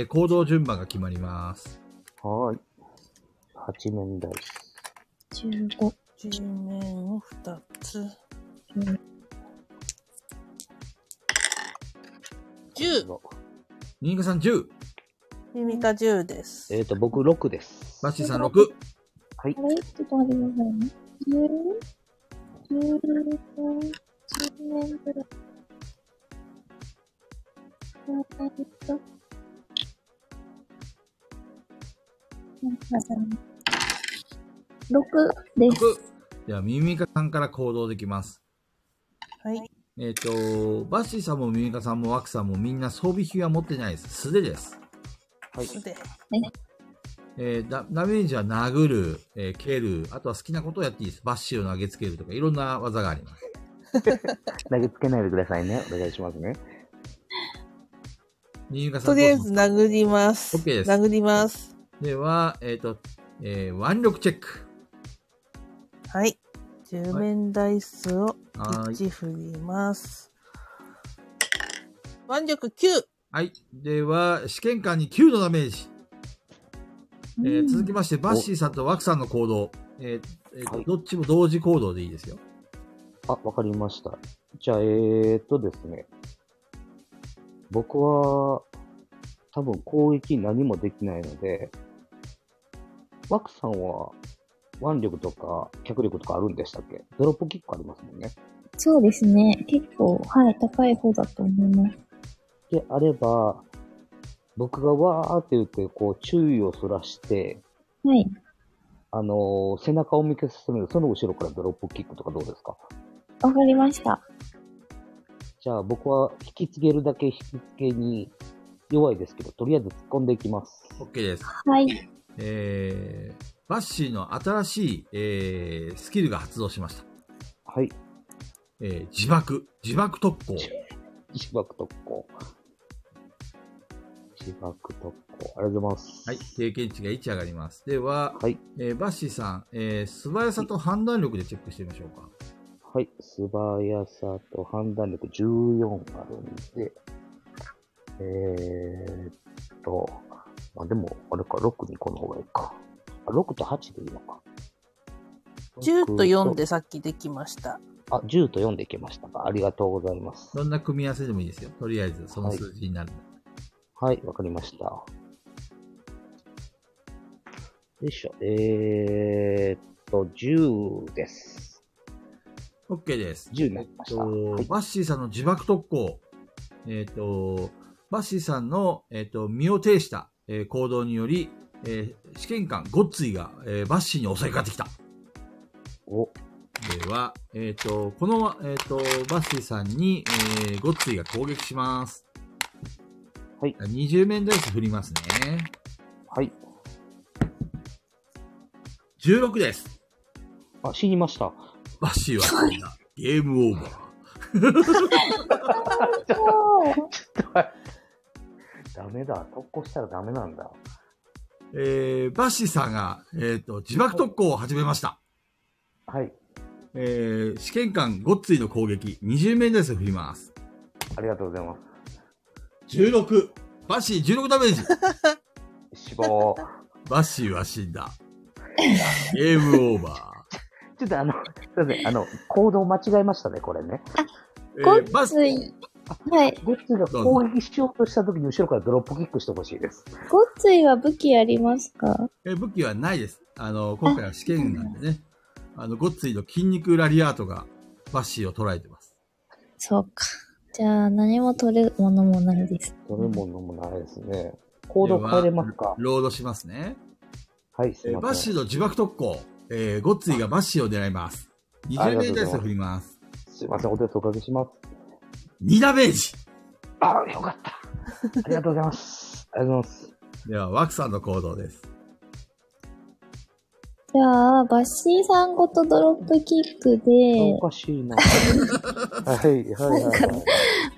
行動順番が決まります。 はい。8面ダイス。 15。 10面を2つ。10。 新潟さん10。 ミミカ10です。 僕6です。 バッシーさん6。 はい。 あれちょっと待ってくださいね。10年ぐらい。6です。 では、ミミカさんから行動できます。 はい。 バッシーさんもミミカさんもワクさんもみんな装備品は持ってないです。素手です。 はい。 素手。 ダメージは殴る、蹴る、あとは好きなことをやっていいです。バッシーを投げつけるとか、いろんな技があります。 投げつけないでくださいね。お願いしますね。 とりあえず殴ります。 OK です。 殴ります。 では、腕力チェック。 はい。10面ダイスを1振ります。腕力9。 はい。では、試験官に9のダメージ。続きまして、バッシーさんとワクさんの行動。どっちも同時行動でいいですよ。 あ、わかりました。じゃあ、ですね。僕は、多分攻撃何もできないので、ワクさんは腕力とか脚力とかあるんでしたっけ？ドロップキックありますもんね。 そうですね。結構、はい、高い方だと思います。 であれば、僕がわーって言って、こう、注意をそらして、 はい。 背中を向けさせるので、その後ろからドロップキックとかどうですか？ わかりました。 じゃあ僕は引き継げるだけ引き継げに弱いですけど、とりあえず突っ込んでいきます。 OK です。 はい。 バッシーの新しい、スキルが発動しました。 はい。 自爆特攻。 自爆特攻。自爆特攻。ありがとうございます。 はい。経験値が1上がります。では、 はい。 バッシーさん、素早さと判断力でチェックしてみましょうか。 はい。素早さと判断力14あるんで、まあ、でも、あれか、6にこの方がいいか。6と8でいいのか。 10と4でさっきできました。 あ、10と4でいけましたか。ありがとうございます。 どんな組み合わせでもいいですよ。とりあえず、その数字になる。 はい、わかりました。よいしょ。10です。 OK です。 10になりました。はい、 バッシーさんの自爆特攻。バッシーさんの、身を挺した、行動により、試験官ゴッツイが、バッシーに襲いかかってきた。 お。 では、この、バッシーさんに、ゴッツイが攻撃します。 はい。 20面ダイス振りますね。 はい。 16です。 あ、死にました。 バッシーは死んだ。ゲームオーバー。 ちょっと待って。ダメだ。特攻したらダメなんだ。 バッシーさんが、自爆特攻を始めました。 はい。 試験官ゴッツイの攻撃、20面ダイス振ります。 ありがとうございます。 16。バッシー16ダメージ。 死亡。 バッシーは死んだ。ゲームオーバー。 ちょっとすいません、行動間違えましたね、これね。 ゴッツイ。はい。 ゴッツイが攻撃しようとした時に後ろからドロップキックしてほしいです。 ゴッツイは武器ありますか？ 武器はないです。今回は試験なんでね。ゴッツイの筋肉ラリアートがバッシーを捉えてます。 そうか。 じゃあ、何も取るものもないです。 取るものもないですね。コード変えれますか？ ロードしますね。 はい、すいません。 バッシーの呪縛特攻。ゴッツイがバッシーを狙います。20名ダイスを振ります。 すいません、お手数おかけします。 2ダメージ。 あ、よかった。ありがとうございます。ありがとうございます。 では、ワクさんの行動です。 じゃあ、バッシーさんごとドロップキックで、 おかしいな。はい、はい、はい。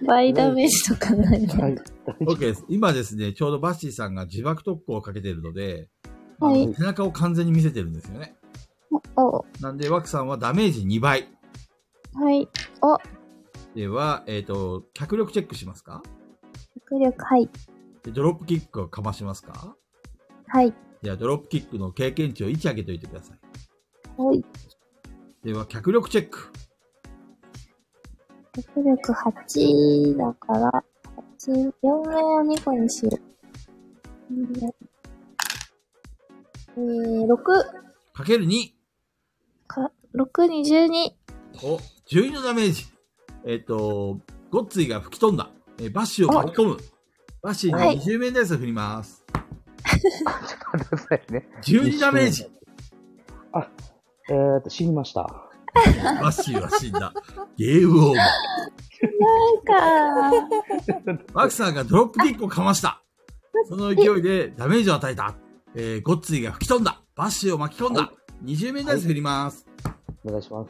倍ダメージとかないの？ はい。 OK です。今ですね、ちょうどバッシーさんが自爆特攻をかけているので、 はい。 背中を完全に見せてるんですよね。 お。 なんで、ワクさんはダメージ2倍。 はい。お。 では、脚力チェックしますか？ 脚力、はい。 でドロップキックをかましますか？ はい。 では、ドロップキックの経験値を1上げておいてください。 はい。 では、脚力チェック。 脚力8だから、4面を2個にしよう。6。 かける2。 6に12。 お、12のダメージ。ゴッツイが吹き飛んだ。バッシュを巻き込む。バッシーに20面ダイスを振ります。 ちょっと待ってくださいね。 12ダメージ。 あ、死にました。 バッシーは死んだ。ゲームオーバー。 なんかワクさんがドロップキックをかました。その勢いでダメージを与えた。ゴッツイが吹き飛んだ。バッシーを巻き込んだ。20面ダイス振ります。 お願いします。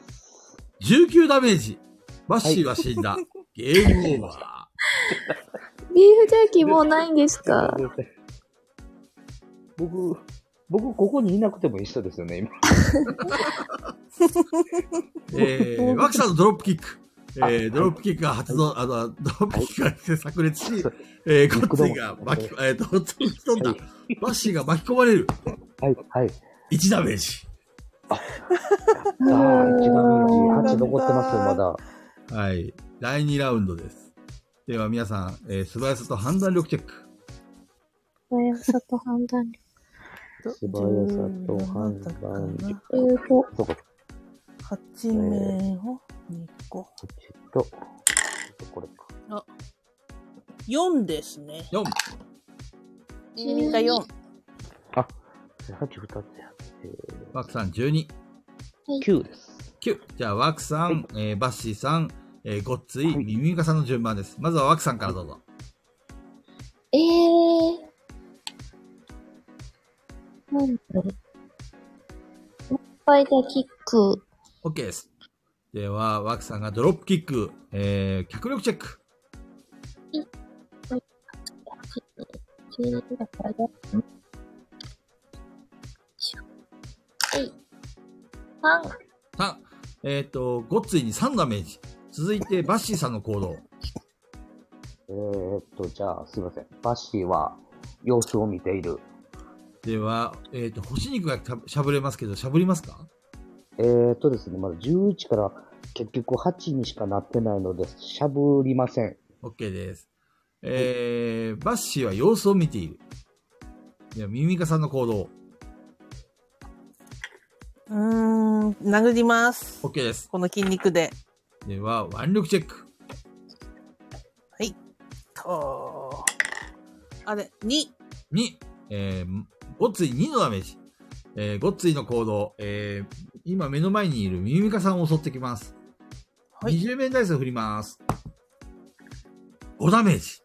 19ダメージ。バッシーは死んだ。ゲームオーバー。ビーフジャーキーもうないんですか？ 僕、ここにいなくても一緒ですよね、今。 ワクさんのドロップキック。ドロップキックが発動、ドロップキックが炸裂し、ゴッツイが巻き、吹き飛んだ。バッシーが巻き込まれる。 はい、はい。 1ダメージ。 1ダメージ。8残ってますよ、まだ。 はい。第2ラウンドです。では皆さん、素早さと判断力チェック。 素早さと判断力。 素早さと判断力。 8面を2個。 これか。 あ、4ですね。 4。 みんな4。 あ、8、2つやって。 ワクさん12。 9です。 9。じゃあ、ワクさん、バッシーさん、ゴッツイ、ミミカさんの順番です。まずはワクさんからどうぞ。 なんだろう。スパイダーキック。 OK です。では、ワクさんがドロップキック、脚力チェック。3。ゴッツイに3ダメージ。続いて、バッシーさんの行動。 じゃあ、すいません。バッシーは、様子を見ている。 では、干し肉がしゃぶれますけど、しゃぶりますか？ ですね、まだ11から結局8にしかなってないので、しゃぶりません。 OK です。バッシーは様子を見ている。では、ミミカさんの行動。 殴ります。 OK です。 この筋肉で。 では、腕力チェック。 はい。あれ、2。 ゴッツイ2のダメージ。ゴッツイの行動。今目の前にいるミミカさんを襲ってきます。はい、20面ダイスを振ります。5ダメージ。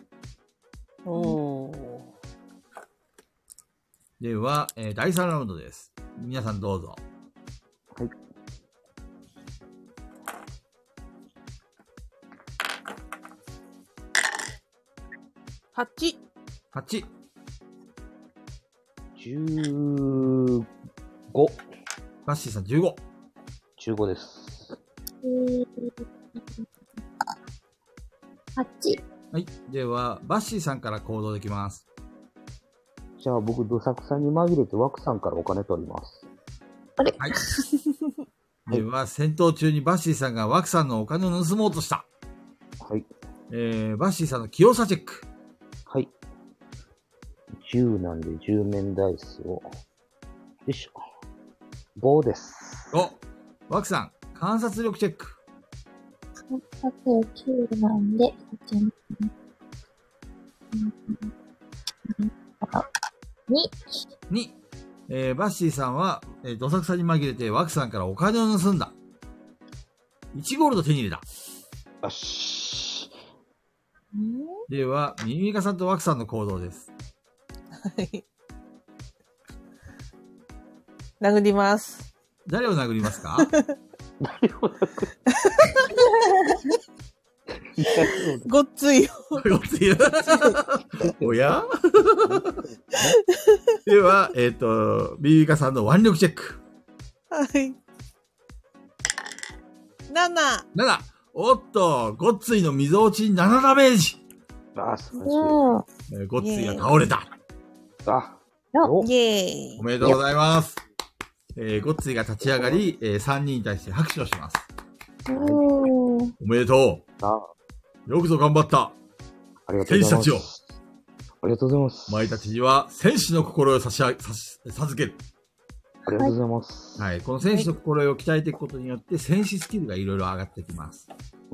では、第3ラウンドです。皆さんどうぞ。 はい。 8。 15。 バッシーさん15。 15です。 8。 はい。では、バッシーさんから行動できます。 じゃあ僕、ドサクさんに紛れてワクさんからお金取ります。 あれ？ はい。では、戦闘中にバッシーさんがワクさんのお金を盗もうとした。 はい。 バッシーさんの器用さチェック。 はい。10なんで10面ダイスを。よいしょ。5です。 5。ワクさん、観察力チェック。 あと9なんで、こっちに。 2、バッシーさんは、どさくさに紛れてワクさんからお金を盗んだ。1ゴールド手に入れた。 よし。 では、ミミカさんとワクさんの行動です。 はい。殴ります。 誰を殴りますか？ 誰を殴るごっついよ。 ごっついよ。おやでは、ミミカさんの腕力チェック。 はい。7。 7。おっと、ごっついの溝落ち7ダメージ。 あ、素晴らしい。 ごっついが倒れた。 あ、 イェーイ。 おめでとうございます。ごっついが立ち上がり、3人に対して拍手をします。おめでとう。よくぞ頑張った。 ありがとうございます。 戦士たちを。 ありがとうございます。 お前たちには戦士の心を授ける。 ありがとうございます。 はい。この戦士の心を鍛えていくことによって、戦士スキルがいろいろ上がってきます。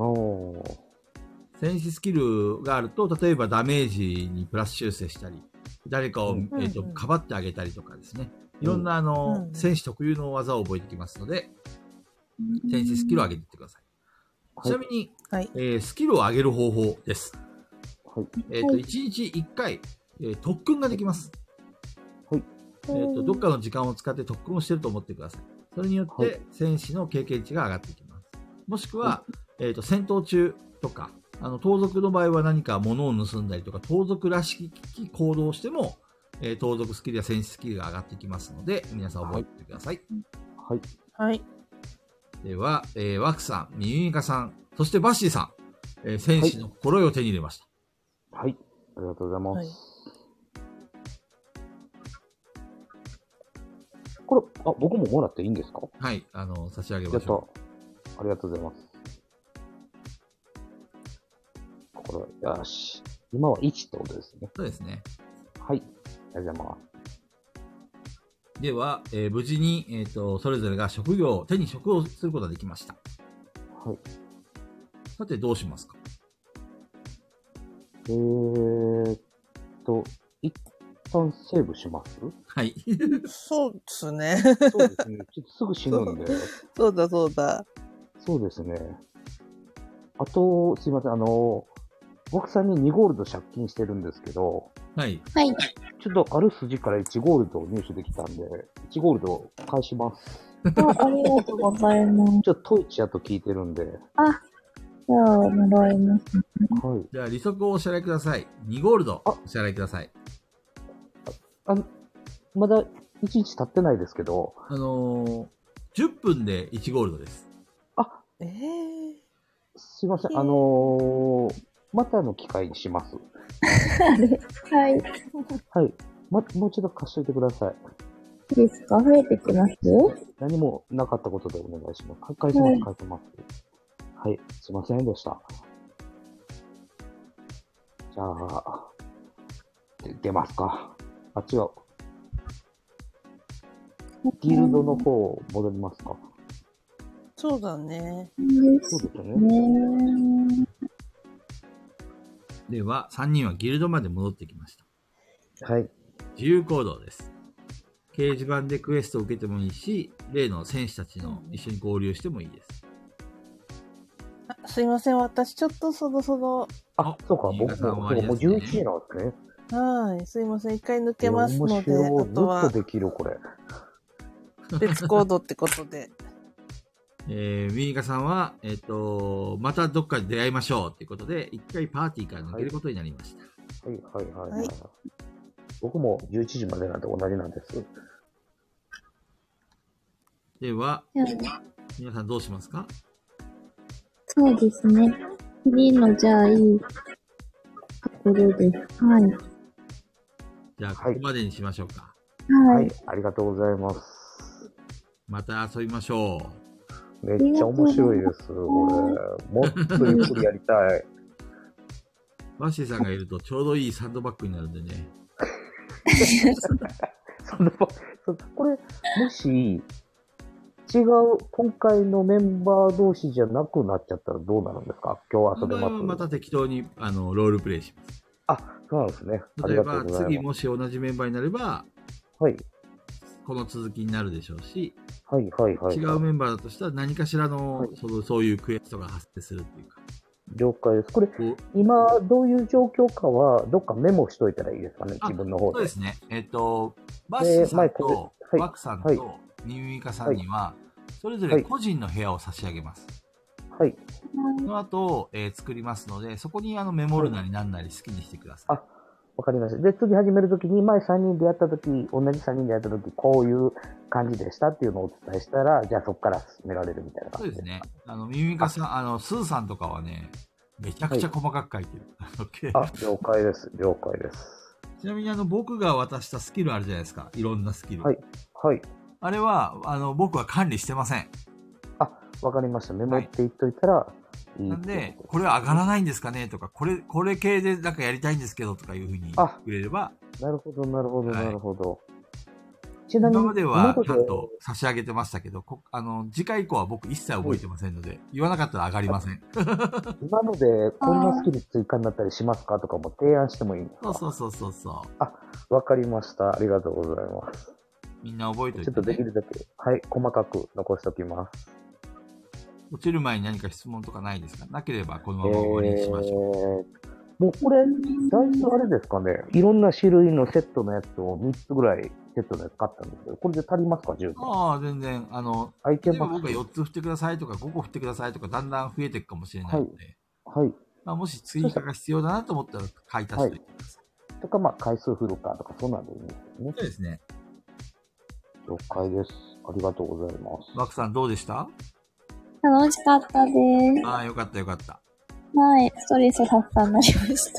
戦士スキルがあると、例えばダメージにプラス修正したり、誰かを、かばってあげたりとかですね。いろんな、戦士特有の技を覚えてきますので、戦士スキルを上げていってください。ちなみに、スキルを上げる方法です。1日1回、特訓ができます。どっかの時間を使って特訓をしていると思ってください。それによって、戦士の経験値が上がってきます。もしくは、戦闘中とか、盗賊の場合は何か物を盗んだりとか、盗賊らしき行動をしても、盗賊スキルや戦士スキルが上がってきますので、皆さん覚えておいてください。 はい。 はい。 では、ワクさん、ミミミカさん、そしてバッシーさん、戦士の心得を手に入れました。 はい。ありがとうございます。これ、僕ももらっていいんですか？ はい、差し上げましょう。ありがとうございます。これ、よし。今は1ってことですね。 そうですね。 はい。ありがとうございます。 では、無事に、それぞれが手に職をすることができました。 はい。 さて、どうしますか？ 一旦セーブします？ はい。 そうですね。 そうですね。ちょっとすぐ死ぬんで。 そうだそうだ。 そうですね。あと、すいません、僕さんに2ゴールド借金してるんですけど、 はい。 はい。 ちょっとある筋から1ゴールドを入手できたんで、1ゴールド返します。 ありがとうございます。 ちょっとトイチやと聞いてるんで。 じゃあ、もらいますね。 はい。 じゃあ、利息をお支払いください。2ゴールドお支払いください。 まだ1日経ってないですけど。 10分で1ゴールドです。 すいません。またの機会にします。 はい。 はい。もうちょっと貸しといてください。 いいですか？増えてきますよ。 何もなかったことでお願いします。返せます、返せます。はい。すいませんでした。じゃあ、出ますか。違う。ギルドの方戻りますか。 そうだね。 そうですね。 では、3人はギルドまで戻ってきました。 はい。 自由行動です。掲示板でクエストを受けてもいいし、例の戦士たちの一緒に合流してもいいです。 すいません、私ちょっとそろそろ。 そうか、僕もう11時なんですね。 はい、すいません、一回抜けますので、あとは。 ずっとできる、これ。 別行動ってことで。 ミニカさんは、またどっかで出会いましょうっていうことで、一回パーティーから抜けることになりました。 はい。僕も11時までなんて同じなんです。 では、皆さんどうしますか？ そうですね。次の、じゃあ、いいところです。はい。 じゃあ、ここまでにしましょうか。 はい。ありがとうございます。 また遊びましょう。めっちゃ面白いです、これ。もっとゆっくりやりたい。 バッシーさんがいるとちょうどいいサンドバッグになるんでね。 これ、もし、 違う、今回のメンバー同士じゃなくなっちゃったらどうなるんですか？今日遊べます？ また適当に、ロールプレイします。 あ、そうなんですね。あり例えば、 がとうございます。 次もし同じメンバーになれば、 はい。 この続きになるでしょうし、 はいはいはい。 違うメンバーだとしたら何かしらの、 はい、 そういうクエストが発生するっていうか。 了解です。これ、今、どういう状況かは、どっかメモしといたらいいですかね、自分の方で。 そうですね。バッシーさんと、ワクさんはい、 と、ニミミカさんには、それぞれ個人の部屋を差し上げます。 はい。 その後、作りますので、そこにメモるなりなんなり好きにしてください。 あ、わかりました。で、次始めるときに、前3人でやったとき、同じ3人でやったとき、こういう感じでしたっていうのをお伝えしたら、じゃあそこから進められるみたいな感じです。そうですね。ミミカさん、スーさんとかはね、めちゃくちゃ細かく書いてる。 はい、了解です。了解です。 ちなみに僕が渡したスキルあるじゃないですか。いろんなスキル。 はい。はい。 あれは、僕は管理してません。 あ、わかりました。メモって言っといたらいい、 なんで、これは上がらないんですかねとか、これ系でなんかやりたいんですけどとかいうふうに言ってくれれば。 なるほど、なるほど、なるほど。 ちなみに、今まではちゃんと差し上げてましたけど、次回以降は僕一切覚えてませんので、言わなかったら上がりません。 今ので、こんなスキル追加になったりしますかとかも提案してもいいんですか？ そう。 あ、わかりました。ありがとうございます。 みんな覚えておいて、ね。 ちょっとできるだけ、はい、細かく残しておきます。 落ちる前に何か質問とかないですか？なければこのまま終わりにしましょう。 もうこれ、だいぶあれですかね。いろんな種類のセットのやつを3つぐらいセットのやつ買ったんですけど、これで足りますか？十分。 ああ、全然。 アイテム僕が4つ振ってくださいとか5個振ってくださいとかだんだん増えていくかもしれないので。 はい。 まあ、もし追加が必要だなと思ったら買い足しておいてください。 とか、まあ、回数振るかとか、そんなんでいいんですよね。 そうですね。 了解です。ありがとうございます。 ワクさんどうでした？ 楽しかったです。 ああ、よかったよかった。 はい、ストレス発散になりました。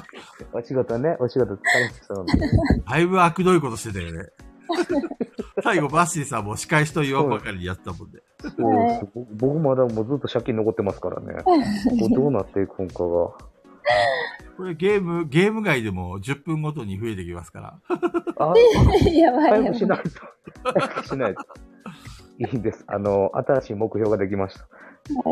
お仕事ね、お仕事疲れてたので。 だいぶ悪どいことしてたよね。最後、バッシーさんも仕返しと言わんばかりにやったもんで。 僕まだもうずっと借金残ってますからね。どうなっていくんかが。これゲーム外でも10分ごとに増えてきますから。 あ、やばい。 早くしないと。早くしないと。いいです。新しい目標ができました。 はい。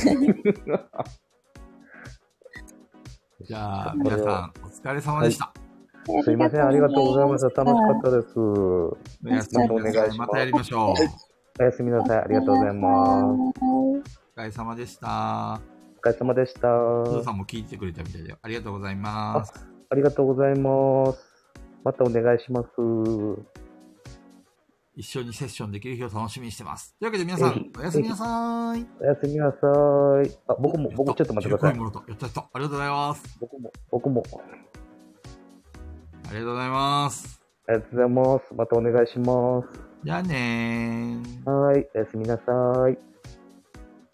じゃあ、皆さん、お疲れ様でした。 はい、すいません、ありがとうございました。楽しかったです。 おやすみなさい。またやりましょう。 おやすみなさい。ありがとうございます。 お疲れ様でした。 お疲れ様でした。 鈴さんも聞いてくれたみたいで、ありがとうございます。 ありがとうございます。またお願いします。 一緒にセッションできる日を楽しみにしてます。というわけで皆さん、おやすみなさい。 おやすみなさい。あ、僕ちょっと待ってください。 やった。ありがとうございます。 僕も。 ありがとうございます。 ありがとうございます。またお願いします。 じゃあねー。 はい、おやすみなさい。